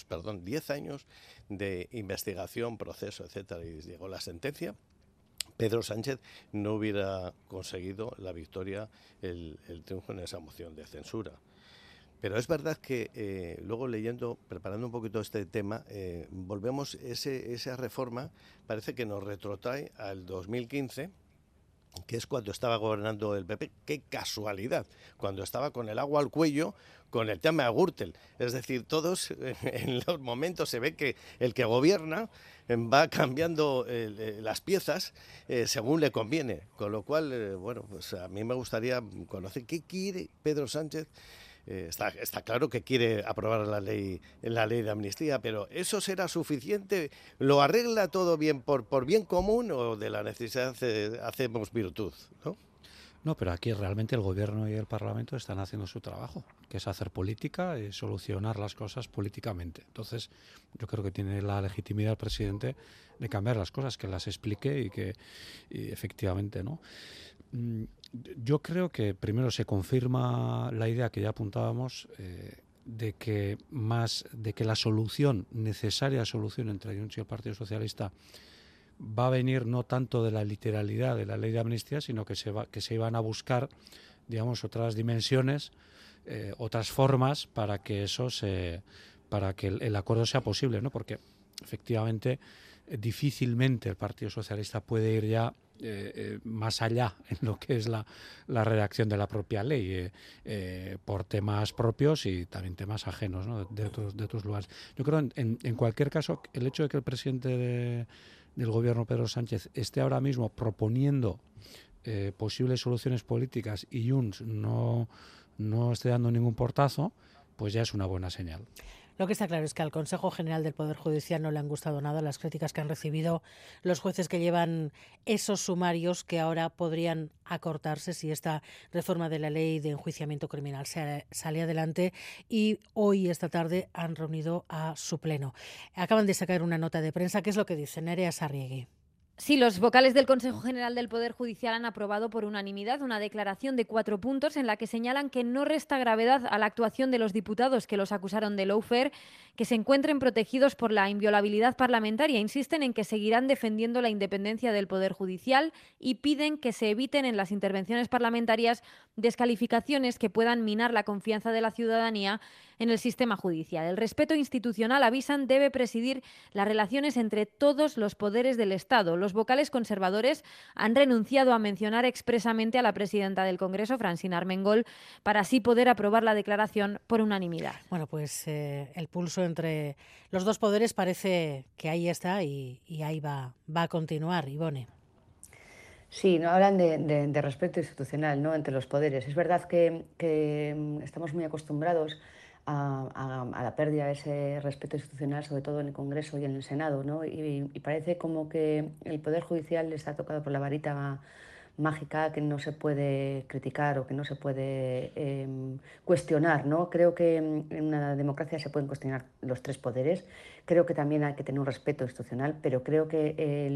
de investigación, proceso, etcétera, y llegó la sentencia, Pedro Sánchez no hubiera conseguido la victoria, el triunfo en esa moción de censura. Pero es verdad que luego preparando un poquito este tema, volvemos, esa reforma parece que nos retrotrae al 2015, que es cuando estaba gobernando el PP. ¡Qué casualidad! Cuando estaba con el agua al cuello con el tema de Gürtel. Es decir, todos en los momentos se ve que el que gobierna va cambiando las piezas según le conviene. Con lo cual, bueno, pues a mí me gustaría conocer qué quiere Pedro Sánchez. Está claro que quiere aprobar la ley de amnistía, pero ¿eso será suficiente? ¿Lo arregla todo bien por bien común o de la necesidad hacemos virtud, ¿no? No, pero aquí realmente el Gobierno y el Parlamento están haciendo su trabajo, que es hacer política y solucionar las cosas políticamente. Entonces, yo creo que tiene la legitimidad el presidente de cambiar las cosas, que las explique y efectivamente, ¿no? Yo creo que primero se confirma la idea que ya apuntábamos de que la necesaria solución entre Junts y el Partido Socialista va a venir no tanto de la literalidad de la ley de amnistía, sino que se iban a buscar, digamos, otras dimensiones, otras formas para que el acuerdo sea posible, ¿no? Porque efectivamente difícilmente el Partido Socialista puede ir ya más allá en lo que es la redacción de la propia ley por temas propios y también temas ajenos, ¿no? de otros lugares. Yo creo en cualquier caso el hecho de que el presidente del Gobierno, Pedro Sánchez, esté ahora mismo proponiendo posibles soluciones políticas y Junts no esté dando ningún portazo, pues ya es una buena señal. Lo que está claro es que al Consejo General del Poder Judicial no le han gustado nada las críticas que han recibido los jueces que llevan esos sumarios que ahora podrían acortarse si esta reforma de la ley de enjuiciamiento criminal sale adelante, y hoy, esta tarde, han reunido a su pleno. Acaban de sacar una nota de prensa. ¿Qué es lo que dice Nerea Sarriegui? Sí, los vocales del Consejo General del Poder Judicial han aprobado por unanimidad una declaración de 4 puntos en la que señalan que no resta gravedad a la actuación de los diputados que los acusaron de lawfare, que se encuentren protegidos por la inviolabilidad parlamentaria. Insisten en que seguirán defendiendo la independencia del Poder Judicial y piden que se eviten en las intervenciones parlamentarias descalificaciones que puedan minar la confianza de la ciudadanía en el sistema judicial. El respeto institucional, avisan, debe presidir las relaciones entre todos los poderes del Estado. Los vocales conservadores han renunciado a mencionar expresamente a la presidenta del Congreso, Francina Armengol, para así poder aprobar la declaración por unanimidad. Bueno, pues el pulso entre los dos poderes parece que ahí está y ahí va a continuar. Ivone. Sí, no hablan de respeto institucional, ¿no?, entre los poderes. Es verdad que estamos muy acostumbrados a la pérdida de ese respeto institucional, sobre todo en el Congreso y en el Senado, ¿no? Y parece como que el Poder Judicial está tocado por la varita mágica que no se puede criticar o que no se puede cuestionar, ¿no? Creo que en una democracia se pueden cuestionar los 3 poderes. Creo que también hay que tener un respeto institucional, pero creo que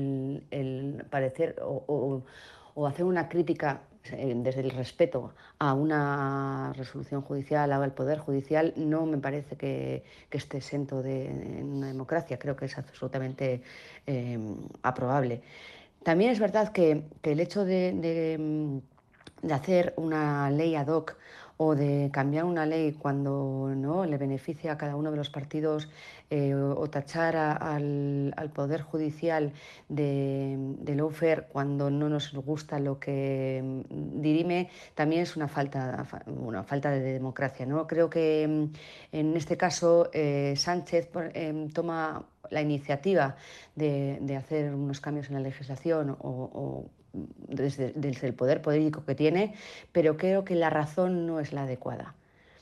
el parecer o hacer una crítica desde el respeto a una resolución judicial, al Poder Judicial, no me parece que esté exento en una democracia. Creo que es absolutamente aprobable. También es verdad que el hecho de hacer una ley ad hoc o de cambiar una ley cuando no le beneficia a cada uno de los partidos o tachar al Poder Judicial de lawfare cuando no nos gusta lo que dirime, también es una falta de democracia, ¿no? Creo que en este caso Sánchez toma la iniciativa de hacer unos cambios en la legislación o desde el poder político que tiene, pero creo que la razón no es la adecuada.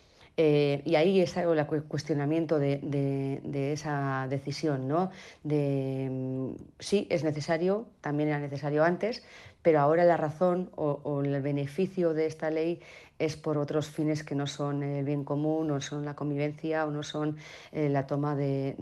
Y ahí está el cuestionamiento de esa decisión, ¿no? Sí, es necesario, también era necesario antes, pero ahora la razón o el beneficio de esta ley es por otros fines que no son el bien común, no son la convivencia o no son la toma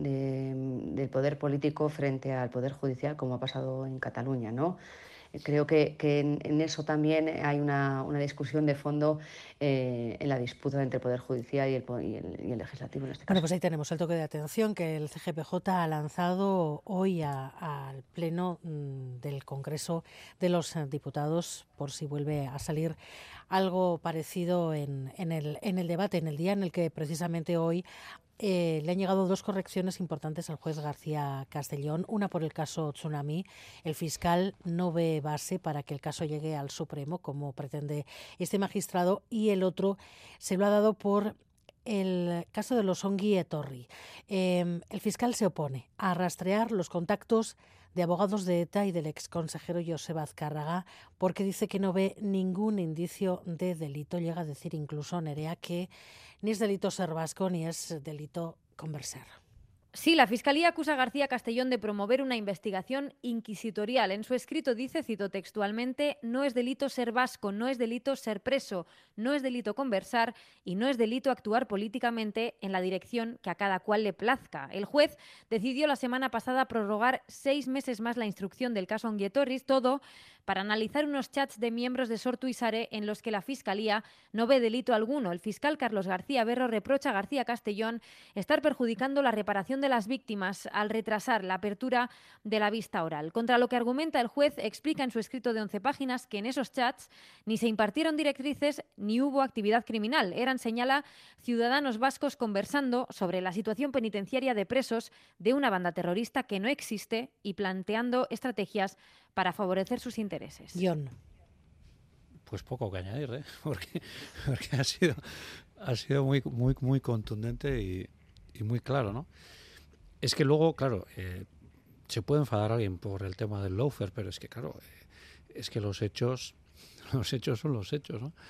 del poder político frente al Poder Judicial, como ha pasado en Cataluña, ¿no? Creo que en eso también hay una discusión de fondo en la disputa entre el Poder Judicial y el Legislativo en este caso. Bueno, pues ahí tenemos el toque de atención que el CGPJ ha lanzado hoy al Pleno del Congreso de los Diputados, por si vuelve a salir algo parecido en el debate, en el día en el que precisamente hoy le han llegado 2 correcciones importantes al juez García Castellón. Una por el caso Tsunami. El fiscal no ve base para que el caso llegue al Supremo, como pretende este magistrado, y el otro se lo ha dado por el caso de los Ongi Etorri. El fiscal se opone a rastrear los contactos de abogados de ETA y del exconsejero Joseba Azcárraga porque dice que no ve ningún indicio de delito. Llega a decir incluso, Nerea, que ni es delito ser vasco ni es delito conversar. Sí, la Fiscalía acusa a García Castellón de promover una investigación inquisitorial. En su escrito dice, cito textualmente, no es delito ser vasco, no es delito ser preso, no es delito conversar y no es delito actuar políticamente en la dirección que a cada cual le plazca. El juez decidió la semana pasada prorrogar 6 meses más la instrucción del caso Onguietorris, todo para analizar unos chats de miembros de Sortu y Sare en los que la Fiscalía no ve delito alguno. El fiscal Carlos García Berro reprocha a García Castellón estar perjudicando la reparación de las víctimas al retrasar la apertura de la vista oral. Contra lo que argumenta el juez, explica en su escrito de 11 páginas que en esos chats ni se impartieron directrices ni hubo actividad criminal. Eran, señala, ciudadanos vascos conversando sobre la situación penitenciaria de presos de una banda terrorista que no existe y planteando estrategias para favorecer sus intereses. John. Pues poco que añadir, ¿eh? porque ha sido muy contundente y muy claro, ¿no? Es que luego, claro, se puede enfadar a alguien por el tema del lawfare, pero es que, claro, es que los hechos son los hechos, ¿no?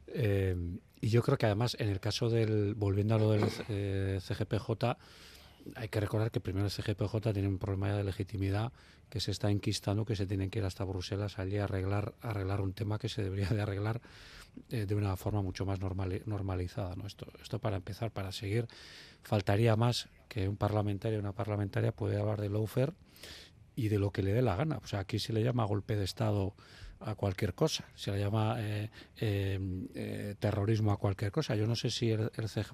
Y yo creo que además, en el caso volviendo a lo del CGPJ, hay que recordar que primero el CGPJ tiene un problema de legitimidad que se está enquistando, que se tienen que ir hasta Bruselas allí a arreglar un tema que se debería de arreglar de una forma mucho más normalizada, ¿no? Esto para empezar, para seguir, faltaría más que un parlamentario o una parlamentaria puede hablar de lawfare y de lo que le dé la gana. O sea, aquí se le llama golpe de Estado a cualquier cosa, se le llama terrorismo a cualquier cosa. Yo no sé si el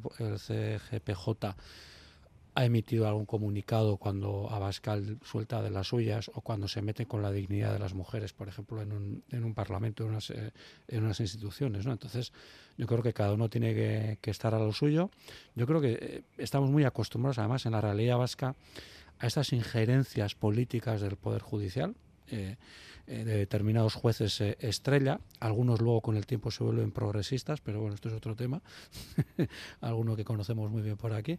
CGPJ ha emitido algún comunicado cuando Abascal suelta de las suyas o cuando se mete con la dignidad de las mujeres, por ejemplo, en un parlamento, en unas instituciones, ¿no? Entonces, yo creo que cada uno tiene que estar a lo suyo. Yo creo que estamos muy acostumbrados, además, en la realidad vasca, a estas injerencias políticas del Poder Judicial, de determinados jueces estrella. Algunos luego con el tiempo se vuelven progresistas, pero bueno, esto es otro tema. Alguno que conocemos muy bien por aquí.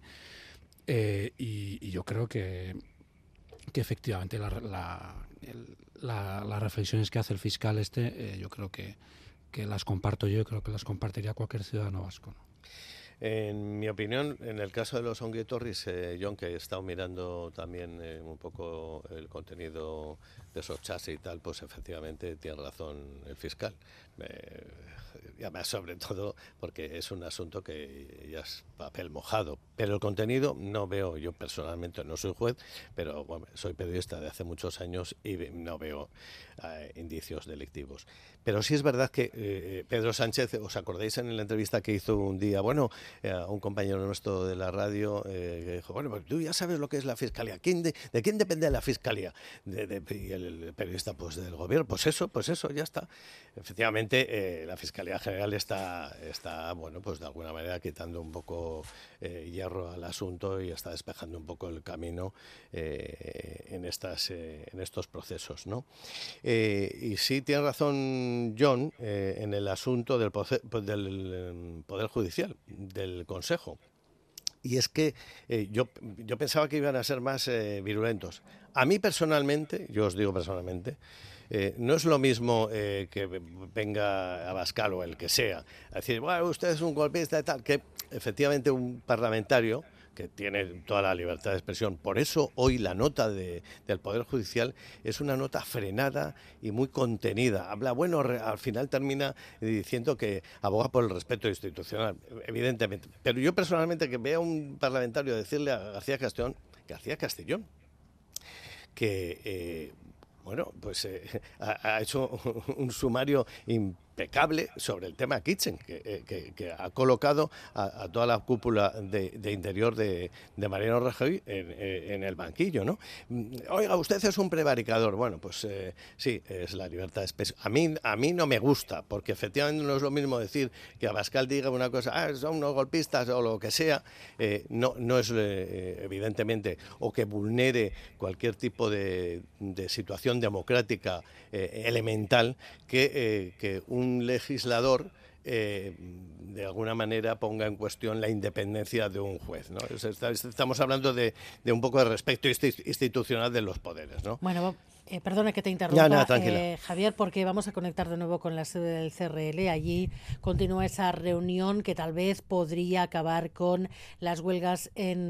Y yo creo que efectivamente las reflexiones que hace el fiscal yo creo que las comparto yo y creo que las compartiría cualquier ciudadano vasco, ¿no? En mi opinión, en el caso de los Onguietorris, John, que he estado mirando también un poco el contenido de esos chats y tal, pues efectivamente tiene razón el fiscal. Y además, sobre todo, porque es un asunto que ya es papel mojado. Pero el contenido no veo, yo personalmente no soy juez, pero bueno, soy periodista de hace muchos años y no veo indicios delictivos. Pero sí es verdad que Pedro Sánchez, ¿os acordáis en la entrevista que hizo un día, a un compañero nuestro de la radio, que dijo, bueno, pues tú ya sabes lo que es la Fiscalía, ¿de quién depende la Fiscalía? Y el periodista, pues del gobierno, pues eso, ya está. Efectivamente, la Fiscalía General está, bueno, pues de alguna manera quitando un poco hierro al asunto y está despejando un poco el camino en estos procesos, ¿no? Y sí tiene razón John en el asunto del Poder Judicial, del Consejo. Y es que yo pensaba que iban a ser más virulentos. A mí personalmente, yo os digo personalmente, no es lo mismo que venga Abascal o el que sea a decir, bueno, usted es un golpista y tal, que efectivamente un parlamentario que tiene toda la libertad de expresión. Por eso hoy la nota del Poder Judicial es una nota frenada y muy contenida. Habla, bueno, al final termina diciendo que aboga por el respeto institucional, evidentemente. Pero yo personalmente que vea a un parlamentario decirle a García Castellón, que bueno, pues ha hecho un sumario impecable sobre el tema Kitchen, que ha colocado a toda la cúpula de Interior de Mariano Rajoy en el banquillo, ¿no? Oiga, usted es un prevaricador. Bueno, pues sí, es la libertad de expresión. A mí no me gusta, porque efectivamente no es lo mismo decir que Abascal diga una cosa, son unos golpistas o lo que sea, no es evidentemente, o que vulnere cualquier tipo de situación democrática elemental, que un legislador de alguna manera ponga en cuestión la independencia de un juez, ¿no? Estamos hablando de un poco de respeto institucional de los poderes, ¿no? Bueno, Perdona que te interrumpa, No, tranquila. Javier, porque vamos a conectar de nuevo con la sede del CRL. Allí continúa esa reunión que tal vez podría acabar con las huelgas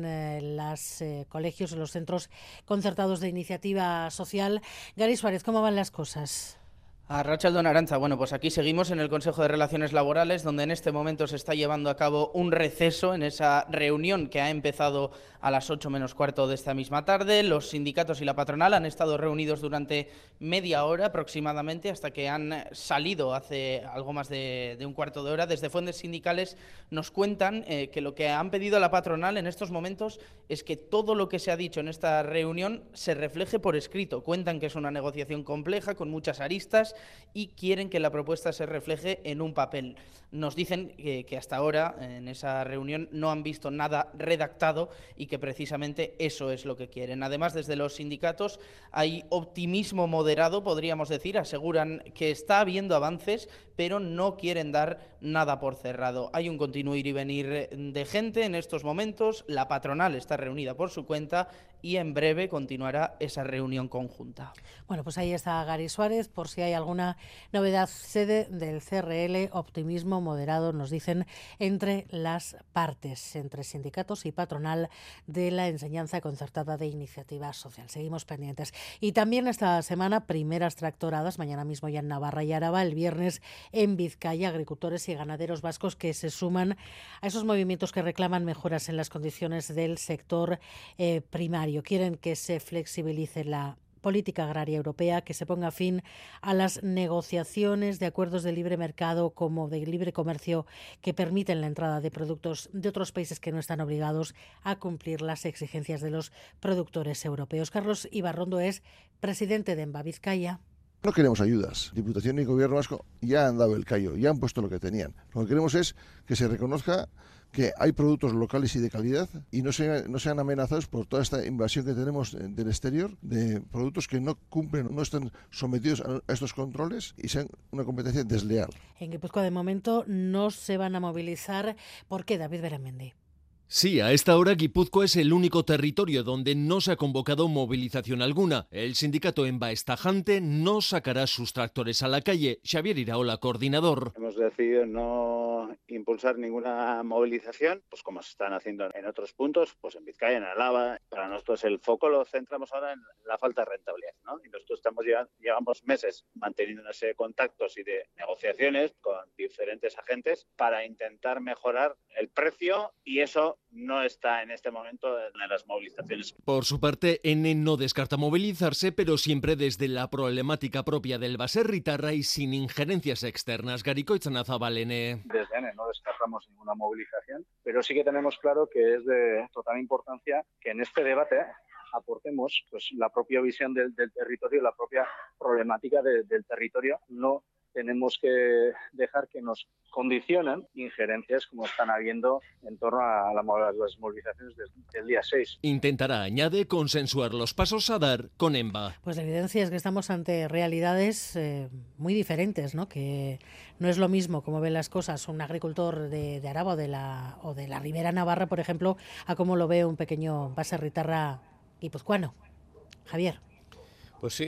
en los colegios, en los centros concertados de iniciativa social. Gary Suárez, ¿cómo van las cosas? Arratsaldeon, Arantza. Bueno, pues aquí seguimos en el Consejo de Relaciones Laborales, donde en este momento se está llevando a cabo un receso en esa reunión que ha empezado a las 8 menos cuarto de esta misma tarde. Los sindicatos y la patronal han estado reunidos durante media hora aproximadamente, hasta que han salido hace algo más de un cuarto de hora. Desde fuentes sindicales nos cuentan que lo que han pedido a la patronal en estos momentos es que todo lo que se ha dicho en esta reunión se refleje por escrito. Cuentan que es una negociación compleja, con muchas aristas, y quieren que la propuesta se refleje en un papel. Nos dicen que hasta ahora en esa reunión no han visto nada redactado y que precisamente eso es lo que quieren. Además, desde los sindicatos hay optimismo moderado, podríamos decir. Aseguran que está habiendo avances, pero no quieren dar nada por cerrado. Hay un continuo ir y venir de gente en estos momentos. La patronal está reunida por su cuenta y en breve continuará esa reunión conjunta. Bueno, pues ahí está Gary Suárez, por si hay alguna novedad. Sede del CRL, optimismo moderado, nos dicen, entre las partes, entre sindicatos y patronal de la enseñanza concertada de iniciativa social. Seguimos pendientes. Y también esta semana, primeras tractoradas, mañana mismo ya en Navarra y Araba, el viernes en Vizcaya, agricultores y ganaderos vascos que se suman a esos movimientos que reclaman mejoras en las condiciones del sector primario. Quieren que se flexibilice la política agraria europea, que se ponga fin a las negociaciones de acuerdos de libre mercado como de libre comercio que permiten la entrada de productos de otros países que no están obligados a cumplir las exigencias de los productores europeos. Carlos Ibarrondo es presidente de EMBA Vizcaya. No queremos ayudas. Diputación y Gobierno vasco ya han dado el callo, ya han puesto lo que tenían. Lo que queremos es que se reconozca que hay productos locales y de calidad y no sean amenazados por toda esta invasión que tenemos del exterior de productos que no cumplen, no están sometidos a estos controles y sean una competencia desleal. En Guipúzcoa de momento no se van a movilizar. ¿Por qué, David Beramendi? Sí, a esta hora Guipúzcoa es el único territorio donde no se ha convocado movilización alguna. El sindicato EMBA es tajante, no sacará sus tractores a la calle. Xavier Iraola, coordinador. Hemos decidido no impulsar ninguna movilización, pues como se están haciendo en otros puntos, pues en Vizcaya, en Álava. Para nosotros el foco lo centramos ahora en la falta de rentabilidad, ¿no? Y nosotros llevamos meses manteniendo una serie de contactos y de negociaciones con diferentes agentes para intentar mejorar el precio, y eso no está en este momento en las movilizaciones. Por su parte, ENE no descarta movilizarse, pero siempre desde la problemática propia del baserritarra y sin injerencias externas. Garikoitzan Azabalene. Desde ENE no descartamos ninguna movilización, pero sí que tenemos claro que es de total importancia que en este debate aportemos pues la propia visión del territorio, la propia problemática del territorio. No tenemos que dejar que nos condicionen injerencias como están habiendo en torno a las movilizaciones del día 6. Intentará, añade, consensuar los pasos a dar con EMBA. Pues la evidencia es que estamos ante realidades muy diferentes, ¿no? Que no es lo mismo como ven las cosas un agricultor de Araba o de la Ribera Navarra, por ejemplo, a cómo lo ve un pequeño baserritarra guipuzcoano. Javier. Pues sí,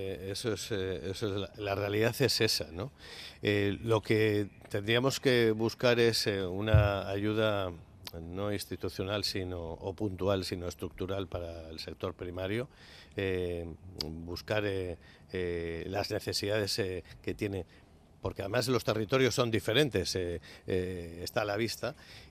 la realidad es esa, ¿no? Lo que tendríamos que buscar es una ayuda no institucional o puntual, sino estructural para el sector primario, buscar las necesidades que tiene, porque además los territorios son diferentes, está a la vista,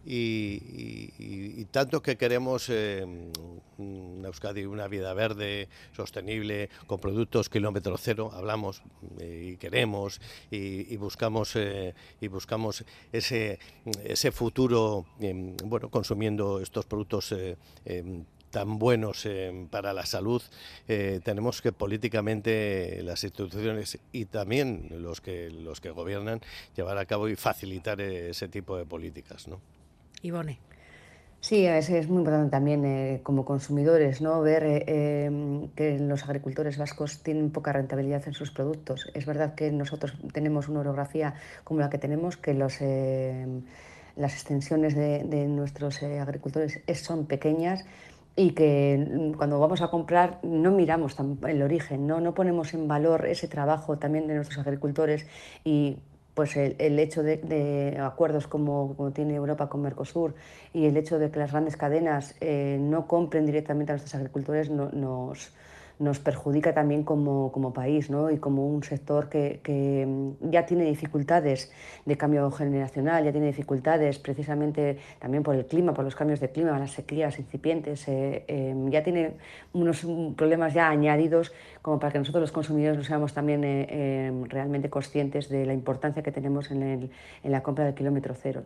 y tanto que queremos una Euskadi, una vida verde, sostenible, con productos kilómetro cero, hablamos y queremos y buscamos ese futuro, consumiendo estos productos tan buenos para la salud. Tenemos que políticamente las instituciones y también los que gobiernan llevar a cabo y facilitar ese tipo de políticas, ¿no? Ivone. Sí, es muy importante también como consumidores, ¿no? Ver que los agricultores vascos tienen poca rentabilidad en sus productos. Es verdad que nosotros tenemos una orografía como la que tenemos, que las extensiones de nuestros agricultores son pequeñas, y que cuando vamos a comprar no miramos el origen, no ponemos en valor ese trabajo también de nuestros agricultores y pues el hecho de acuerdos como tiene Europa con Mercosur y el hecho de que las grandes cadenas no compren directamente a nuestros agricultores nos perjudica también como país, ¿no? Y como un sector que ya tiene dificultades de cambio generacional, ya tiene dificultades precisamente también por el clima, por los cambios de clima, las sequías incipientes, ya tiene unos problemas ya añadidos como para que nosotros los consumidores no seamos también realmente conscientes de la importancia que tenemos en la compra del kilómetro cero.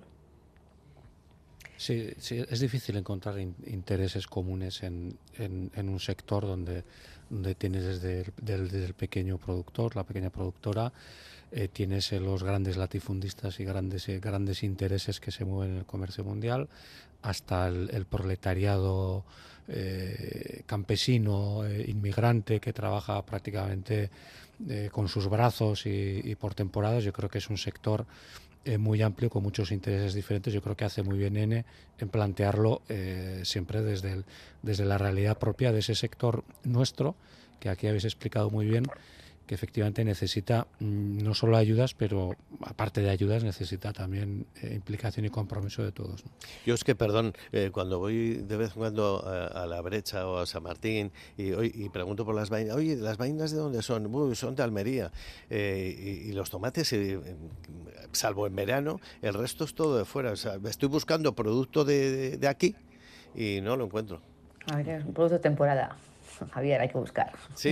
Sí, es difícil encontrar intereses comunes en un sector donde tienes desde el pequeño productor, la pequeña productora, tienes los grandes latifundistas y grandes intereses que se mueven en el comercio mundial, hasta el proletariado campesino, inmigrante, que trabaja prácticamente con sus brazos y por temporadas. Yo creo que es un sector muy amplio, con muchos intereses diferentes. Yo creo que hace muy bien Ene en plantearlo siempre desde la realidad propia de ese sector nuestro, que aquí habéis explicado muy bien, que efectivamente necesita no solo ayudas, pero aparte de ayudas necesita también implicación y compromiso de todos, ¿no? Yo es que, perdón, cuando voy de vez en cuando a La Brecha o a San Martín y pregunto por las vainas, oye, ¿las vainas de dónde son? Son de Almería. Y los tomates, salvo en verano, el resto es todo de fuera. O sea, estoy buscando producto de aquí y no lo encuentro. A ver, es un producto de temporada. Javier, hay que buscar. Sí,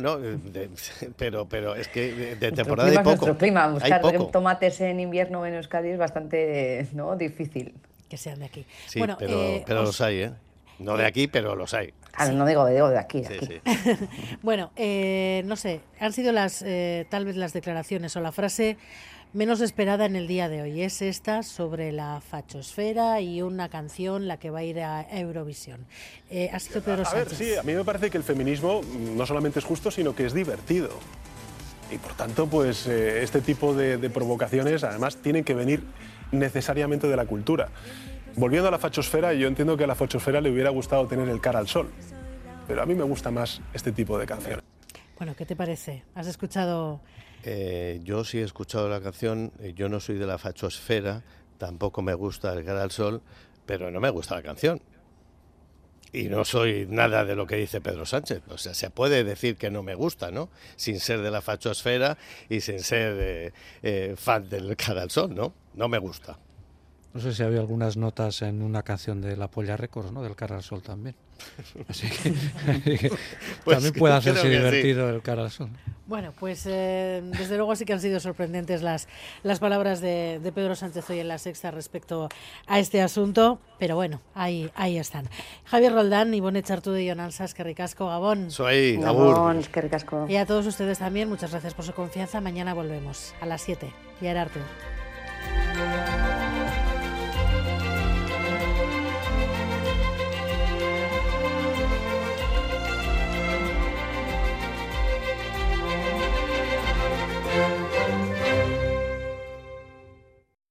pero es que de temporada hay poco. Nuestro clima, buscar tomates en invierno en Euskadi es bastante difícil. Que sean de aquí. Sí, bueno, pero los hay, ¿eh? No de aquí, pero los hay. Ah, no digo de aquí. Sí. Bueno, no sé, han sido tal vez las declaraciones o la frase menos esperada en el día de hoy. Es esta sobre la fachosfera y una canción la que va a ir a Eurovisión. Ha sido Pedro Sánchez. A ver, sí, a mí me parece que el feminismo no solamente es justo, sino que es divertido. Y por tanto, pues este tipo de provocaciones además tienen que venir necesariamente de la cultura. Volviendo a la fachosfera, yo entiendo que a la fachosfera le hubiera gustado tener el Cara al Sol, pero a mí me gusta más este tipo de canciones. Bueno, ¿qué te parece? ¿Has escuchado...? Yo sí he escuchado la canción, yo no soy de la fachosfera, tampoco me gusta el Cara al Sol, pero no me gusta la canción. Y no soy nada de lo que dice Pedro Sánchez. O sea, se puede decir que no me gusta, ¿no? Sin ser de la fachosfera y sin ser fan del Cara al Sol, ¿no? No me gusta. No sé si había algunas notas en una canción de La Polla Records, ¿no? Del Cara al Sol también. Así que pues también puede hacerse divertido el Cara al Sol. Bueno, pues desde luego sí que han sido sorprendentes las palabras de Pedro Sánchez hoy en La Sexta respecto a este asunto, pero bueno, ahí están. Javier Roldán, Ibone Chartude y Jon Ansas, que ricasco, Gabón. Soy Gabón, que ricasco. Y a todos ustedes también, muchas gracias por su confianza. Mañana volvemos a las 7. Y a Artur.